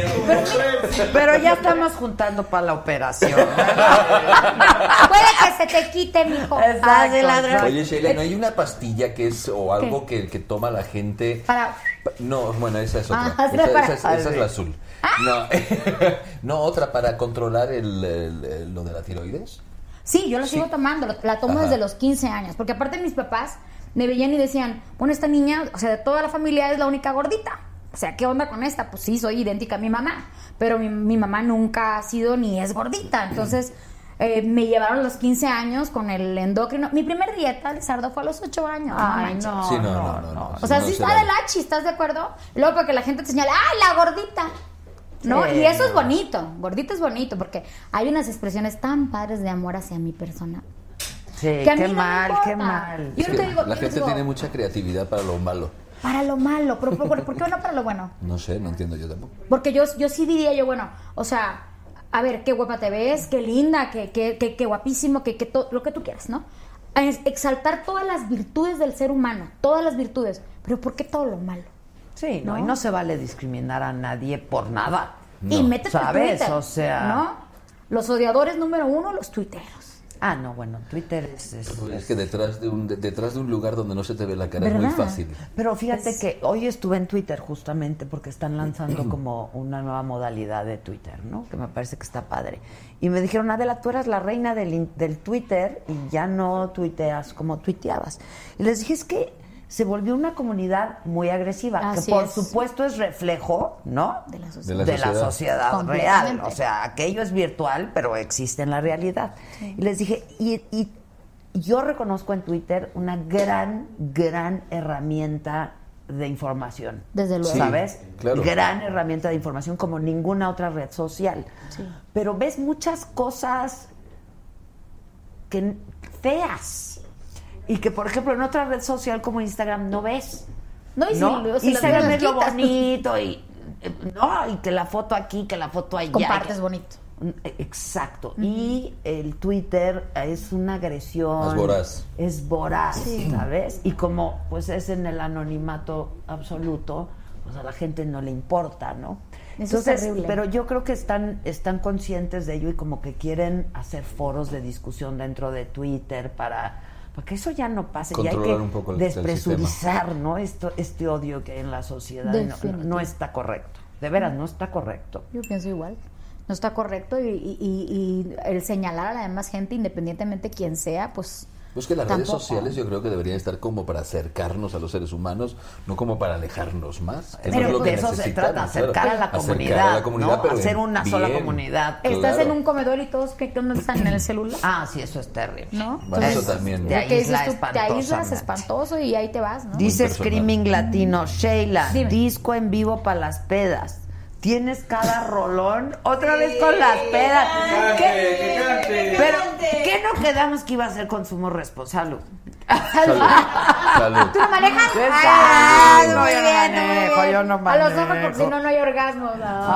Pero ya estamos juntando para la operación. Puede que se te quite, mijo. Estás de ladrón. Oye, Sheila, ¿no hay una pastilla que es o algo que, que toma la gente? Para... No, bueno, esa es otra. Ah, esa, para- esa es, esa es la azul. No, no, otra para controlar el, el- el- lo de la tiroides. Sí, yo la Sí. sigo tomando, lo- la tomo Ajá. desde los quince años, porque aparte mis papás me veían y decían, bueno, esta niña, o sea, de toda la familia es la única gordita. O sea, ¿qué onda con esta? Pues sí, soy idéntica a mi mamá, pero mi, mi mamá nunca ha sido ni es gordita. Entonces, eh, me llevaron a los quince años con el endocrino. Mi primer dieta, Lizardo, fue a los ocho años. Ay, manches. no, Sí, no, no, no. no, O sea, no sí se está vale. de lachi, ¿estás de acuerdo? Y luego para que la gente te señale, ¡ay, la gordita! ¿No? Sí, Y eso es no. bonito, gordito es bonito, porque hay unas expresiones tan padres de amor hacia mi persona. Sí, Que a mí qué no me mal, importa. qué mal. Yo Es no que te digo, la yo gente digo, tiene mucha creatividad para lo malo. para lo malo, pero ¿por, por qué no para lo bueno? No sé, no entiendo yo tampoco. Porque yo, yo sí diría yo, bueno, o sea, a ver, qué guapa te ves, qué linda, qué, qué, qué, qué guapísimo, qué, qué to- lo que tú quieras, ¿no? Es exaltar todas las virtudes del ser humano, todas las virtudes, pero ¿por qué todo lo malo? Sí, no, ¿No? y no se vale discriminar a nadie por nada. Y métete en ¿Sabes? Twitter, O sea... ¿no? Los odiadores número uno, los tuiteros. Ah, no, bueno, Twitter es... es- Es que detrás de un de- detrás de un lugar donde no se te ve la cara es ¿Verdad? muy fácil. Pero fíjate que hoy estuve en Twitter justamente porque están lanzando como una nueva modalidad de Twitter, ¿no? Que me parece que está padre. Y me dijeron, Adela, tú eras la reina del, in- del Twitter y ya no tuiteas como tuiteabas. Y les dije, es que se volvió una comunidad muy agresiva, Así que por es. supuesto es reflejo, ¿no? De la De sociedad. la de la sociedad. sociedad real. Completamente. O sea, aquello es virtual, pero existe en la realidad. Y les dije, y, y yo reconozco en Twitter una gran, gran herramienta de información. Desde luego. Sí, ¿Sabes? claro. Gran herramienta de información como ninguna otra red social. Sí. Pero ves muchas cosas que feas. Y que, por ejemplo, en otra red social como Instagram no ves. No, y si ¿no? lo- si las- Instagram las es lo quitas. bonito y eh, no, y que la foto aquí, que la foto allá. Compartes que- bonito. Exacto. Y el Twitter es una agresión. Es voraz. Es voraz, Sí. ¿sabes? Y como pues es en el anonimato absoluto, pues a la gente no le importa, ¿no? Eso es Entonces, terrible. pero yo creo que están, están conscientes de ello y como que quieren hacer foros de discusión dentro de Twitter para, para que eso ya no pase. Y hay Controlar que un poco el- el despresurizar, ¿no? Esto, este odio que hay en la sociedad. y No, no, Definitivo. no está correcto. De veras, no está correcto. Yo pienso igual. No está correcto y, y- y- y el señalar a la demás gente, independientemente quién sea, pues... Pues que las redes tampoco. sociales yo creo que deberían estar como para acercarnos a los seres humanos, no como para alejarnos más. Que no Pero es lo de que eso se necesitamos, trata, acercar claro. a la Acercar comunidad, a la comunidad, ¿no? pero Hacer en una sola bien. comunidad. Estás Claro. en un comedor y todos que que no están en el celular. Ah, sí, eso es terrible. ¿No? Bueno, eso también, ¿no? Te ¿qué dices aísla tú? Te aíslas espantosamente. espantoso y ahí te vas, ¿no? Dice Muy personal. Screaming Latino, Sheila, Dime. disco en vivo para las pedas. ¿Tienes cada rolón? Otra vez con las pedas. cante, que cante. Pero, ¿qué no quedamos que iba a ser consumo responsable? Salud. Salud. ¿Tú no manejas? ¿Qué Ay, tal? muy Yo no bien, muy manejo, bien. yo no A los ojos manejo. porque si no, no hay orgasmo.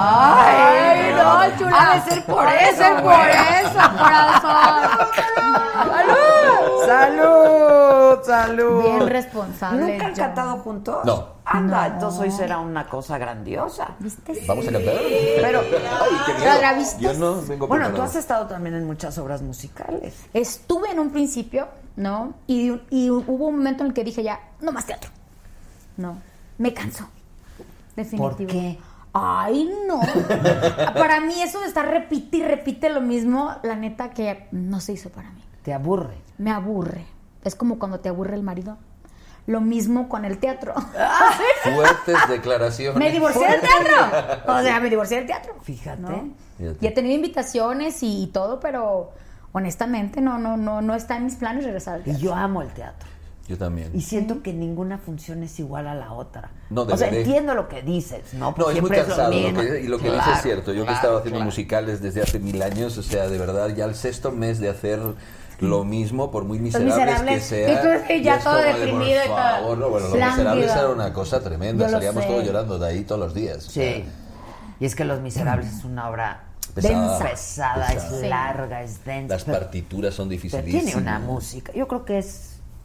Ay, no, chula. Ha de ser por Ha de eso, ser por güey. eso, corazón. ¡Salud! ¡Salud! ¡Salud! Bien responsable. ¿Nunca han yo. cantado juntos? No. Anda, No. entonces hoy será una cosa grandiosa. ¿Viste? ¿Vamos a cantar? Pero, Ay, qué miedo. ¿La grabiste? Yo no vengo bueno, tú preparado. has estado también en muchas obras musicales. Estuve en un principio, ¿no? Y, y hubo un momento en el que dije ya, no más teatro. No, me canso. Definitivo. ¿Por qué? Ay, no. Para mí eso de estar repite y repite lo mismo, la neta que no se hizo para mí. ¿Te aburre? Me aburre. Es como cuando te aburre el marido. Lo mismo con el teatro. Fuertes declaraciones. Me divorcié del teatro. O sea, me divorcié del teatro. Fíjate. ¿No? Fíjate. Y he tenido invitaciones y, y todo, pero honestamente no, no, no, no está en mis planes regresar al Y teatro. yo amo el teatro. Yo también. Y siento que ninguna función es igual a la otra. No, o sea, deberé. entiendo lo que dices, ¿no? No, es muy Siempre lo cansado. Lo mismo. que- y lo que Claro, dices es cierto. Yo que he claro, estado haciendo claro. musicales desde hace mil años, o sea, de verdad, ya el sexto mes de hacer lo mismo, por muy miserables, Miserables. que sea. Y tú sí, ya es todo como de, deprimido y por todo. favor, no, bueno, los Lánguido. miserables era una cosa tremenda. Yo lo Salíamos sé. todos llorando de ahí todos los días. o Sí. sea, Y es que Los Miserables es una obra Pesada, densa, pesada, pesada. es Sí. larga, es densa. Las pero- partituras son pero dificilísimas. tiene una música. Yo creo que es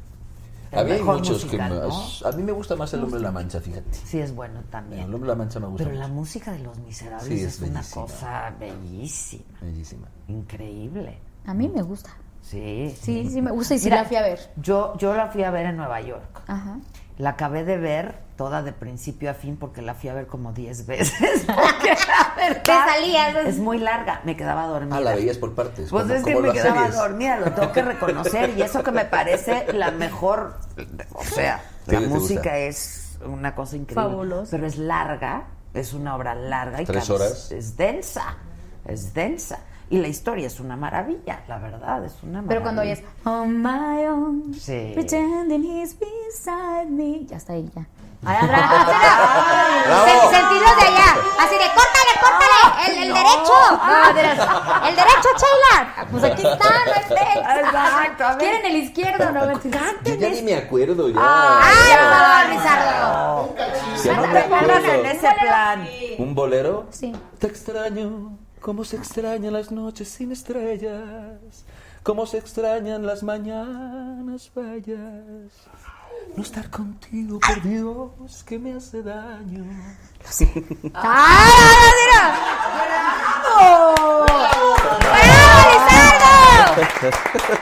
el A mí hay mejor muchos musical, que me- ¿no? A mí me gusta más El Hombre de la Mancha, fíjate. Sí, es bueno también. El Hombre de la Mancha me gusta Pero la mucho. música de Los Miserables Sí, es, es una bellísima. cosa bellísima. Bellísima. Increíble. A mí me gusta. Sí. Sí, sí me gusta y sí Mira, la fui a ver. Yo, yo la fui a ver en Nueva York. Ajá. La acabé de ver toda de principio a fin porque la fui a ver como diez veces. Porque la verdad Te salías. es muy larga. Me quedaba dormida. Ah, la veías por partes. Pues como- es que como me las quedaba series. dormida, lo tengo que reconocer. Y eso que me parece la mejor. O sea, Sí, la te música gusta. es una cosa increíble. Fabulosa. Pero es larga, es una obra larga y Tres cans- horas. es densa. Es densa. Y la historia es una maravilla, la verdad, es una maravilla. Pero cuando oyes On my own, Sí. pretending he's beside me, ya está ahí, ya. Ay, atrás, atrás. ¡Bravo! Se- Sentidos de allá. Así de, córtale, córtale. El, el derecho. No, de las- el derecho, Sheila. Pues aquí está, no es de- Exacto, a ver. ¿Quieren el izquierdo? No, mentira. Yo ya ni me acuerdo, ya. Ay, Ya. no, Lizardo. Ya no me Andas acuerdo. en ese plan. ¿Un bolero? Sí. Te extraño, como se extrañan las noches sin estrellas, como se extrañan las mañanas bellas. No estar contigo, por Dios, que me hace daño. ¡Ah, mira! ¡Bravo! ¡Bravo, Lizardo!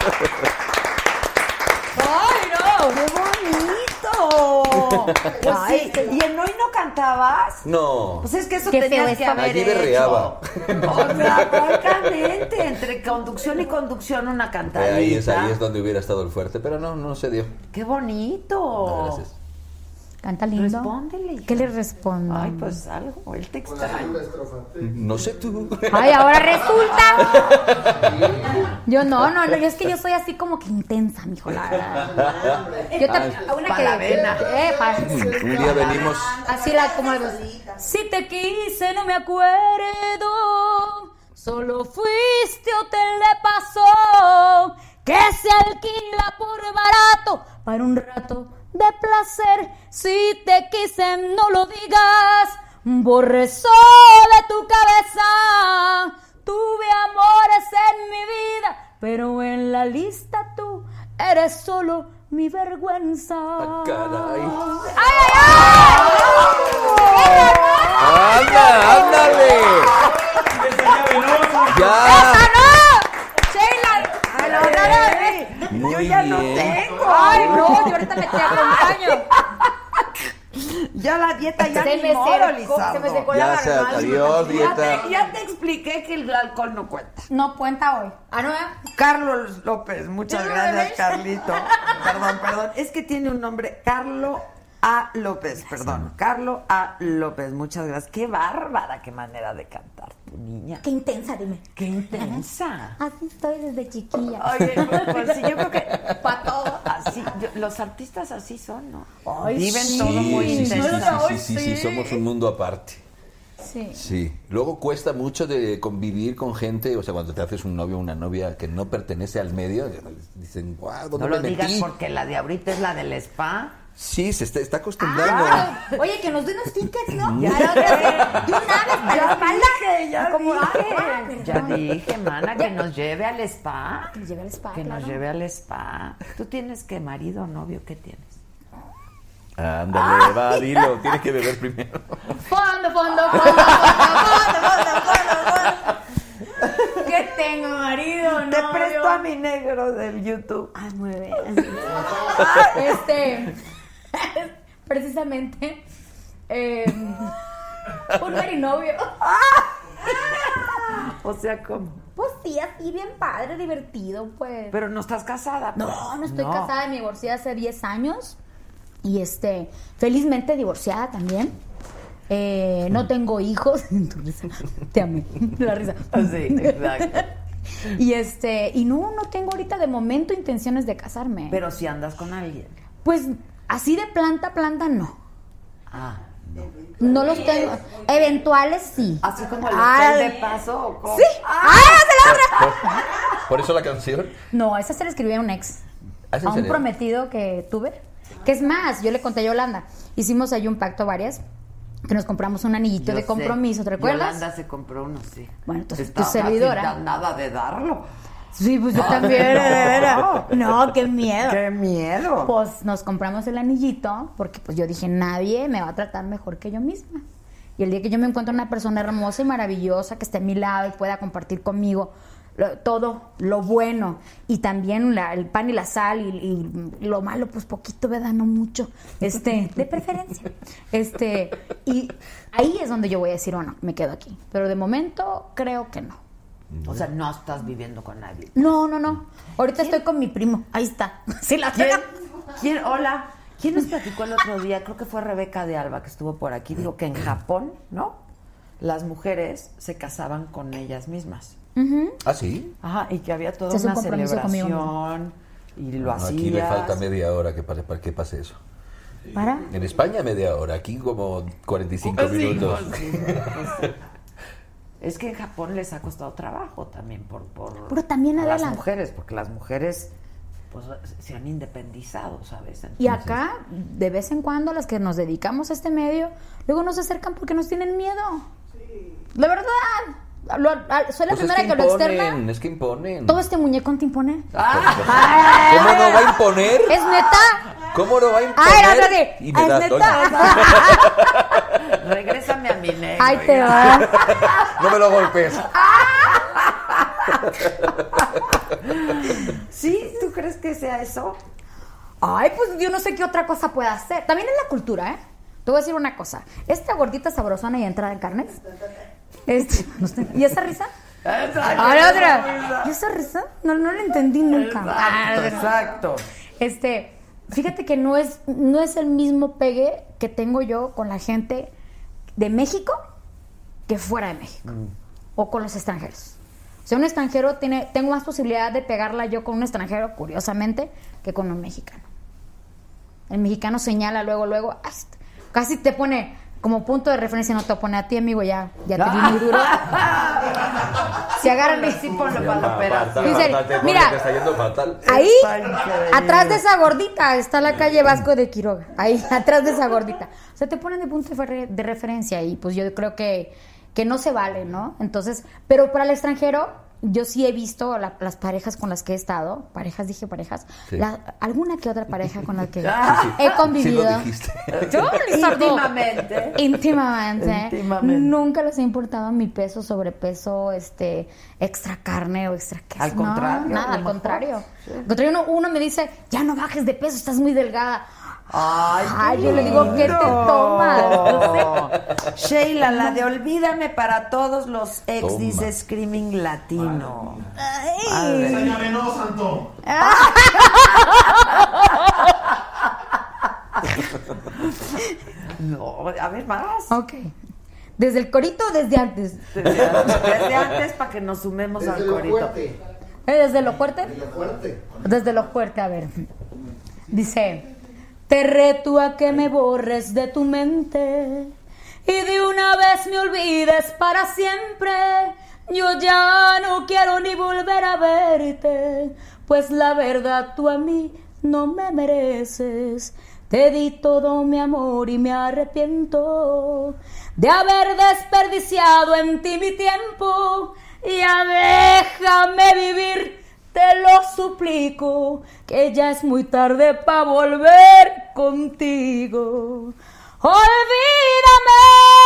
¡Ay, no! ¡Qué bonito! Pues Ay, sí. ¿Y en Hoy no cantabas? No. Pues es que eso Qué tenías feo que eso. haber Allí hecho. berreaba. O sea, francamente, entre conducción y conducción una cantadita. Ahí es, ahí es donde hubiera estado el fuerte, pero no, no se dio. ¡Qué bonito! No, gracias. Canta lindo. Respóndele. hija. ¿Qué le respondo? Ay, pues algo, él te extraña. No sé tú. Ay, ahora resulta. Yo no, no, no, yo es que yo soy así como que intensa, mijo, la verdad. Yo te, una pa' que, la vena. eh, pa- Un día venimos. así la como algo. Si te quise no me acuerdo, solo fuiste o te le pasó que se alquila por barato para un rato de placer. Si te quise no lo digas, borré solo de tu cabeza. Tuve amores en mi vida, pero en la lista tú eres solo mi vergüenza. Ah, caray. ¡Ay, ay, ay! ¡Anda, ándale! ¡Ya! ¡Esa no! ¡Sheila! ¡A la hora de mí! Muy Yo ya no bien. tengo. ¡Ay, no! Yo ahorita me te acompaño. Ya la dieta ya Se ni me modo, secó, Lizardo. se me secó la Ya se garganta. adiós, Ya dieta. te, ya te expliqué que el alcohol no cuenta. No cuenta hoy. Ah, no, ¿eh? Carlos López, muchas ¿Sí, gracias, bebé? Carlito. Perdón, perdón. Es que tiene un nombre, Carlo A. López, perdón. Carlo A. López, muchas gracias. Qué bárbara, qué manera de cantar tu niña. Qué intensa, dime. Qué intensa. Así estoy desde chiquilla. Oye, pues, pues sí, yo creo que Pa' todo. así, yo- los artistas así son, ¿no? Ay, Viven sí. todo muy Sí, sí, sí, intenso. sí, sí, sí, sí, somos un mundo aparte. Sí. Sí. Luego cuesta mucho de convivir con gente, o sea, cuando te haces un novio o una novia que no pertenece al medio, dicen, guau, ¿dónde No lo me digas metí? porque la de ahorita es la del spa. Sí, se está, está acostumbrando. Ah, oye, que nos den unos tickets, ¿no? Ya la otra vez, de una vez para la espalda. dije, ya Como, dije. ah, perdón. Ya dije, mana, que Ya. nos lleve al spa. Que nos lleve al spa, Que nos claro. lleve al spa. ¿Tú tienes qué, marido o novio? ¿Qué tienes? Ándale, va, dilo, tienes que beber primero. Fondo, fondo, fondo, fondo, fondo, fondo, fondo. ¿Qué tengo, marido? Te novio? presto a mi negro del YouTube. Ay, muy bien. Este, precisamente, eh, Un marinovio. O sea, ¿cómo? Pues sí, así bien padre, divertido, pues. Pero no estás casada. Pues. No, no estoy no. casada, me divorcié hace diez años. Y este, felizmente divorciada también. Eh, no tengo hijos. Te amé. La risa. Sí, exacto. Y este, y no, no tengo ahorita de momento intenciones de casarme. Pero si andas con alguien. Pues así de planta a planta no. Ah, no. No los tengo. Eventuales sí. Así como el ah, hotel de paso o cómo. Sí. ¡Ah, se la otra! ¿Por eso la canción? No, esa se la escribí a un ex. ¿Ah, en a un serio? prometido que tuve. Que es más, yo le conté a Yolanda. Hicimos ahí un pacto varias. Que nos compramos un anillito Yo de sé. compromiso, ¿te recuerdas? Yolanda se compró uno, sí. Bueno, entonces Estaba tu servidora. sin nada de darlo. Sí, pues yo también. Era. No, qué miedo. Qué miedo. Pues nos compramos el anillito porque pues yo dije, nadie me va a tratar mejor que yo misma. Y el día que yo me encuentro una persona hermosa y maravillosa que esté a mi lado y pueda compartir conmigo lo, todo lo bueno y también la, el pan y la sal y, y lo malo, pues poquito, ¿verdad? No mucho. Este, de preferencia. Este, y ahí es donde yo voy a decir, bueno, me quedo aquí. Pero de momento creo que no. O sea, no estás viviendo con nadie. No, no, no. Ahorita estoy con mi primo. Ahí está. Sí, la ¿Quién? ¿Quién? Hola. ¿Quién nos platicó el otro día? Creo que fue Rebeca de Alba que estuvo por aquí. Dijo que en Japón, ¿no? Las mujeres se casaban con ellas mismas. Uh-huh. ¿Ah, sí? Ajá, y que había toda Se hace un una compromiso conmigo celebración y lo No, hacías. aquí le falta media hora que pase, para que pase eso. ¿Para? En España media hora, aquí como cuarenta y cinco Pues sí, minutos. pues sí, pues sí. Es que en Japón les ha costado trabajo también por, por Pero también a las adelante. mujeres, porque las mujeres pues se han independizado, ¿sabes? Entonces, Y acá, de vez en cuando, las que nos dedicamos a este medio, luego nos acercan porque nos tienen miedo. Sí. La verdad. Lo, a, soy la Pues primera es que, que lo imponen, externa. es que imponen. Todo este muñecón te impone. Ah, ¿cómo no va a imponer? ¿Es neta? ¿Cómo no va a imponer? Ay, no, no, no. Y me ¿Es da neta? Regrésame a mi negro. Ahí te va. No me lo golpes. ¿Sí? ¿Tú crees que sea eso? Ay, pues yo no sé qué otra cosa pueda hacer. También es la cultura, ¿eh? Te voy a decir una cosa. Esta gordita sabrosona y entrada en carnes. Este, no sé, ¿y esa risa? Ay, otra. ¿Y esa risa? No, no la entendí nunca. Exacto, exacto. Este, fíjate que no es, no es el mismo pegue que tengo yo con la gente de México que fuera de México. Mm. O con los extranjeros. O sea, un extranjero tiene, tengo más posibilidad de pegarla yo con un extranjero, curiosamente, que con un mexicano. El mexicano señala luego, luego, ay, casi te pone como punto de referencia, no te pone a ti, amigo, ya, ya te vi muy duro. Se agarran y sí ponlo para la operación. Dice, mira, te está yendo fatal. Ahí, atrás de esa gordita, está la calle Vasco de Quiroga. Ahí, atrás de esa gordita. O sea, te ponen de punto de referencia y pues yo creo que, que no se vale, ¿no? Entonces, pero para el extranjero, yo sí he visto la, las parejas con las que he estado, parejas, dije parejas, sí. la, alguna que otra pareja con la que ah, sí. he convivido. Sí yo, íntimamente. íntimamente. Íntimamente. Nunca les ha importado mi peso, sobrepeso, este, extra carne o extra queso. Al contrario. No, nada, al contrario. Sí. Al contrario, uno, uno me dice, ya no bajes de peso, estás muy delgada. Ay, Ay yo le digo, ¿qué te tomas? No sé. Sheila, la de olvídame para todos los ex, Toma. Dice Screaming Latino. Ay. Enséñame, no, santo. No, a ver, más. Ok. ¿Desde el corito o desde antes? Desde antes, desde antes para que nos sumemos desde al lo corito. Fuerte. ¿Eh, ¿Desde lo fuerte? Desde lo fuerte. Desde lo fuerte, a ver. Dice, te reto a que me borres de tu mente y de una vez me olvides para siempre. Yo ya no quiero ni volver a verte, pues la verdad tú a mí no me mereces. Te di todo mi amor y me arrepiento de haber desperdiciado en ti mi tiempo. Ya déjame vivir, te lo suplico, que ya es muy tarde para volver contigo. Olvídame,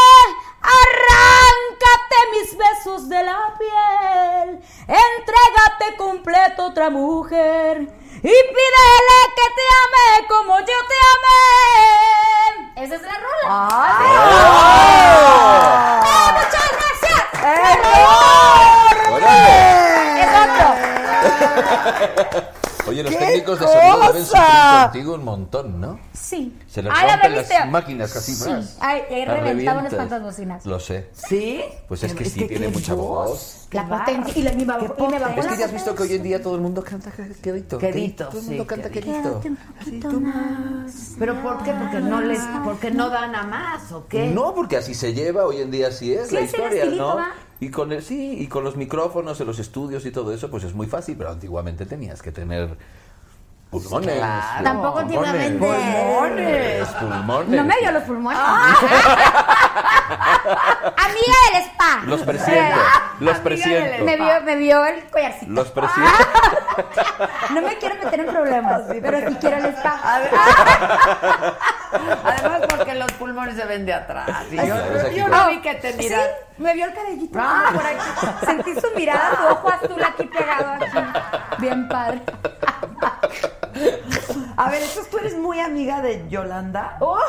arráncate mis besos de la piel, entrégate completo a otra mujer y pídele que te ame como yo te amé. Esa es la rola. ¡Ay! técnicos de sonido deben sufrir contigo un montón, ¿no? Sí. Se les Ah, la rompen las viste. máquinas casi Sí. más. Ay, he Las reventado unas revientas. cuantas bocinas. Lo sé. ¿Sí? Pues es que Es sí, que tiene qué mucha voz. voz. La potencia. Y, la, mi babo- y me bajó Es que la ya has visto que hoy en potencia. día todo el mundo canta quedito. Quedito, Todo el sí, mundo canta quedito. quedito. ¿Pero por qué? Porque no les, porque no dan a más, ¿o qué? No, porque así se lleva, hoy en día así es Sí, la es el historia, estilito, ¿no? ¿va? Y con el, sí, y con los micrófonos en los estudios y todo eso, pues es muy fácil, pero antiguamente tenías que tener pulmones. Claro. Tampoco últimamente. Pulmones. Pulmones. No me dio los pulmones. Amiga del spa. Los presiento, los presiento. Me vio, me vio el collarcito. Los presiento. No me quiero meter en problemas, pero sí quiero el spa. Además, porque los pulmones se ven de atrás. Y yo, Ay, yo no vi que te miras. Sí, me vio el cabellito Ah. por aquí. Sentí su mirada, su ojo azul aquí pegado aquí. Bien padre. A ver, entonces tú eres muy amiga de Yolanda. Oh.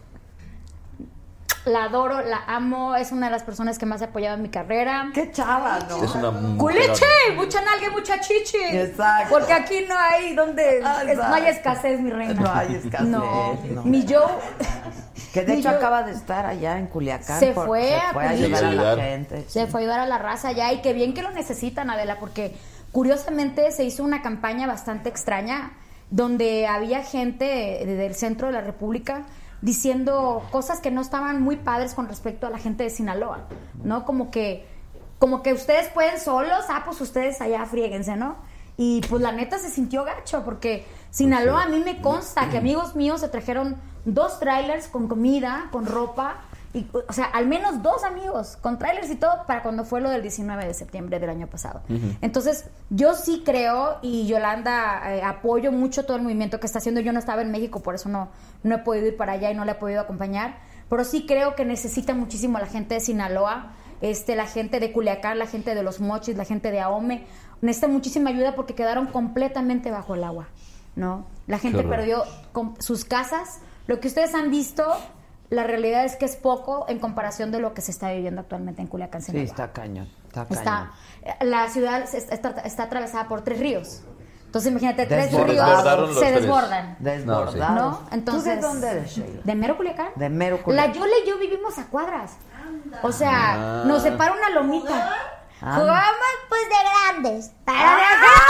La adoro, la amo, es una de las personas que más ha apoyado en mi carrera. Qué chava, ¿no? Es una mujer- ¡Culeche! Mucha nalga y mucha chichi. Exacto. Porque aquí no hay donde Ah, es- no hay exacto. escasez, mi reina. No hay escasez, No. no. Mi Joe Que de mi hecho Joe acaba de estar allá en Culiacán. se por- fue, se fue a Culiacán. ayudar a la Ayudar. gente. se fue a ayudar a la raza allá y qué bien que lo necesitan, Adela, porque curiosamente se hizo una campaña bastante extraña donde había gente de- del centro de la República diciendo cosas que no estaban muy padres con respecto a la gente de Sinaloa, ¿no? Como que, como que ustedes pueden solos, ah, pues ustedes allá friéguense, ¿no? Y pues la neta se sintió gacho, porque Sinaloa a mí me consta que amigos míos se trajeron dos trailers con comida, con ropa, y, o sea, al menos dos amigos con trailers y todo para cuando fue lo del diecinueve de septiembre del año pasado. Ujú. Entonces, yo sí creo, y Yolanda, eh, apoyo mucho todo el movimiento que está haciendo. Yo no estaba en México, por eso no, no he podido ir para allá y no le he podido acompañar, pero sí creo que necesita muchísimo la gente de Sinaloa, este, la gente de Culiacán, la gente de Los Mochis, la gente de Ahome. Necesita muchísima ayuda porque quedaron completamente bajo el agua, ¿no? La gente horror. perdió com- sus casas. Lo que ustedes han visto, la realidad es que es poco en comparación de lo que se está viviendo actualmente en Culiacán, Sí, Sinaloa. está cañón. Está cañón. Está, la ciudad se- está, está atravesada por tres ríos. Entonces, imagínate, tres Desbordaron ríos los se tres. desbordan. Desbordados. ¿No? Entonces, ¿Tú de dónde eres, Sheila? ¿De mero Culiacán? De mero La Culiacán. Yole y yo vivimos a cuadras. O sea, Ah. nos separa una lomita. Ah. Jugábamos pues de grandes. Pero de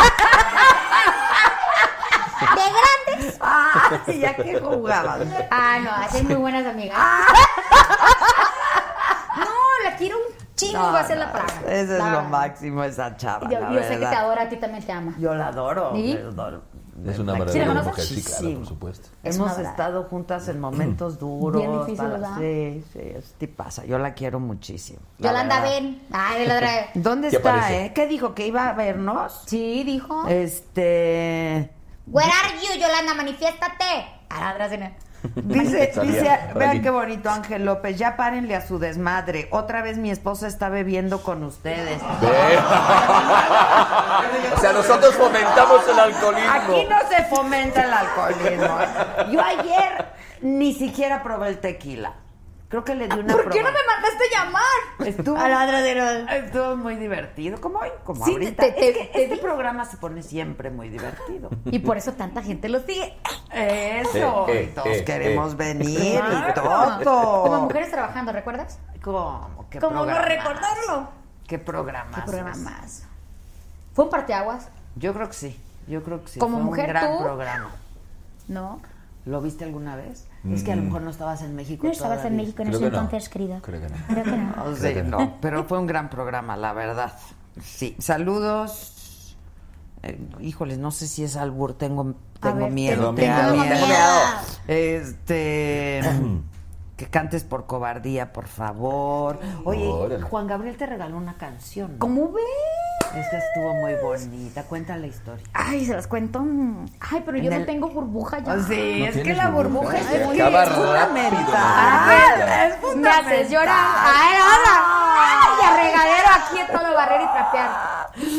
acá. De grandes. Ah, ¿ya qué jugaban? Ah, no, así muy buenas amigas. No, la quiero un chingo No, y va a ser no, la plaga. Eso es La lo verdad. máximo, esa chava. Yo, la yo sé que verdad. te adora, a ti también te ama. Yo la adoro. ¿Sí? la adoro. Es una La maravilla quiero de mucho. mujer, sí, claro, Sí. por supuesto. Es Hemos una verdad. estado juntas en momentos duros. Bien difícil, para- ¿verdad? Sí, sí, es tipaza. Yo la quiero muchísimo. la Yolanda, verdad. ven. Ay, la otra. ¿Dónde ¿Qué está, parece? eh? ¿Qué dijo? ¿Que iba a vernos? Sí, dijo. Este... Where are you, Yolanda? Manifiéstate. A la otra cena. Dice, Sabía, dice, Oralín. vean qué bonito Ángel López, ya párenle a su desmadre. Otra vez mi esposa está bebiendo con ustedes. O sea, nosotros fomentamos el alcoholismo. Aquí no se fomenta el alcoholismo. Yo ayer ni siquiera probé el tequila. Creo que le di una ¿Por qué no probada. me mandaste llamar? Estuvo, A la otra de estuvo muy divertido, como hoy, como Sí, ahorita. te- te- Es que te este vi. programa se pone siempre muy divertido. Y por eso tanta gente lo sigue. Eso, Eh, eh, y todos eh, queremos eh. venir y Claro. todo. Como mujeres trabajando, ¿recuerdas? ¿Cómo? ¿Qué ¿Cómo no programa? recordarlo? ¿Qué programa? ¿Qué programa más? ¿Fue un parteaguas? Yo creo que sí, yo creo que sí. Como Fue mujer, un gran tú- programa. ¿No? ¿Lo viste alguna vez? Es que a lo mejor no estabas en México No estabas en todavía. México en Creo ese que no. entonces, querido. Creo que no. Creo que no. No Creo sé, que no. no, pero fue un gran programa, la verdad. Sí, saludos. Eh, híjoles, no sé si es albur, tengo, tengo ver, miedo, tengo tengo miedo. miedo. miedo. Este, que cantes por cobardía, por favor. Oye, Órale. Juan Gabriel te regaló una canción, ¿no? ¿Cómo ves? Esta estuvo muy bonita, cuenta la historia. Ay, se las cuento. Ay, pero yo En no el- tengo burbuja ya. Oh, sí, ¿No es que tienes la burbuja? burbuja es Se muy acaba es fundamental. rápido, Es Me fundamental. haces llorar. Ay, ahora. Ay, a regadero aquí todo barrer y trapear.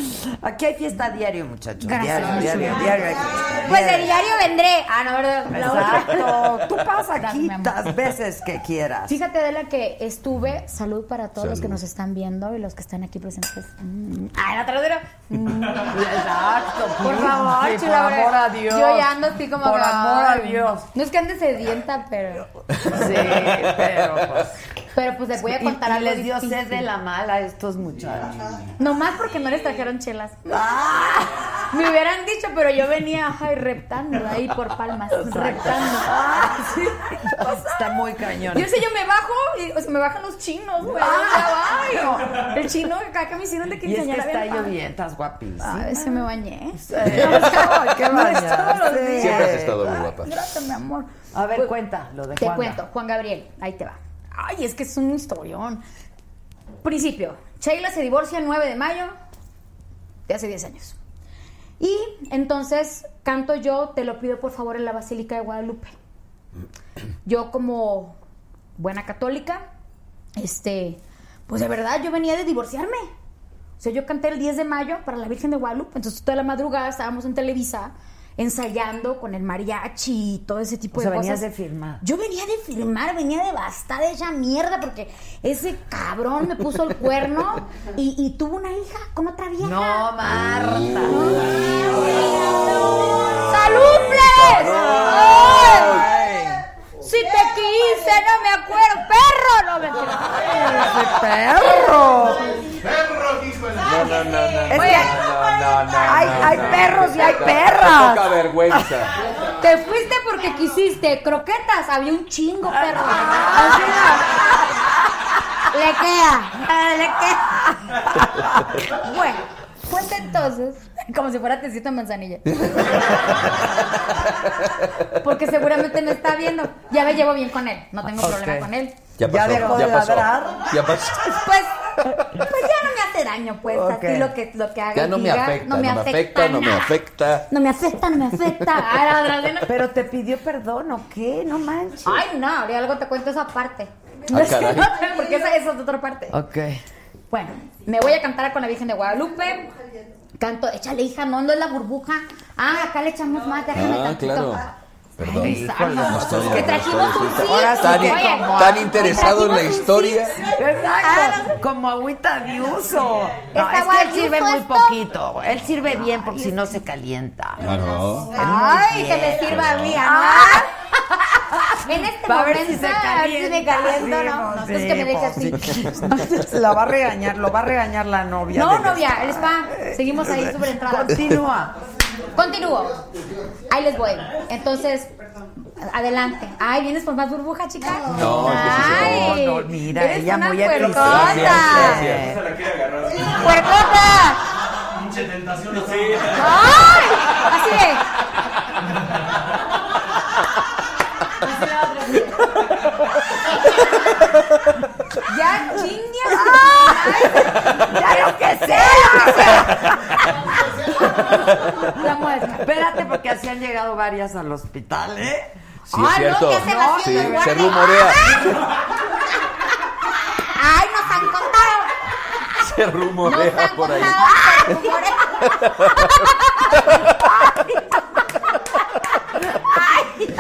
Aquí hay fiesta diario, muchachos. Gracias. Diario, diario, diario. hay fiesta, Pues de diario. diario vendré. Ah, no, ¿verdad? La otra. Exacto. Tú pasa Gracias, aquí mi amor. las veces que quieras. Fíjate, Adela, que estuve. Salud para todos los que Salud. nos están viendo y los que están aquí presentes. Mm. Ah, la traducera. Mm. Exacto. Por favor, Sí, chula, por amor a Dios. Yo ya ando así como. Por que, amor a ay, Dios. No es que ande sedienta, pero. Sí, pero pues. Pero pues les voy a Y- contar y algo les dio difícil. sed de la mala a estos muchachos. Nomás porque no les trajeron chelas. Ah. Me hubieran dicho, pero yo venía ay, reptando ahí por Palmas. Reptando. Ah, sí. Está muy cañón. Yo sé, yo me bajo y o sea, me bajan los chinos, güey. Ah. O sea, ay, el chino acá que me hicieron de Y es que quinceañera. está bien padre. lloviendo, estás guapísima. A veces me bañé. Sí. Ay, qué No es todos bañada, los sí. días. Siempre has estado muy Ay, guapa. Gracias, mi amor. A ver, Pues, cuenta lo de Te Juanga. cuento, Juan Gabriel, ahí te va. Ay, es que es un historión. Principio, Sheila se divorcia el nueve de mayo de hace diez años. Y entonces canto yo, te lo pido por favor, en la Basílica de Guadalupe. Yo como buena católica, este, pues de verdad yo venía de divorciarme. O sea, yo canté el diez de mayo para la Virgen de Guadalupe. Entonces toda la madrugada estábamos en Televisa ensayando con el mariachi y todo ese tipo O sea, de venías cosas. de firmar. Yo venía de firmar, venía devastada, hecha mierda, porque ese cabrón me puso el cuerno y, y tuvo una hija con otra vieja. No, Marta. ¡Salud, Fles! ¡Ay! Si te quise, no me acuerdo. ¡Perro! No, mentira. ¡Perro! Perro, hijo de la... No, no, no, no. Es no, que no, no, no, hay- no. hay perros y hay Te perras. toca vergüenza. Te fuiste porque quisiste. Croquetas, había un chingo, perro. Así no. Le queda. Le queda. Bueno, pues entonces, como si fuera tecito en manzanilla. Porque seguramente me está viendo. Ya me llevo bien con él. No tengo problema Ok. con él. Ya pasó, Ya dejó de pasó. ladrar. Ya pasó. Pues, pues ya no me hace daño, pues. Ok. Así lo que, lo que haga. Ya y no me diga, afecta, no me afecta, no me nada. afecta. No me afecta, no me afecta. Ay, la Adriana. Pero te pidió perdón, ¿o qué? No manches. Ay, no, ahora algo te cuento esa parte. Ah, caray. Porque esa, esa es otra parte. Ok. Bueno, me voy a cantar con la Virgen de Guadalupe. Canto, échale, hija, no, no es la burbuja. Ah, acá le echamos más, déjame Ah, tantito. claro. Perdón. Ay, Híjole, No estoy- que no trajimos estoy- un estoy- sí. Ahora sí Tan, que Oye, como- tan interesado en la trajimos un historia. Exacto, como agüita de uso. No, Esta es que él agua de sirve uso muy esto. poquito. Él sirve bien porque si no se calienta. Claro. Ay, que me sirva a mí, ah. En este Va a ver momento, si se a ver si me calienta. caliento, Sí, ¿no? pues, No, es sí, que me deje pues, así. La va a regañar, lo va a regañar la novia. No, del novia, estado. el spa. Seguimos ahí sobre entrada. Continúa. Continúo. Ahí les voy. Entonces, adelante. Ay, ¿vienes por más burbuja, chica? No, es que sí se Ay, No, no, mira, eres ella una muy puercota. eficiente. Se la quiere agarrar. ¡Puercota! Pinche tentación así. ¡Ay! Así es. Ya, chingue. Ya lo que sea. La muestra. Espérate, porque así han llegado varias al hospital, ¿eh? Sí, Ah, es cierto. no, que se va Sí, haciendo el se guardia. rumorea. ¡Ay, nos han contado! Se Nos rumorea han por ahí. contado, se rumorea. ¡Ay!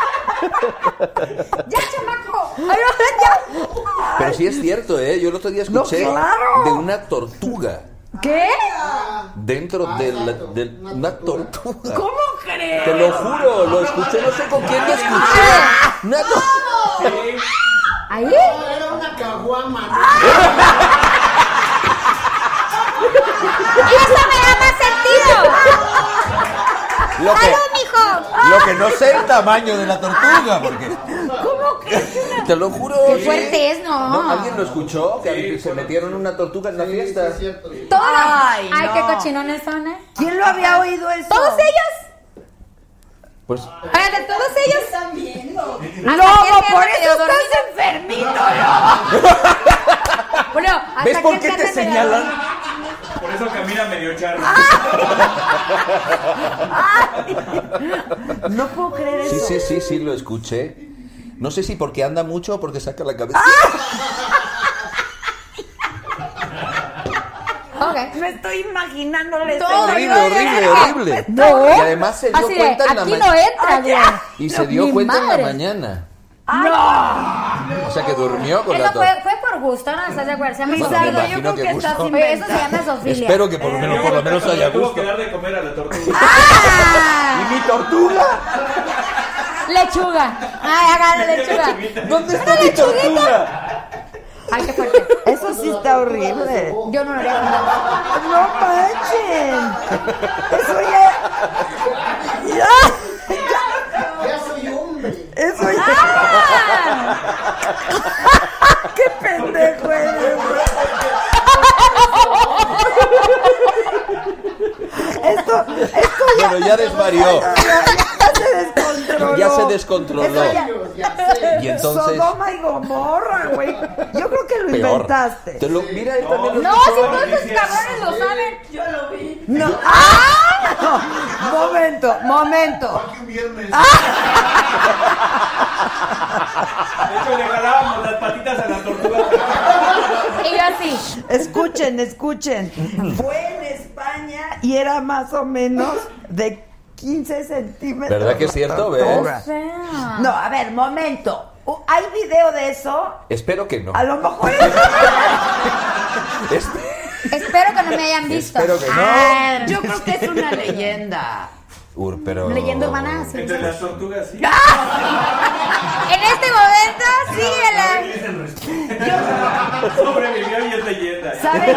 ¡Ya, chamaco! ¡Ay, no, ya! Pero sí es cierto, ¿eh? Yo el otro día escuché No, claro. de una tortuga ¿Qué? dentro de, la, de una tortuga. ¿Cómo crees? Te lo juro, lo escuché, no sé con quién lo escuché. Una tor- ¿Ahí? Era una caguama. ¡Eso me da más sentido! Lo que, ¡Salud, mijo! lo que no sé el tamaño de la tortuga, porque ¿Cómo crees? te lo juro. ¡Qué sí. fuerte es, no! ¿Alguien lo escuchó? Que se metieron una tortuga en la fiesta. ¡Todos! Ay, ¡Ay, no. qué cochinones son, eh! ¿Quién lo había oído eso? ¿Todos ellos? Pues Oigan, de todos ellos. Están viendo. Lobo, por eso estás enfermito, Lobo. Bueno, hasta ¿ves por que qué se te ande medio- señalan? Por eso camina medio charro. No puedo creer eso. Sí, sí, sí, sí, lo escuché. No sé si porque anda mucho o porque saca la cabeza. ¡Ay, Ok. Me estoy imaginando la Todo, Horrible, yo- horrible, horrible. No. Y además se dio Así de, cuenta en la aquí mañana. no entra, güey. Y se dio Mi cuenta en madre. la mañana. ¡No! O sea que durmió con Eso la fue, tortuga. fue por gusto, ¿no? ¿Estás de acuerdo? Se llama Bueno, me Lizardo, imagino yo creo que que gusto. estás inventando. Eso se llama zoofilia. Espero que por lo menos, por lo menos haya Tuvo gusto. que dar de comer a la tortuga. ¡Ah! ¿Y mi tortuga? Lechuga. Ay, agarra lechuga. ¿Dónde está mi tortuga? Ay, qué fuerte. Eso sí está horrible. Yo no lo haría con nada. No manchen. Eso ya. Ya. Ya soy hombre. Eso ya. ¡Qué pendejo eres! Esto, esto ya. Bueno, ya desvarió. Ya, ya se descontroló. Ya se descontroló. Eso ya- Y entonces. Sodoma y Gomorra, güey. Yo creo que lo Peor. inventaste. Te lo, mira, él también lo No, escuchó. si todos estos cabrones lo saben. Yo lo vi. No. ¡Ah! No. Momento, momento. Un viernes. De hecho, le jalábamos las patitas a la tortuga. Y yo así. Escuchen, escuchen. Fue en España y era más o menos de quince centímetros. ¿Verdad que es cierto? ¿Ves? Tortuga. O sea. No, a ver, momento. Uh, ¿Hay video de eso? Espero que no. A lo mejor es... Espe- Espero que no me hayan visto. Espero que no. Ah, Yo creo que es una leyenda. Ur, pero. Leyenda urbana, sí. Entre las tortugas, sí. En este momento, síguela. Sobrevivió y es leyenda. ¿Saben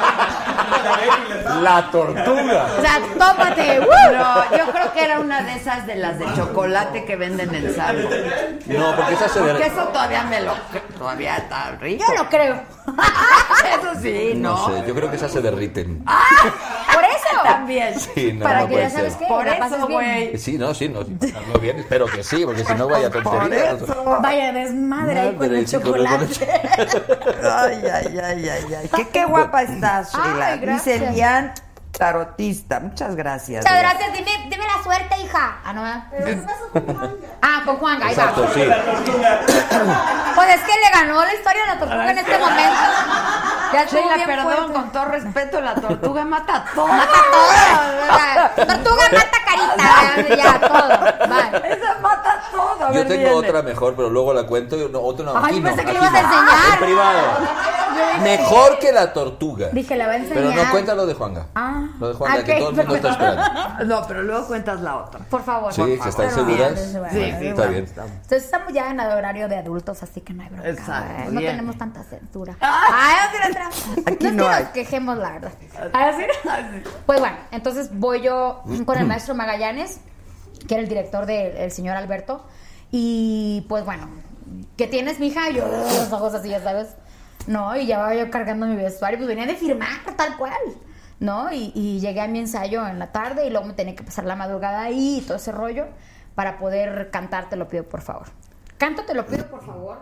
La tortuga. O sea, tómate. ¡Uh! No, yo creo que era una de esas de las de chocolate que venden en Salvo. No, porque esa se Porque ve. eso todavía me lo... Todavía está rico. Yo no creo. Eso sí, ¿no? No sé, yo creo que esas se derriten. Por eso. También. Sí, no, Para no que puede ya sabes ser. qué. Por la pases eso, bien. güey. Sí, no, sí, no. Pasarlo bien, espero que sí, porque si no vaya Por tontería. eso. Vaya desmadre ahí con Madre, el sí, con el- con el- chocolate. Ay, ay, ay, ay, ay. Qué, qué guapa estás, Sheila. Ay, gracias. Dice Lian, tarotista. Muchas gracias. Muchas Lian. gracias. Dime, dime la suerte, hija. Ah, no, ¿verdad? Ah, con Juan, ahí Exacto, va. sí. Pues es que le ganó la historia de la tortuga en este momento. Ya estuvo Sheila, bien perdón, fuerte. con todo respeto, la tortuga mata todo. Mata todo. ¿Verdad? Tortuga mata carita. ¿verdad? Ya, todo. Vale. Esa mata todo. A Yo ver, tengo viene. otra mejor, pero luego la cuento. No, otra no, Ay, aquí no, pensé que aquí le ibas a no. enseñar. En privado. Mejor que la tortuga. Dije, la va a enseñar. Pero no cuenta lo de Juanga. Ah. Lo de Juanga, Ok, que todo el mundo está perfecto. esperando. No, pero luego cuentas la otra. Por favor. Sí, por si favor. están Pero seguras. bien, sí, Sí, sí, Está bien. Entonces estamos ya en el horario de adultos, así que no hay bronca. Exacto, ¿eh? No bien. tenemos tanta censura. Ay, no, no, no. Aquí no es no que hay. nos quejemos, la verdad. ¿Ah, sí? Pues bueno, entonces voy yo con el maestro Magallanes, que era el director del el señor Alberto. Y pues bueno, ¿qué tienes, mija? Y yo, los ojos así, ya sabes. No, y ya yo cargando mi vestuario, pues venía de firmar, tal cual. ¿No? Y, y llegué a mi ensayo en la tarde y luego me tenía que pasar la madrugada ahí y todo ese rollo para poder cantar, te lo pido por favor. Canto, te lo pido por favor.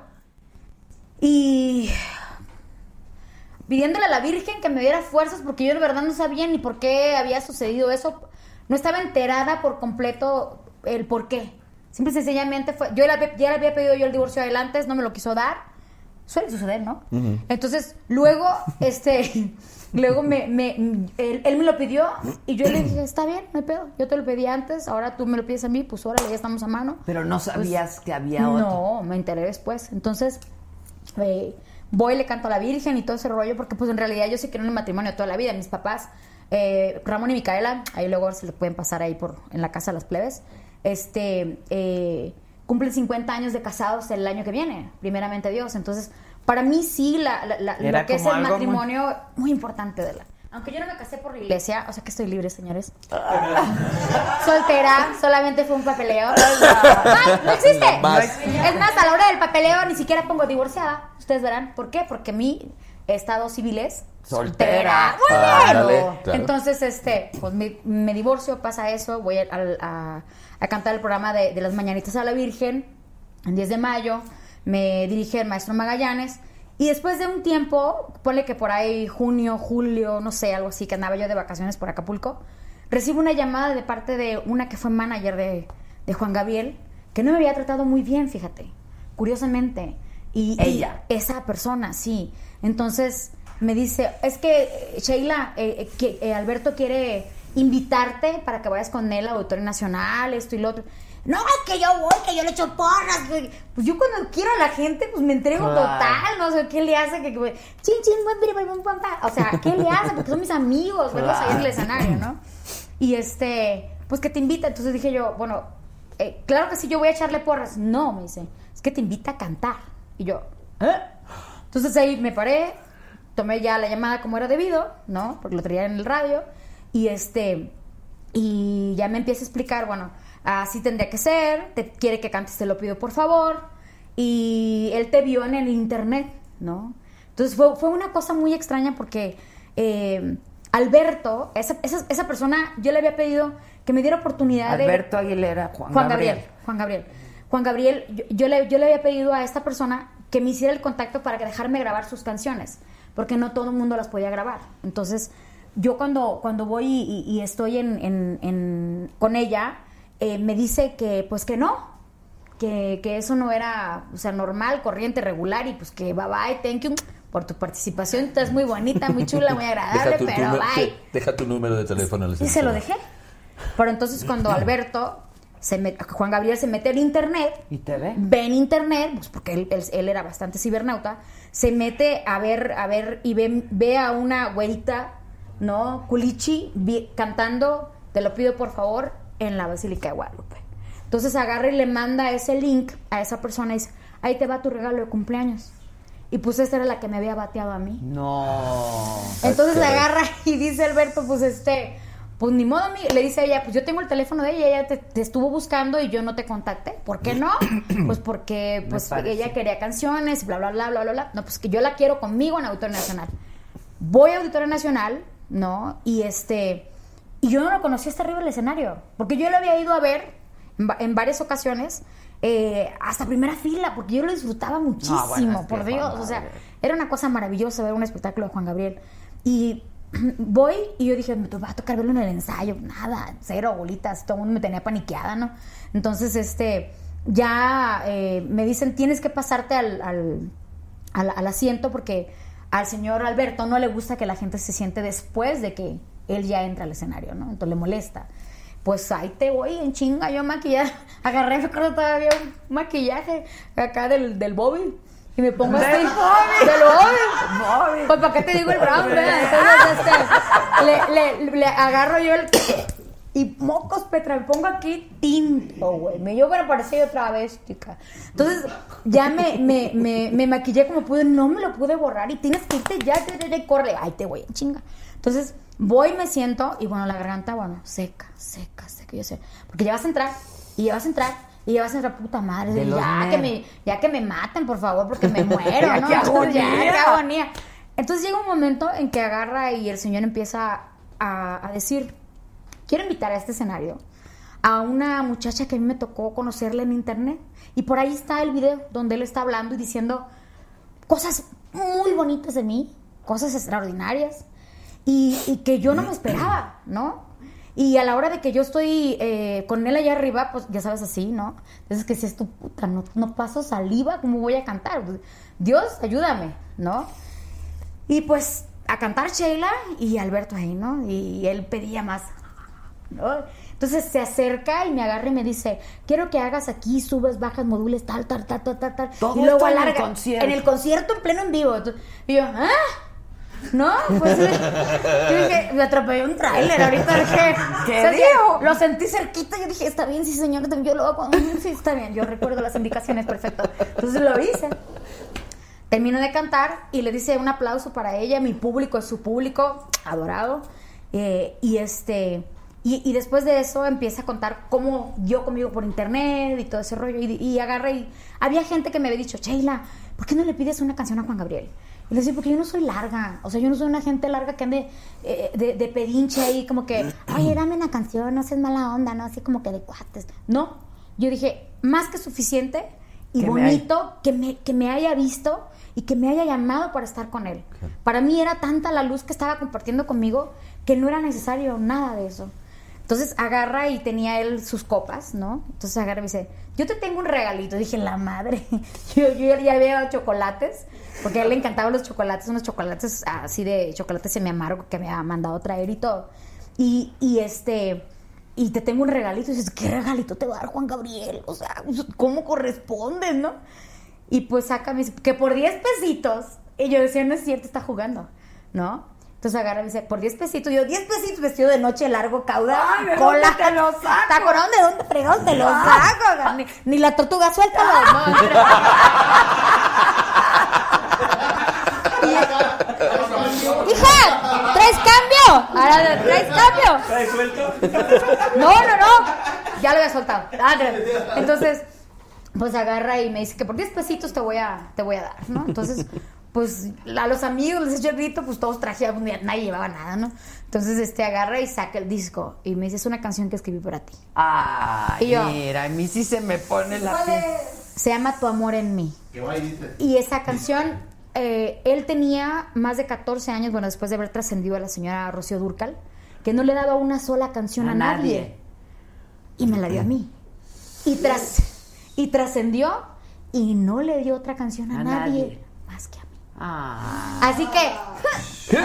Y pidiéndole a la Virgen que me diera fuerzas porque yo de verdad no sabía ni por qué había sucedido eso. No estaba enterada por completo el por qué. Simple y sencillamente fue... Yo la- ya le había pedido yo el divorcio a él antes, no me lo quiso dar. Suele suceder, ¿no? Ujú. Entonces, luego, este... Luego me, me, él, él me lo pidió y yo le dije, está bien, no hay pedo. Yo te lo pedí antes, ahora tú me lo pides a mí, pues órale, ya estamos a mano. Pero no sabías Pues, que había otro. No, me enteré después. Entonces, eh, voy, le canto a la Virgen y todo ese rollo, porque pues en realidad yo sí quiero un matrimonio toda la vida. Mis papás, eh, Ramón y Micaela, ahí luego se le pueden pasar ahí por en la casa de las plebes, este, eh, cumplen cincuenta años de casados el año que viene, primeramente Dios. Entonces, para mí sí, la, la, la- Era lo que es como el algo muy- matrimonio, muy... importante de la... Aunque yo no me casé por la iglesia, o sea que estoy libre, señores. Soltera, solamente fue un papeleo. Ah, no existe. No más. Es más, a la hora del papeleo ni siquiera pongo divorciada. Ustedes verán. ¿Por qué? Porque mi estado civil es Soltera. Muy Ándale, bien. claro. Entonces, este, pues me, me divorcio, pasa eso. Voy a, a- a cantar el programa de, de las Mañanitas a la Virgen. El diez de mayo me dirige el maestro Magallanes. Y después de un tiempo, ponle que por ahí junio, julio, no sé, algo así, que andaba yo de vacaciones por Acapulco, recibo una llamada de parte de una que fue manager de, de Juan Gabriel, que no me había tratado muy bien, fíjate, curiosamente. Y, Ella. y esa persona, sí. Entonces, me dice, es que Sheila, eh, que eh, Alberto quiere invitarte para que vayas con él a Auditorio Nacional, esto y lo otro. No, que yo voy, que yo le echo porras. Que... Pues yo cuando quiero a la gente, pues me entrego Claro. total. No sé qué le hace. Que, que... Chin, chin, buen, buen, buen, buen, o sea, ¿qué le hace? Porque son mis amigos, verlos Claro. ahí en el escenario, ¿no? Y este, pues que te invita. Entonces dije yo, bueno, eh, claro que sí, yo voy a echarle porras. No, me dice, es que te invita a cantar. Y yo, ¿eh? Entonces ahí me paré, tomé ya la llamada como era debido, ¿no? Porque lo traía en el radio. Y este, y ya me empieza a explicar, bueno, así tendría que ser, te quiere que cantes, te lo pido por favor. Y él te vio en el internet, ¿no? Entonces fue, fue una cosa muy extraña porque eh, Alberto, esa, esa, esa persona, yo le había pedido que me diera oportunidad Alberto de... Aguilera, Juan, Juan Gabriel. Gabriel. Juan Gabriel. Juan Gabriel, yo, yo, le, yo le había pedido a esta persona que me hiciera el contacto para dejarme grabar sus canciones, porque no todo el mundo las podía grabar. Entonces, yo cuando, cuando voy y, y estoy en, en, en, con ella, eh, me dice que pues que no, que, que eso no era, o sea, normal, corriente, regular, y pues que bye bye, thank you por tu participación, estás muy bonita, muy chula, muy agradable, Deja tu, pero número- bye. te- deja tu número de teléfono. Y se lo dejé. Pero entonces cuando Alberto, se met- Juan Gabriel se mete en internet, ¿Y te ve? ve en internet, pues porque él, él- él era bastante cibernauta, se mete a ver, a ver y ve, ve a una güerita, ¿no? Culichi, vi- cantando Te lo pido por favor en la Basílica de Guadalupe. Entonces agarra y le manda ese link a esa persona y dice, ahí te va tu regalo de cumpleaños. Y pues esta era la que me había bateado a mí. No. Entonces Es le que- agarra y dice Alberto, pues este, pues ni modo, mi- le dice a ella, pues yo tengo el teléfono de ella, ella te, te estuvo buscando y yo no te contacté. ¿Por qué no? Pues porque Me pues parece. ella quería canciones, bla, bla, bla, bla, bla, bla. No, pues que yo la quiero conmigo en Auditorio Nacional. Voy a Auditorio Nacional, ¿no? Y este, y yo no lo conocía hasta arriba del escenario, porque yo lo había ido a ver en, va- en varias ocasiones, eh, hasta primera fila, porque yo lo disfrutaba muchísimo, No, bueno, es que por Juan Dios, o sea, Gabriel. era una cosa maravillosa ver un espectáculo de Juan Gabriel. Y voy y yo dije, me va a tocar verlo en el ensayo. Nada, cero bolitas, todo el mundo me tenía paniqueada, ¿no? Entonces, este, ya eh, me dicen, tienes que pasarte al, al, al, al asiento porque al señor Alberto no le gusta que la gente se siente después de que él ya entra al escenario, ¿no? Entonces le molesta. Pues ahí te voy en chinga, yo maquillada, agarré, me acuerdo todavía un maquillaje acá del, del Bobby y me pongo así, ¿Del Bobby? del Bobby. Pues para qué te digo el brown, ¿verdad? Entonces este, le, le, le agarro yo el y mocos, Petra, me pongo aquí tinto, güey, me yo pero parecía otra vez, chica. Entonces ya me, me, me, me maquillé como pude, no me lo pude borrar y tienes que irte ya, ya, ya, ya, corre, ay te voy en chinga. Entonces voy, me siento y bueno, la garganta, bueno, seca, seca, seca, yo sé. Porque ya vas a entrar, y ya vas a entrar, y ya vas a entrar, puta madre. De los Ya nervios. que, me, ya que me maten, por favor, porque me muero, Ya, ¿no? qué Entonces, ya, agonía. qué agonía. Entonces llega un momento en que agarra y el señor empieza a, a decir, quiero invitar a este escenario a una muchacha que a mí me tocó conocerla en internet. Y por ahí está el video donde él está hablando y diciendo cosas muy bonitas de mí, cosas extraordinarias. Y, y que yo no me esperaba, ¿no? Y a la hora de que yo estoy eh, con él allá arriba, pues ya sabes así, ¿no? Entonces que si es tu puta, no, no paso saliva, ¿cómo voy a cantar? Dios, ayúdame, ¿no? Y pues a cantar Sheila y Alberto ahí, ¿no? Y él pedía más, ¿no? Entonces se acerca y me agarra y me dice, quiero que hagas aquí, subes, bajas, modules, tal, tal, tal, tal, tal, tal. Todo Y luego esto en el alarga. concierto. En el concierto en pleno en vivo. Y yo, ¿ah? ¿No? Pues yo dije, me atropelló un tráiler ahorita. Dije, ¿Qué o sea, dijo? lo sentí cerquita. Yo dije, está bien, sí, señor. Yo lo hago. Sí, está bien. Yo recuerdo las indicaciones, perfecto. Entonces lo hice. Termino de cantar y le dice un aplauso para ella. Mi público es su público, adorado. Eh, y este... Y, y después de eso empieza a contar cómo yo conmigo por internet y todo ese rollo. Y, y agarré y... Había gente que me había dicho, Sheila, ¿por qué no le pides una canción a Juan Gabriel? Y le decía, porque yo no soy larga. O sea, yo no soy una gente larga que ande eh, de, de pedinche ahí como que, oye, dame una canción, no seas mala onda, ¿no? Así como que de cuates. No. Yo dije, más que suficiente y Que me bonito que me, que me haya visto y que me haya llamado para estar con él. Para mí era tanta la luz que estaba compartiendo conmigo que no era necesario nada de eso. Entonces agarra y tenía él sus copas, ¿no? Entonces agarra y me dice, yo te tengo un regalito. Dije, la madre. Yo, yo ya veo chocolates. porque a él le encantaban los chocolates, unos chocolates así de chocolate semi amargo que me había mandado traer y todo. Y, y este, y te tengo un regalito, y dices, ¿qué regalito te va a dar Juan Gabriel? O sea, ¿cómo corresponde, no? Y pues saca mis, que por diez pesitos, y yo decía, no es cierto, está jugando, ¿no? Entonces agarra y me dice, por diez pesitos, yo, diez pesitos vestido de noche largo, cauda, Ay, ¿de cola, dónde te lo saco? taconón, ¿de dónde fregados te lo saco? Ni, ni la tortuga, suéltalo, ¿no? ¡Hija! ¿Traes cambio? Ahora, ¿traes cambio? ¿Traes suelto? No, no, no. Ya lo había soltado. Entonces, pues agarra y me dice que por diez pesitos te voy a, te voy a dar, ¿no? Entonces, pues a los amigos les eché el grito, pues todos trajeron, nadie llevaba nada, ¿no? Entonces, este, agarra y saca el disco y me dice, es una canción que escribí para ti. Ay, y yo, mira, a mí sí se me pone la piel. Se llama Tu amor en mí. ¿Qué va y dice? Y esa canción, eh, él tenía más de catorce años, bueno, después de haber trascendido a la señora Rocío Dúrcal, que no le daba una sola canción a, a nadie. nadie. Y me la dio a mí. Y, tras, y trascendió y no le dio otra canción a, a nadie, nadie más que a mí. Ah. Así que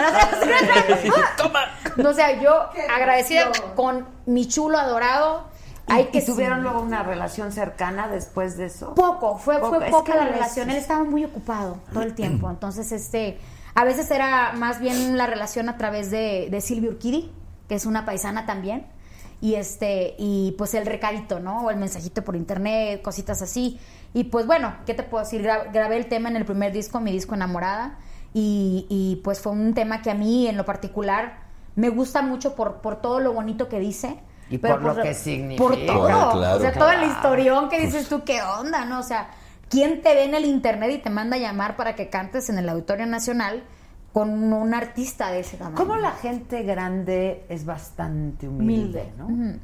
no sé, yo agradecida con mi chulo adorado. Hay que tuvieron sí. luego una relación cercana después de eso. Poco, fue poco, fue poca la relación. Es... Él estaba muy ocupado todo el tiempo. Entonces, este, a veces era más bien la relación a través de, de Silvia Urquidi, que es una paisana también. Y este, y pues el recadito, ¿no? O el mensajito por internet, cositas así. Y pues bueno, ¿qué te puedo decir? Gra- grabé el tema en el primer disco, mi disco Enamorada. Y, y pues fue un tema que a mí en lo particular me gusta mucho por, por todo lo bonito que dice. Y pero por, por lo que significa. Por todo. Claro, claro, o sea, claro. todo el historión que dices tú, ¿qué onda, no? O sea, ¿quién te ve en el internet y te manda a llamar para que cantes en el Auditorio Nacional con un artista de ese tamaño? ¿Cómo la gente grande es bastante humilde, humilde. ¿no? Uh-huh.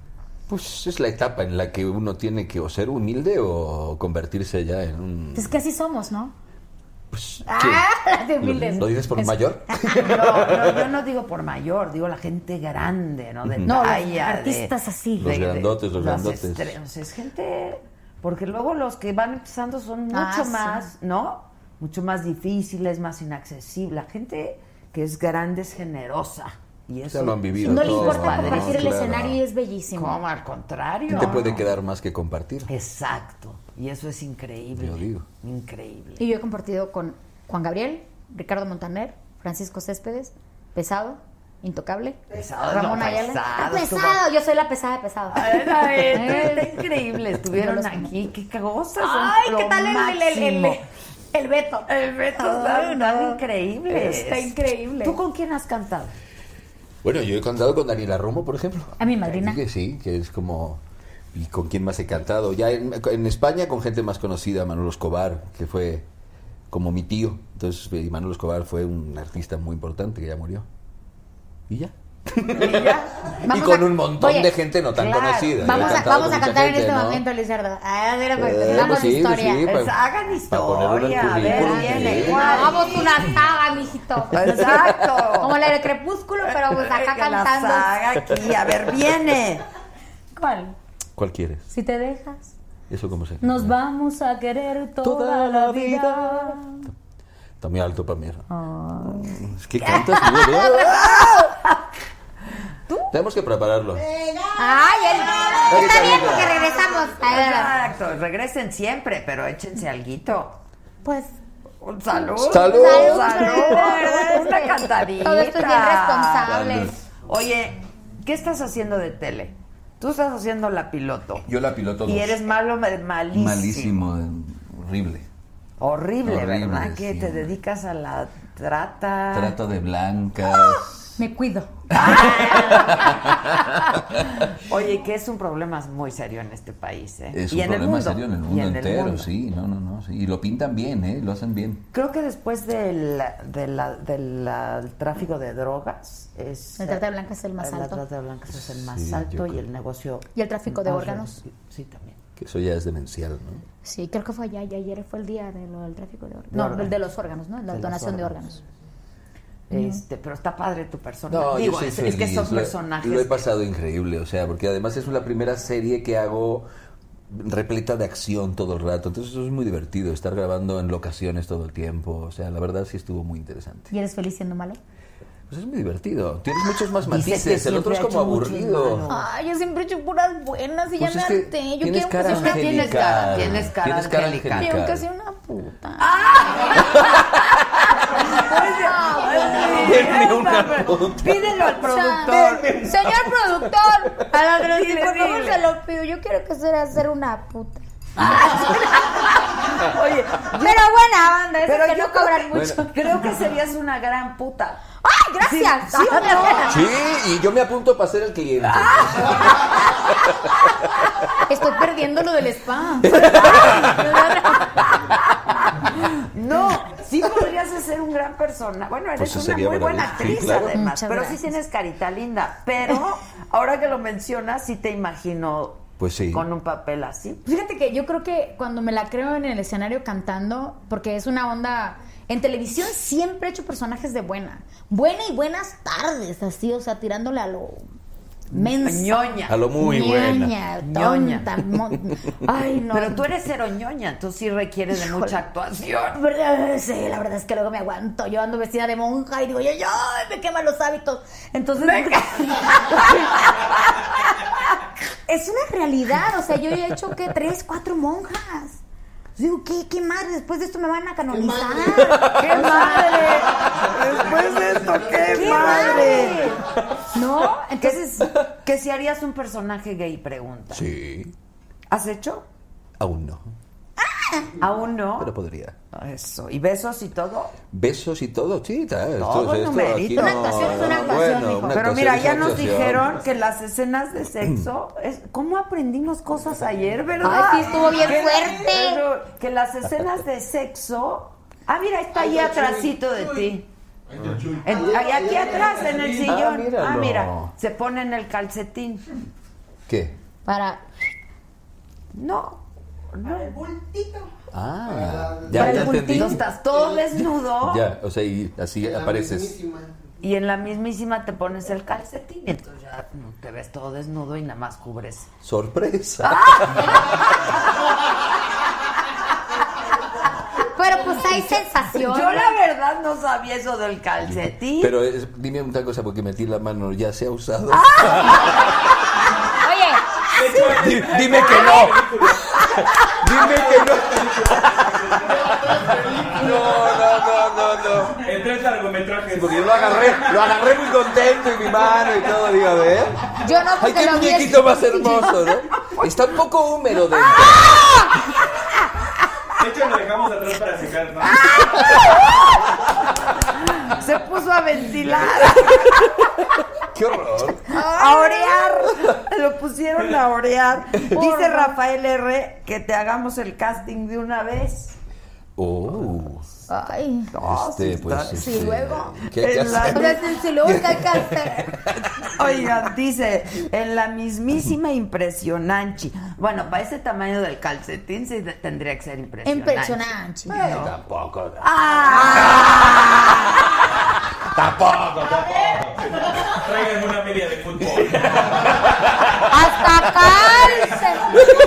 Pues es la etapa en la que uno tiene que o ser humilde o convertirse ya en un... Es que así somos, ¿no? Pues, ah, de humildes. ¿Lo dices por es... mayor? No, no, yo no digo por mayor, digo la gente grande, ¿no? De no, talla, artistas de, así. Los de, grandotes, los de, grandotes. Estre- es gente... Porque luego los que van empezando son mucho ah, más, sí. ¿no? Mucho más difíciles, más inaccesibles. La gente que es grande es generosa. Y eso ya lo han vivido. No le todos, importa ¿no? compartir Claro. el escenario y es bellísimo. ¿Cómo? Al contrario. ¿Qué te puede quedar más que compartir? Exacto. Y eso es increíble. Yo digo. Increíble. Y yo he compartido con Juan Gabriel, Ricardo Montaner, Francisco Céspedes, Pesado, Intocable, Pesado, Ramón no, Ayala. pesado, Ah, pesado, estuvo... yo soy la pesada de Pesado. Ay, está, está increíble. Estuvieron los... aquí, qué cosas. Ay, ¿qué tal el, el, el, el, el Beto? El Beto está, está increíble. Está increíble. ¿Tú con quién has cantado? Bueno, yo he cantado con Daniela Romo, por ejemplo. A mi madrina. Que sí, que es como... ¿Y con quién más he cantado? Ya en, en España con gente más conocida, Manolo Escobar, que fue como mi tío. Entonces, y Manolo Escobar fue un artista muy importante que ya murió. ¿Y ya? ¿Y ya? Y con a... un montón Oye, de gente no tan claro. conocida. Vamos a, vamos a cantar gente, en este ¿no? momento, Lizardo. Ah, mira, pues, Eh, damos pues sí, historia. pues sí, Pues pa- hagan para ponerlo en el historia. A ver, currículum, viene. sí. Hagamos una saga, mijito. Exacto. Como la de Crepúsculo, pero pues acá Que cantando. La saga aquí. A ver, viene. ¿Cuál? ¿Cuál quieres? Si te dejas, ¿Eso cómo se nos vamos a querer toda, toda la vida. Está muy alto para mí. Ay. Es que cantas muy bien. ¿Tú? Tenemos que prepararlo. Ay, el... está bien porque regresamos. Exacto, regresen siempre, pero échense alguito. Pues... Un salud. Salud. Salud. Salud. Una cantadita. Todo esto es bien responsable. Salud. Oye, ¿qué estás haciendo de tele? Tú estás haciendo La Piloto. Yo La Piloto Y dos. eres malo, malísimo. Malísimo, eh, horrible. Horrible, Horrible, ¿verdad? Que sí. te dedicas a la trata. Trata de blancas. Me cuido. Oye, que es un problema muy serio en este país, ¿eh? Es y un en problema el mundo, serio en el y mundo en el entero, mundo. sí, no, no, no, sí. Y lo pintan bien, ¿eh? Lo hacen bien. Creo que después del, de la, de la- del tráfico de drogas es... El trata de blancas es el más La alto. trata de blancas es el más Sí, yo alto y creo. el negocio... Y el tráfico de más órganos. reducido. Sí, también. Que eso ya es demencial, ¿no? Sí, creo que fue allá, y ayer fue el día de lo del tráfico de órganos. De No, órganos. del de los órganos, ¿no? La De los donación de órganos. órganos. Este, pero está padre tu personaje. No, Digo, yo soy es, feliz. es que son Lo he- personajes... Lo he pasado increíble, o sea, porque además es la primera serie que hago repleta de acción todo el rato. Entonces eso es muy divertido, estar grabando en locaciones todo el tiempo. O sea, la verdad sí estuvo muy interesante. ¿Y eres feliz siendo malo? Pues es muy divertido. Tienes muchos más Dice que matices. El otro es siempre como ha hecho muchos aburrido. malos. Ay, yo siempre he hecho puras buenas y Pues ya es me que harté. Yo tienes quiero cara que sea una Tienes cara, angelical. tienes cara Tienes cara angelical. Quiero que angelical. sea una puta. Denme una puta. Pídelo al productor. Señor productor, a la que Dile, por favor dile. se lo pido. Yo quiero que sea hacer una puta. Oye, Pero buena banda, es pero que yo no cobran creo, mucho. creo que serías una gran puta. ¡Ay, gracias! Sí, ¿sí o no? Sí, y yo me apunto para ser el cliente. Estoy perdiendo lo del spa. No, sí podrías ser un gran persona. Bueno, eres Pues eso una sería muy buena maravilloso. actriz Sí, claro. además, Muchas pero gracias. sí tienes carita linda. Pero ahora que lo mencionas, sí te imagino Pues sí. con un papel así. Fíjate que yo creo que cuando me la creo en el escenario cantando, porque es una onda... En televisión siempre he hecho personajes de buena. Buena y buenas tardes, así, o sea, tirándole a lo... mensa. Ñoña. A lo muy Ñoña, Ñoña. tonta, mo- Ay, no. Pero tú eres cero ñoña, entonces sí requiere de mucha actuación. ¿Verdad? Sí, la verdad es que luego me aguanto. Yo ando vestida de monja y digo, yo, yo, me queman los hábitos. Entonces, es una realidad. O sea, yo he hecho, ¿qué? Tres, cuatro monjas. Digo, ¿qué, qué madre? Después de esto me van a canonizar. ¡Qué madre! Después de esto, ¡qué, ¡Qué madre! madre! ¿No? Entonces, Que si harías un personaje gay, pregunta. Sí, ¿Has hecho? aún no, ¿Aún no? pero podría. Eso. ¿Y besos y todo? Besos y todo, sí, está. Esto, Todo esto numerito. aquí Una no- actuación es una actuación, bueno, mijo. una Pero actuación mira, es ya una nos actuación. dijeron que las escenas de sexo... Es, ¿Cómo aprendimos cosas ayer, verdad? Ay, sí, estuvo bien Que- fuerte. pero que las escenas de sexo... Ah, mira, está ahí atrásito de ti. En- ahí aquí atrás, en el sillón. míralo. Ah, mira, se pone en el calcetín. ¿Qué? para... No, no. Ah, Para ya, el ya entendí. bultito estás todo desnudo. Ya, o sea, y así apareces. Y en la mismísima te pones el calcetín. Y entonces ya no te ves todo desnudo y nada más cubres. Sorpresa. Pero pues hay sensación. Yo la verdad no sabía eso del calcetín. Pero es- dime una cosa, porque metí la mano, ya se ha usado. Oye, Di- dime que no. Dime que no. No, no, no, no, no. En tres largometrajes. Porque yo lo agarré, lo agarré muy contento en mi mano y todo, digo, a ver. yo no, Ay, porque qué lo vi muñequito es- más hermoso, ¿no? Está un poco húmedo dentro. De hecho, lo dejamos atrás para secar, ¿no? Se puso a ventilar, ¡Qué horror! a orear. Lo pusieron a orear. Dice Rafael R. que te hagamos el casting de una vez. Oh. Ay. Este, pues. Sí, este, luego. ¿Qué hay que En la- hacer? O sea, si- si luego que hay que hacer. Oigan, dice, en la mismísima impresionante. Bueno, para ese tamaño del calcetín sí de- tendría que ser impresionante. Impresionante. Eh, Tampoco. ¡Ah! Tampoco, tampoco. Traigan una media de fútbol. Hasta cárcel.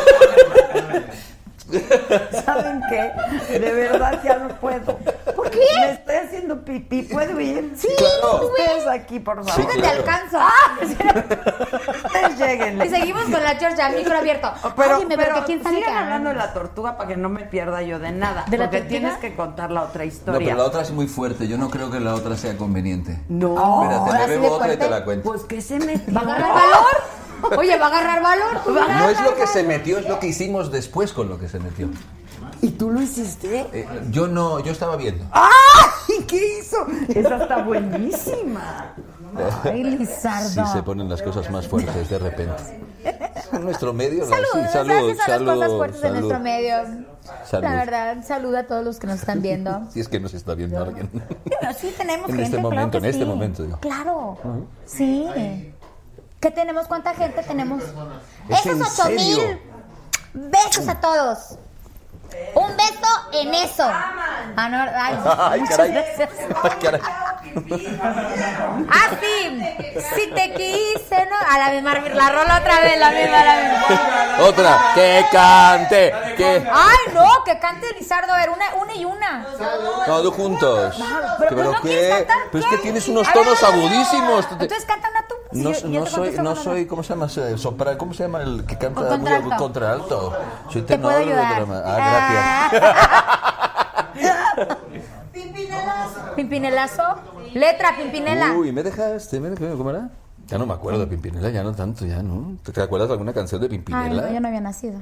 ¿Saben qué? De verdad ya no puedo. ¿Por qué? Me estoy haciendo pipí. ¿Puedo ir? Sí, Claro. Ustedes aquí, por favor. Sí, Yo te claro. alcanzo. Ustedes lleguen. Y seguimos con la Georgia, micro abierto. Pero, Óyeme, pero que quién sabe sigan qué hablando de la tortuga para que no me pierda yo de nada. ¿De la porque tortuga? tienes que contar la otra No, historia. pero la otra es muy fuerte. Yo no creo que la otra sea conveniente. No. Espérate, ahora me sí de bebo otra y fuerte. te la cuento. Pues que se metió. ¿Va a agarrar valor? Oye, ¿va a agarrar valor? Tú mira. No es lo que se metió, es lo que hicimos después con lo que se metió. ¿Y tú lo hiciste? Eh, yo no, yo estaba viendo. ¡Ay! ¿Qué hizo? Esa está buenísima. Ay, Lizardo. Sí, se ponen las cosas más fuertes de repente. En nuestro medio, ¿no? Salud, Sí, esas salud, son las salud, cosas fuertes de salud. nuestro medio. Salud. La verdad, salud a todos los que nos están viendo. Si es que nos está viendo alguien. Bueno, sí tenemos En gente, este claro momento, que en este sí. momento, digo. Claro, sí. ¿Qué tenemos? ¿Cuánta gente tenemos? ¿Es en Esos ocho mil. serio? Besos a todos. Un beso en eso. Ah, no, ay, Ay, muchas caray. gracias. Ay, caray. Ah, sí. Si te quise, ¿no? A la misma, la rola otra vez, la misma, la misma. Otra, que cante, que... Ay, no, que cante Lizardo, a ver, una, una y una. No, dos juntos. Pero, ¿Pero ¿no qué? quieres cantar? Pero es que tienes unos A tonos ver, agudísimos. Entonces canta una tú. Si No, yo- yo no te soy, contesto no con soy, ¿cómo se llama? Sopra, ¿cómo se llama el que canta Con muy contralto. contralto? Soy Te tenor puedo de ayudar. drama. Ah, gracias. Pimpinelazo. Letra, Pimpinela. Uy, ¿me dejaste? ¿Me dejaste? ¿Cómo era? Ya no me acuerdo de Pimpinela, ya no tanto, ya no. ¿Te, te acuerdas de alguna canción de Ay, Pimpinela? no, yo no había nacido.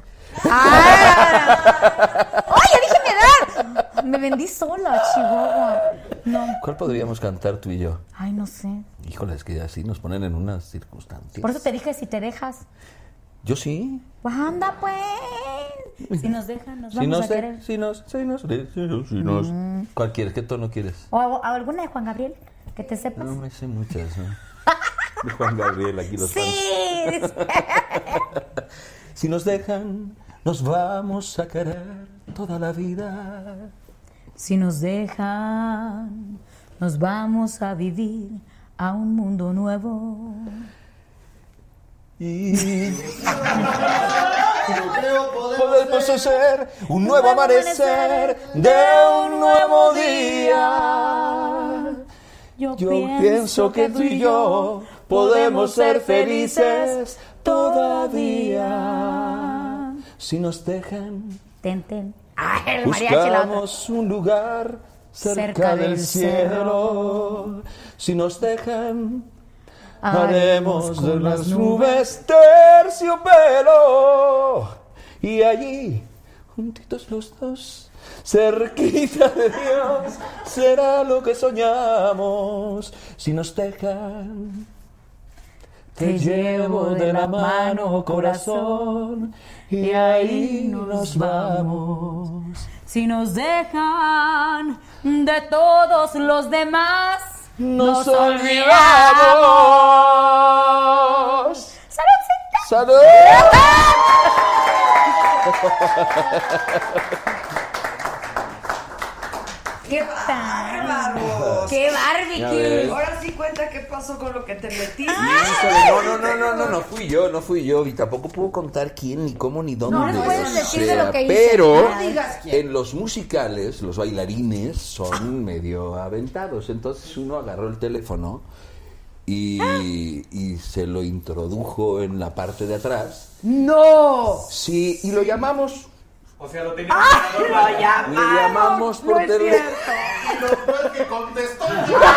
¡Ah! ¡Oye, dije mi edad! Me vendí sola, Chihuahua. No. ¿Cuál podríamos cantar tú y yo? Ay, no sé. Híjole, es que así nos ponen en unas circunstancias. Por eso te dije si te dejas. Yo sí. Pues anda, pues. Si nos dejan, nos Si vamos nos a de- querer. si nos, si nos, si nos, si nos. Mm. ¿Cuál quieres? ¿Qué tono quieres? O, o alguna de Juan Gabriel, que te sepas. No me sé muchas, ¿no? De Juan Gabriel, aquí los Sí. fans. Si nos dejan, nos vamos a querer toda la vida. Si nos dejan, nos vamos a vivir a un mundo nuevo. Y podemos hacer un nuevo amanecer de un nuevo día. Yo, Yo pienso que tú y yo podemos ser felices todavía. Si nos dejan, Ten, ten. Ay, el mariachi la otra. buscamos un lugar cerca, Cerca del del cielo. Si nos dejan, Haremos haremos con de las las nubes terciopelo. Y allí, juntitos los dos, cerquita de Dios, será lo que soñamos. Si nos dejan, te llevo de la mano, corazón, y ahí nos vamos. Si nos dejan de todos los demás, Nos nos olvidamos. ¡Saludcita! ¡Salud! ¡Qué bárbaro! ¡Qué Ya barbecue! ves. Ahora sí cuenta qué pasó con lo que te metiste. No, no, no, no, no, no fui yo, no fui yo, y tampoco puedo contar quién, ni cómo, ni dónde. No les puedes decir de lo que hice. Pero No digas quién. en los musicales, los bailarines son medio aventados. Entonces uno agarró el teléfono y, y se lo introdujo en la parte de atrás. ¡No! Sí, y lo llamamos. O sea, lo tenía ¡Ah! en el ¡Lo ganador. llamaron! Le llamamos por no es teléfono. cierto. Y lo peor es que contestó.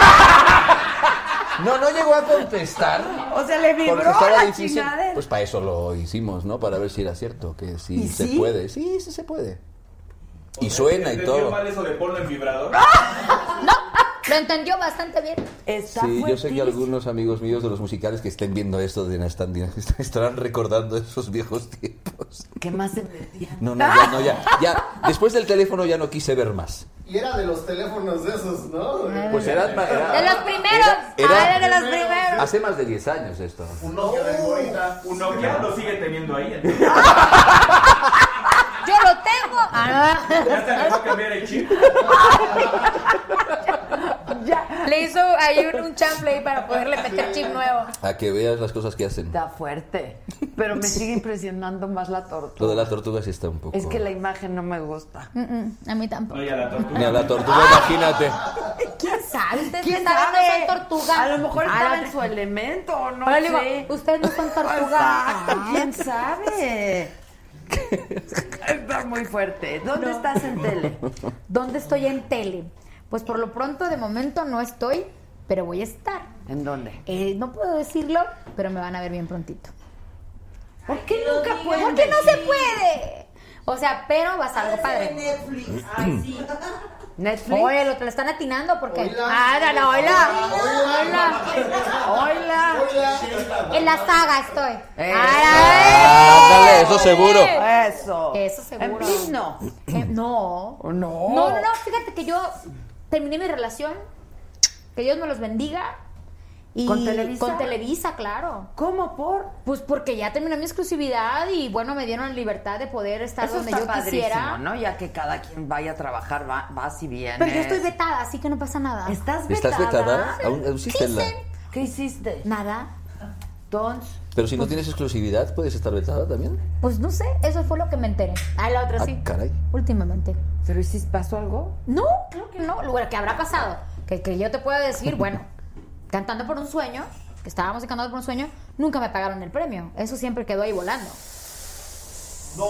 No, no llegó a contestar. O sea, le vibró Porque estaba la difícil. chingadera. Pues para eso lo hicimos, ¿no? Para ver si era cierto, que sí ¿Y se sí? puede. Sí, sí se puede. O Y sea, suena y ¿entendió todo. mal eso de ponlo en vibrador? No, lo entendió bastante bien. Está Sí, yo sé que fuertísimo. algunos amigos míos de los musicales que estén viendo esto de están, estarán recordando esos viejos tiempos. ¿Qué más se metía? No, no, ya, no, ya, ya. Después del teléfono ya no quise ver más. Y era de los teléfonos de esos, ¿no? Pues era, era- De los primeros. Era- era- Ah, era de los primeros. hace más de diez años esto. Un Nokia de morita. Un Nokia lo sigue teniendo ahí. Entonces. Yo lo tengo. Ah, Ya se le va a cambiar el chip. no. Le hizo ahí un, un chanfle ahí para poderle meter chip nuevo. A que veas las cosas que hacen. Está fuerte. Pero me sigue impresionando más la tortuga. Lo de la tortuga sí está un poco. Es que la imagen no me gusta. Mm, mm, a mí tampoco. Oye, a la tortuga. Ni a la tortuga, imagínate. ¿Quién sabe? Ustedes ¿Quién que saben, sabe? no son tortuga. A lo mejor Ah, estaba la en otra- su elemento, o no Ahora le sé. digo, ustedes no son tortuga. Exacto, Ah. ¿quién sabe? Está muy fuerte. ¿Dónde estás en tele? ¿Dónde estoy en tele? Pues por lo pronto, de momento no estoy, pero voy a estar. ¿En dónde? Eh, no puedo decirlo, pero me van a ver bien prontito. ¿Por qué nunca pueden ¿Por qué no se decir? puede? O sea, pero va a ser algo padre. Netflix. Ay, sí. ¿Netflix? Oye, lo te lo están atinando porque. Oila. Ah, no, no, oila. Oila. Hola. En la saga estoy. Eh. Ay, Ándale, eso seguro. Eso. Eso seguro. En fin, no. Eh, no. No. No, no, no. Fíjate que yo terminé mi relación. Que Dios me los bendiga. Y ¿Con Televisa? Con Televisa, claro. ¿Cómo por? Pues porque ya terminó mi exclusividad y bueno, me dieron la libertad de poder estar Eso donde está yo padrísimo, quisiera. ¿no? Ya que cada quien vaya a trabajar, va, vas y vienes. Pero yo estoy vetada, así que no pasa nada. ¿Estás vetada? ¿Estás vetada? ¿Aún existe ¿Qué la- hice? ¿Qué hiciste? Nada. Entonces, Pero si no tienes exclusividad, ¿puedes estar vetada también? Pues no sé, eso fue lo que me enteré. Ah, la otra Ah, sí. caray. Últimamente. ¿pero si pasó algo? No, creo que no. Lo que habrá pasado. Que, que yo te pueda decir, bueno, cantando por un sueño, que estábamos cantando por un sueño, nunca me pagaron el premio. Eso siempre quedó ahí volando. ¡No!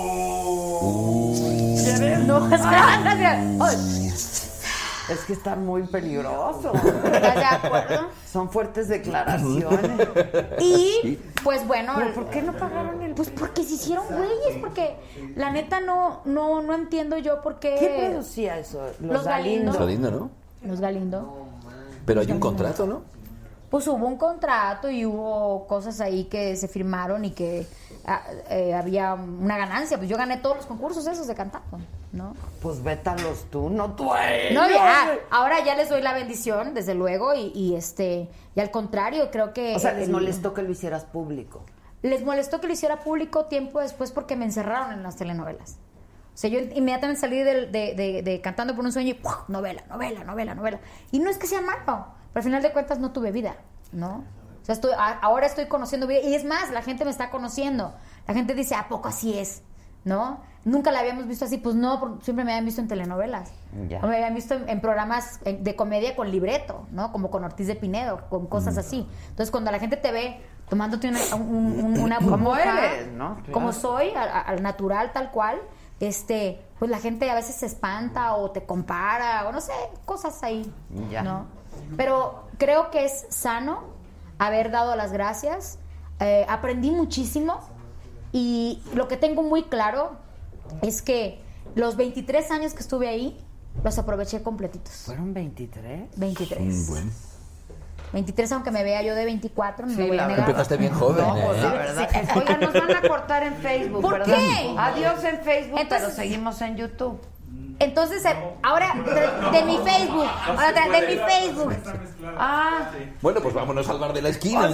No, gracias. Es que está muy peligroso. ¿Estás de acuerdo? Son fuertes declaraciones. Y, pues bueno. ¿Pero por qué no pagaron el Pues porque se hicieron güeyes, porque la neta no, no, no entiendo yo por qué. ¿Quién producía eso? Los, Los Galindo. Los Galindo, ¿no? Los Galindo. Pero hay un contrato, ¿no? Pues hubo un contrato y hubo cosas ahí que se firmaron y que ah, eh, había una ganancia. Pues yo gané todos los concursos esos de cantando, ¿no? Pues vétalos tú, no tú a ellos. No, ya. Ahora ya les doy la bendición, desde luego, y, y este, y al contrario, creo que. O sea, les el- molestó que lo hicieras público. Les molestó que lo hiciera público tiempo después porque me encerraron en las telenovelas. O sea, yo inmediatamente salí de, de, de, de Cantando por un Sueño y ¡puf! novela, novela, novela, novela. Y no es que sea malo, pero al final de cuentas no tuve vida, ¿no? O sea, estoy, a- ahora estoy conociendo vida. Y es más, la gente me está conociendo. La gente dice, ¿a poco así es? ¿No? Nunca la habíamos visto así. Pues no, porque siempre me habían visto en telenovelas. Ya. O me habían visto en, en programas eh, de comedia con libreto, ¿no? Como con Ortiz de Pinedo, con cosas así. Entonces, cuando la gente te ve tomándote una, un- un- una Como burbuja, eres, ¿no? Claro. como soy, a- a- al natural, tal cual, este, pues la gente a veces se espanta o te compara, o no sé, cosas ahí, Ya. ¿no? Pero creo que es sano haber dado las gracias. Eh, aprendí muchísimo y lo que tengo muy claro es que los veintitrés años que estuve ahí los aproveché completitos. ¿Fueron veintitrés? veintitrés. Mm, bueno. veintitrés, aunque me vea yo de veinticuatro, no Sí, me voy a la negar. Empezaste bien joven, No, pues ¿eh? la verdad. es que- Oigan, nos van a cortar en Facebook, ¿Por ¿verdad? qué? Adiós en Facebook, Entonces- pero seguimos en YouTube. Entonces, eh, ahora de, de mi Facebook, ahora de, de mi Facebook. Ah, Bueno, pues vámonos al bar de la esquina. ¿no?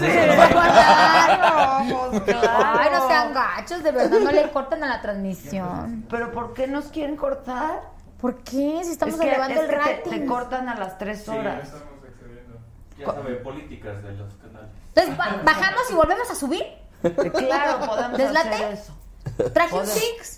Claro, pues claro. ay, no sean gachos, de verdad no le cortan a la transmisión. ¿Pero por qué nos quieren cortar? ¿Por qué? Si estamos Es que- elevando es el que te- rating. Te, cortan a las tres Sí, horas. estamos excediendo. Ya sabe, políticas de los canales. Entonces, ba- bajamos y volvemos a subir. Claro, podemos ¿Les late? hacer eso. Traje un Podemos. six.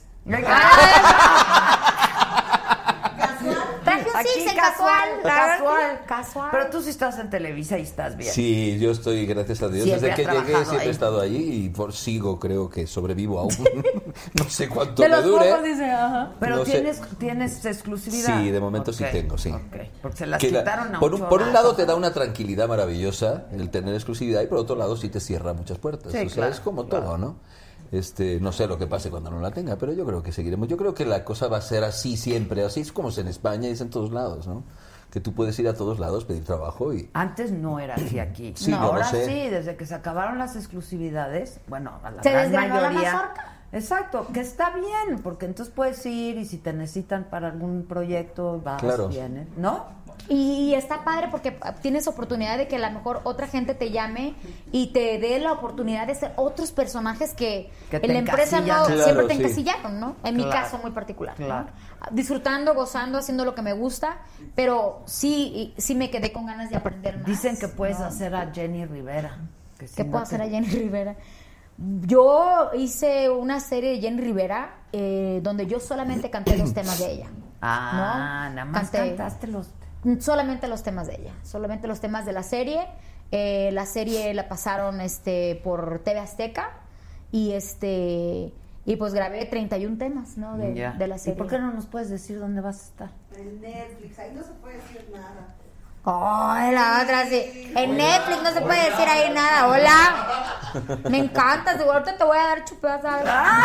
Traje un Aquí six en casual, casual. casual. Casual. Pero tú sí estás en Televisa y estás bien. Sí, yo estoy, gracias a Dios, Siempre desde que has llegué trabajado siempre ahí. he estado allí y por, sigo, creo que sobrevivo aún. No sé cuánto De me los dure. pocos dice, ajá. Pero No sé. tienes, tienes exclusividad. Sí, de momento sí Ok, tengo, sí. ok. Porque se las Que la- quitaron a por, un, un por un chorrazo. lado te da una tranquilidad maravillosa el tener exclusividad y por otro lado sí te cierra muchas puertas. Sí, o sea, claro, es como claro. todo, ¿no? Este, no sé lo que pase cuando no la tenga, pero yo creo que seguiremos. Yo creo que la cosa va a ser así siempre, así es como es en España y es en todos lados, ¿no? Que tú puedes ir a todos lados, pedir trabajo y... Antes no era así aquí. Sí, yo lo ahora sé. sí, desde que se acabaron las exclusividades, bueno, a la Se gran desgranó la mayoría. mazorca. Exacto, que está bien, porque entonces puedes ir y si te necesitan para algún proyecto, vas, Claro. vienes, ¿no? Y, y está padre porque tienes oportunidad de que a lo mejor otra gente te llame y te dé la oportunidad de ser otros personajes que, Que te en la empresa no encasillan. Claro, siempre te sí. encasillaron, ¿no? En mi Claro, caso muy particular, ¿no? claro. Disfrutando, gozando, haciendo lo que me gusta, pero sí, sí me quedé con ganas de aprender más. Dicen que puedes ¿no? hacer a Jenny Rivera. Que si ¿Qué no puedo te- hacer a Jenny Rivera? Yo hice una serie de Jenny Rivera eh, donde yo solamente canté los temas de ella. Ah, ¿no? nada más Canté cantaste los... solamente los temas de ella, solamente los temas de la serie. Eh, la serie la pasaron este por T V Azteca y este y pues grabé treinta y uno temas, ¿no? De, Ya. de la ¿Y serie. por qué no nos puedes decir dónde vas a estar? En Netflix, ahí no se puede decir nada. Ay, la otra sí. En Netflix no se puede decir ahí nada. Hola. Me encanta. Seguro ahorita te voy a dar chupadas.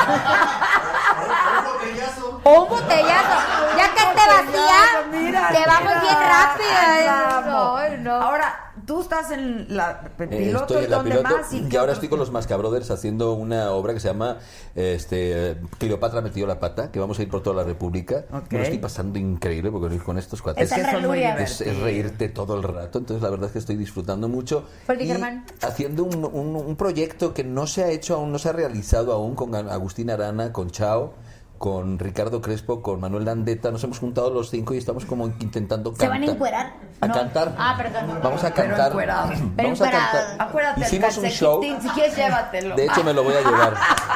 O un botellazo. Ya que te vacía, Mira, te vamos mira. bien rápido. Vamos. Ay, no. Ahora, tú estás en la Eh, piloto estoy y en la dónde piloto más. ¿Y y qué ahora otros- estoy con los Mascabrothers haciendo una obra que se llama este, Cleopatra metió la pata, que vamos a ir por toda la República. Ok. Me lo estoy pasando increíble porque ir con estos cuates Es que son muy es, divertidos. es reírte todo el rato. Entonces la verdad es que estoy disfrutando mucho. Freddy Y Germán. haciendo un, un- un proyecto que no se ha hecho aún, no se ha realizado aún, con Agustín Arana, con Chao, con Ricardo Crespo, con Manuel Landeta. Nos hemos juntado los cinco y estamos como intentando ¿Se van a cantar. encuerar? A No. cantar. Ah, perdón. Vamos a Pero cantar. encuerado. Pero Vamos a encuerado. cantar. Acuérdate, Hicimos el un show. calcetín, si quieres llévatelo. De hecho, me lo voy a llevar.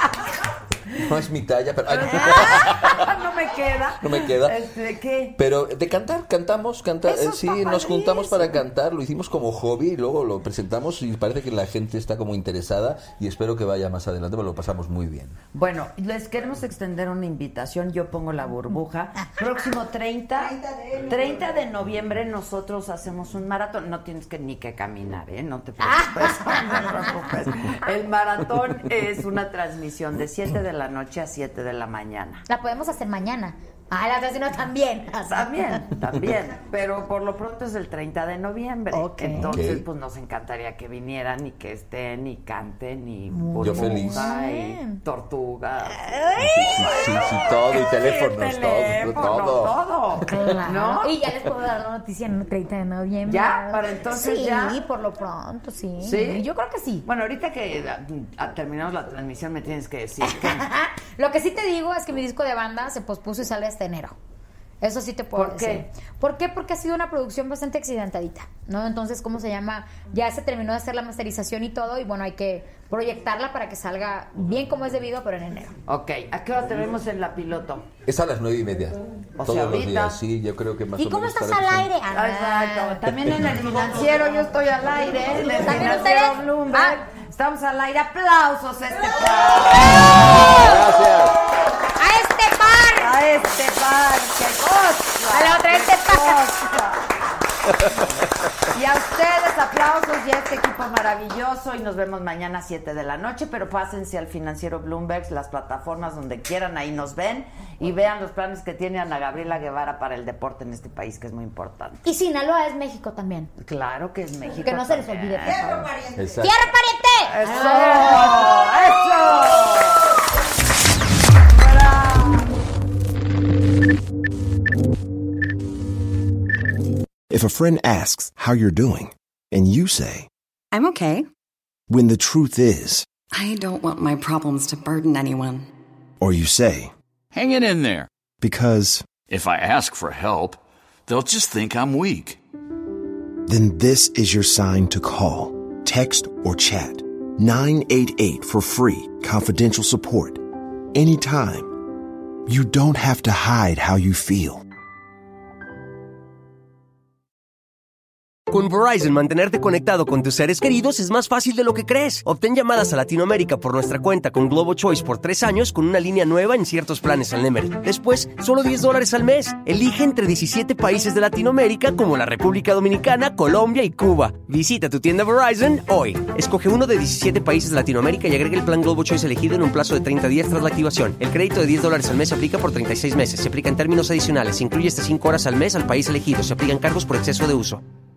No es mi talla, pero... ay, no me queda. no me queda. Este, ¿qué? Pero de cantar, cantamos, cantar. Eso eh, sí, está nos juntamos padrísimo. para cantar. Lo hicimos como hobby y luego lo presentamos y parece que la gente está como interesada y espero que vaya más adelante, pero lo pasamos muy bien. Bueno, les queremos extender una invitación. Yo pongo la burbuja. Próximo treinta, treinta de noviembre nosotros hacemos un maratón. No tienes que ni que caminar, ¿eh? No te preocupes. No te preocupes. El maratón es una transmisión de siete de la noche a siete de la mañana. La podemos hacer mañana. Ah, la otra sí no también. También, también. Pero por lo pronto es el treinta de noviembre. Ok. Entonces, Ok. pues nos encantaría que vinieran y que estén y canten y Muy Yo feliz. y tortugas. Sí, sí, sí, todo y teléfonos, teléfono, todo, todo. todo. Claro. ¿No? Y ya les puedo dar la noticia en el treinta de noviembre. ¿Ya? ¿Para entonces sí, ya? Sí, por lo pronto, sí. ¿Sí? Yo creo que sí. Bueno, ahorita que ah, ah, terminamos la transmisión me tienes que decir que... Lo que sí te digo es que mi disco de banda se pospuso y sale hasta enero. Eso sí te puedo ¿Por decir. qué? ¿Por qué? Porque ha sido una producción bastante accidentadita, ¿no? Entonces, ¿cómo se llama? Ya se terminó de hacer la masterización y todo, y bueno, hay que proyectarla para que salga bien como es debido, pero en enero. Ok, ¿a qué hora te vemos en la piloto? Es a las nueve y media. O Todos sea, los ahorita. días, sí, yo creo que más ¿Y o cómo menos estás estaré al empezando. aire? Ah. Exacto. También en el financiero yo estoy al aire. En el ¿También financiero ustedes? Bloomberg. Ah. Estamos al aire. Aplausos a este par. Gracias. ¡A este par! A este par. ¡Qué cosa! A la otra, qué este par. cosa. Y a ustedes, aplausos y a este equipo maravilloso. Y nos vemos mañana a siete de la noche. Pero pásense al financiero Bloomberg, las plataformas donde quieran, ahí nos ven. Y vean los planes que tiene Ana Gabriela Guevara para el deporte en este país, que es muy importante. Y Sinaloa es México también. Claro que es México. Que no se les también. olvide, por favor. Exacto. ¡Tierra pariente! ¡Eso! ¡Eso! If a friend asks how you're doing, and you say, I'm okay. when the truth is, I don't want my problems to burden anyone. or you say, Hang it in there. because, If I ask for help, they'll just think I'm weak. then this is your sign to call, text, or chat nine eight eight for free, confidential support. Anytime. You don't have to hide how you feel. Con Verizon, mantenerte conectado con tus seres queridos es más fácil de lo que crees. Obtén llamadas a Latinoamérica por nuestra cuenta con Globo Choice por tres años con una línea nueva en ciertos planes al Nemery. Después, solo diez dólares al mes. Elige entre diecisiete países de Latinoamérica como la República Dominicana, Colombia y Cuba. Visita tu tienda Verizon hoy. Escoge uno de diecisiete países de Latinoamérica y agrega el plan Globo Choice elegido en un plazo de treinta días tras la activación. El crédito de diez dólares al mes se aplica por treinta y seis meses. Se aplica en términos adicionales. Se incluye hasta cinco horas al mes al país elegido. Se aplican cargos por exceso de uso.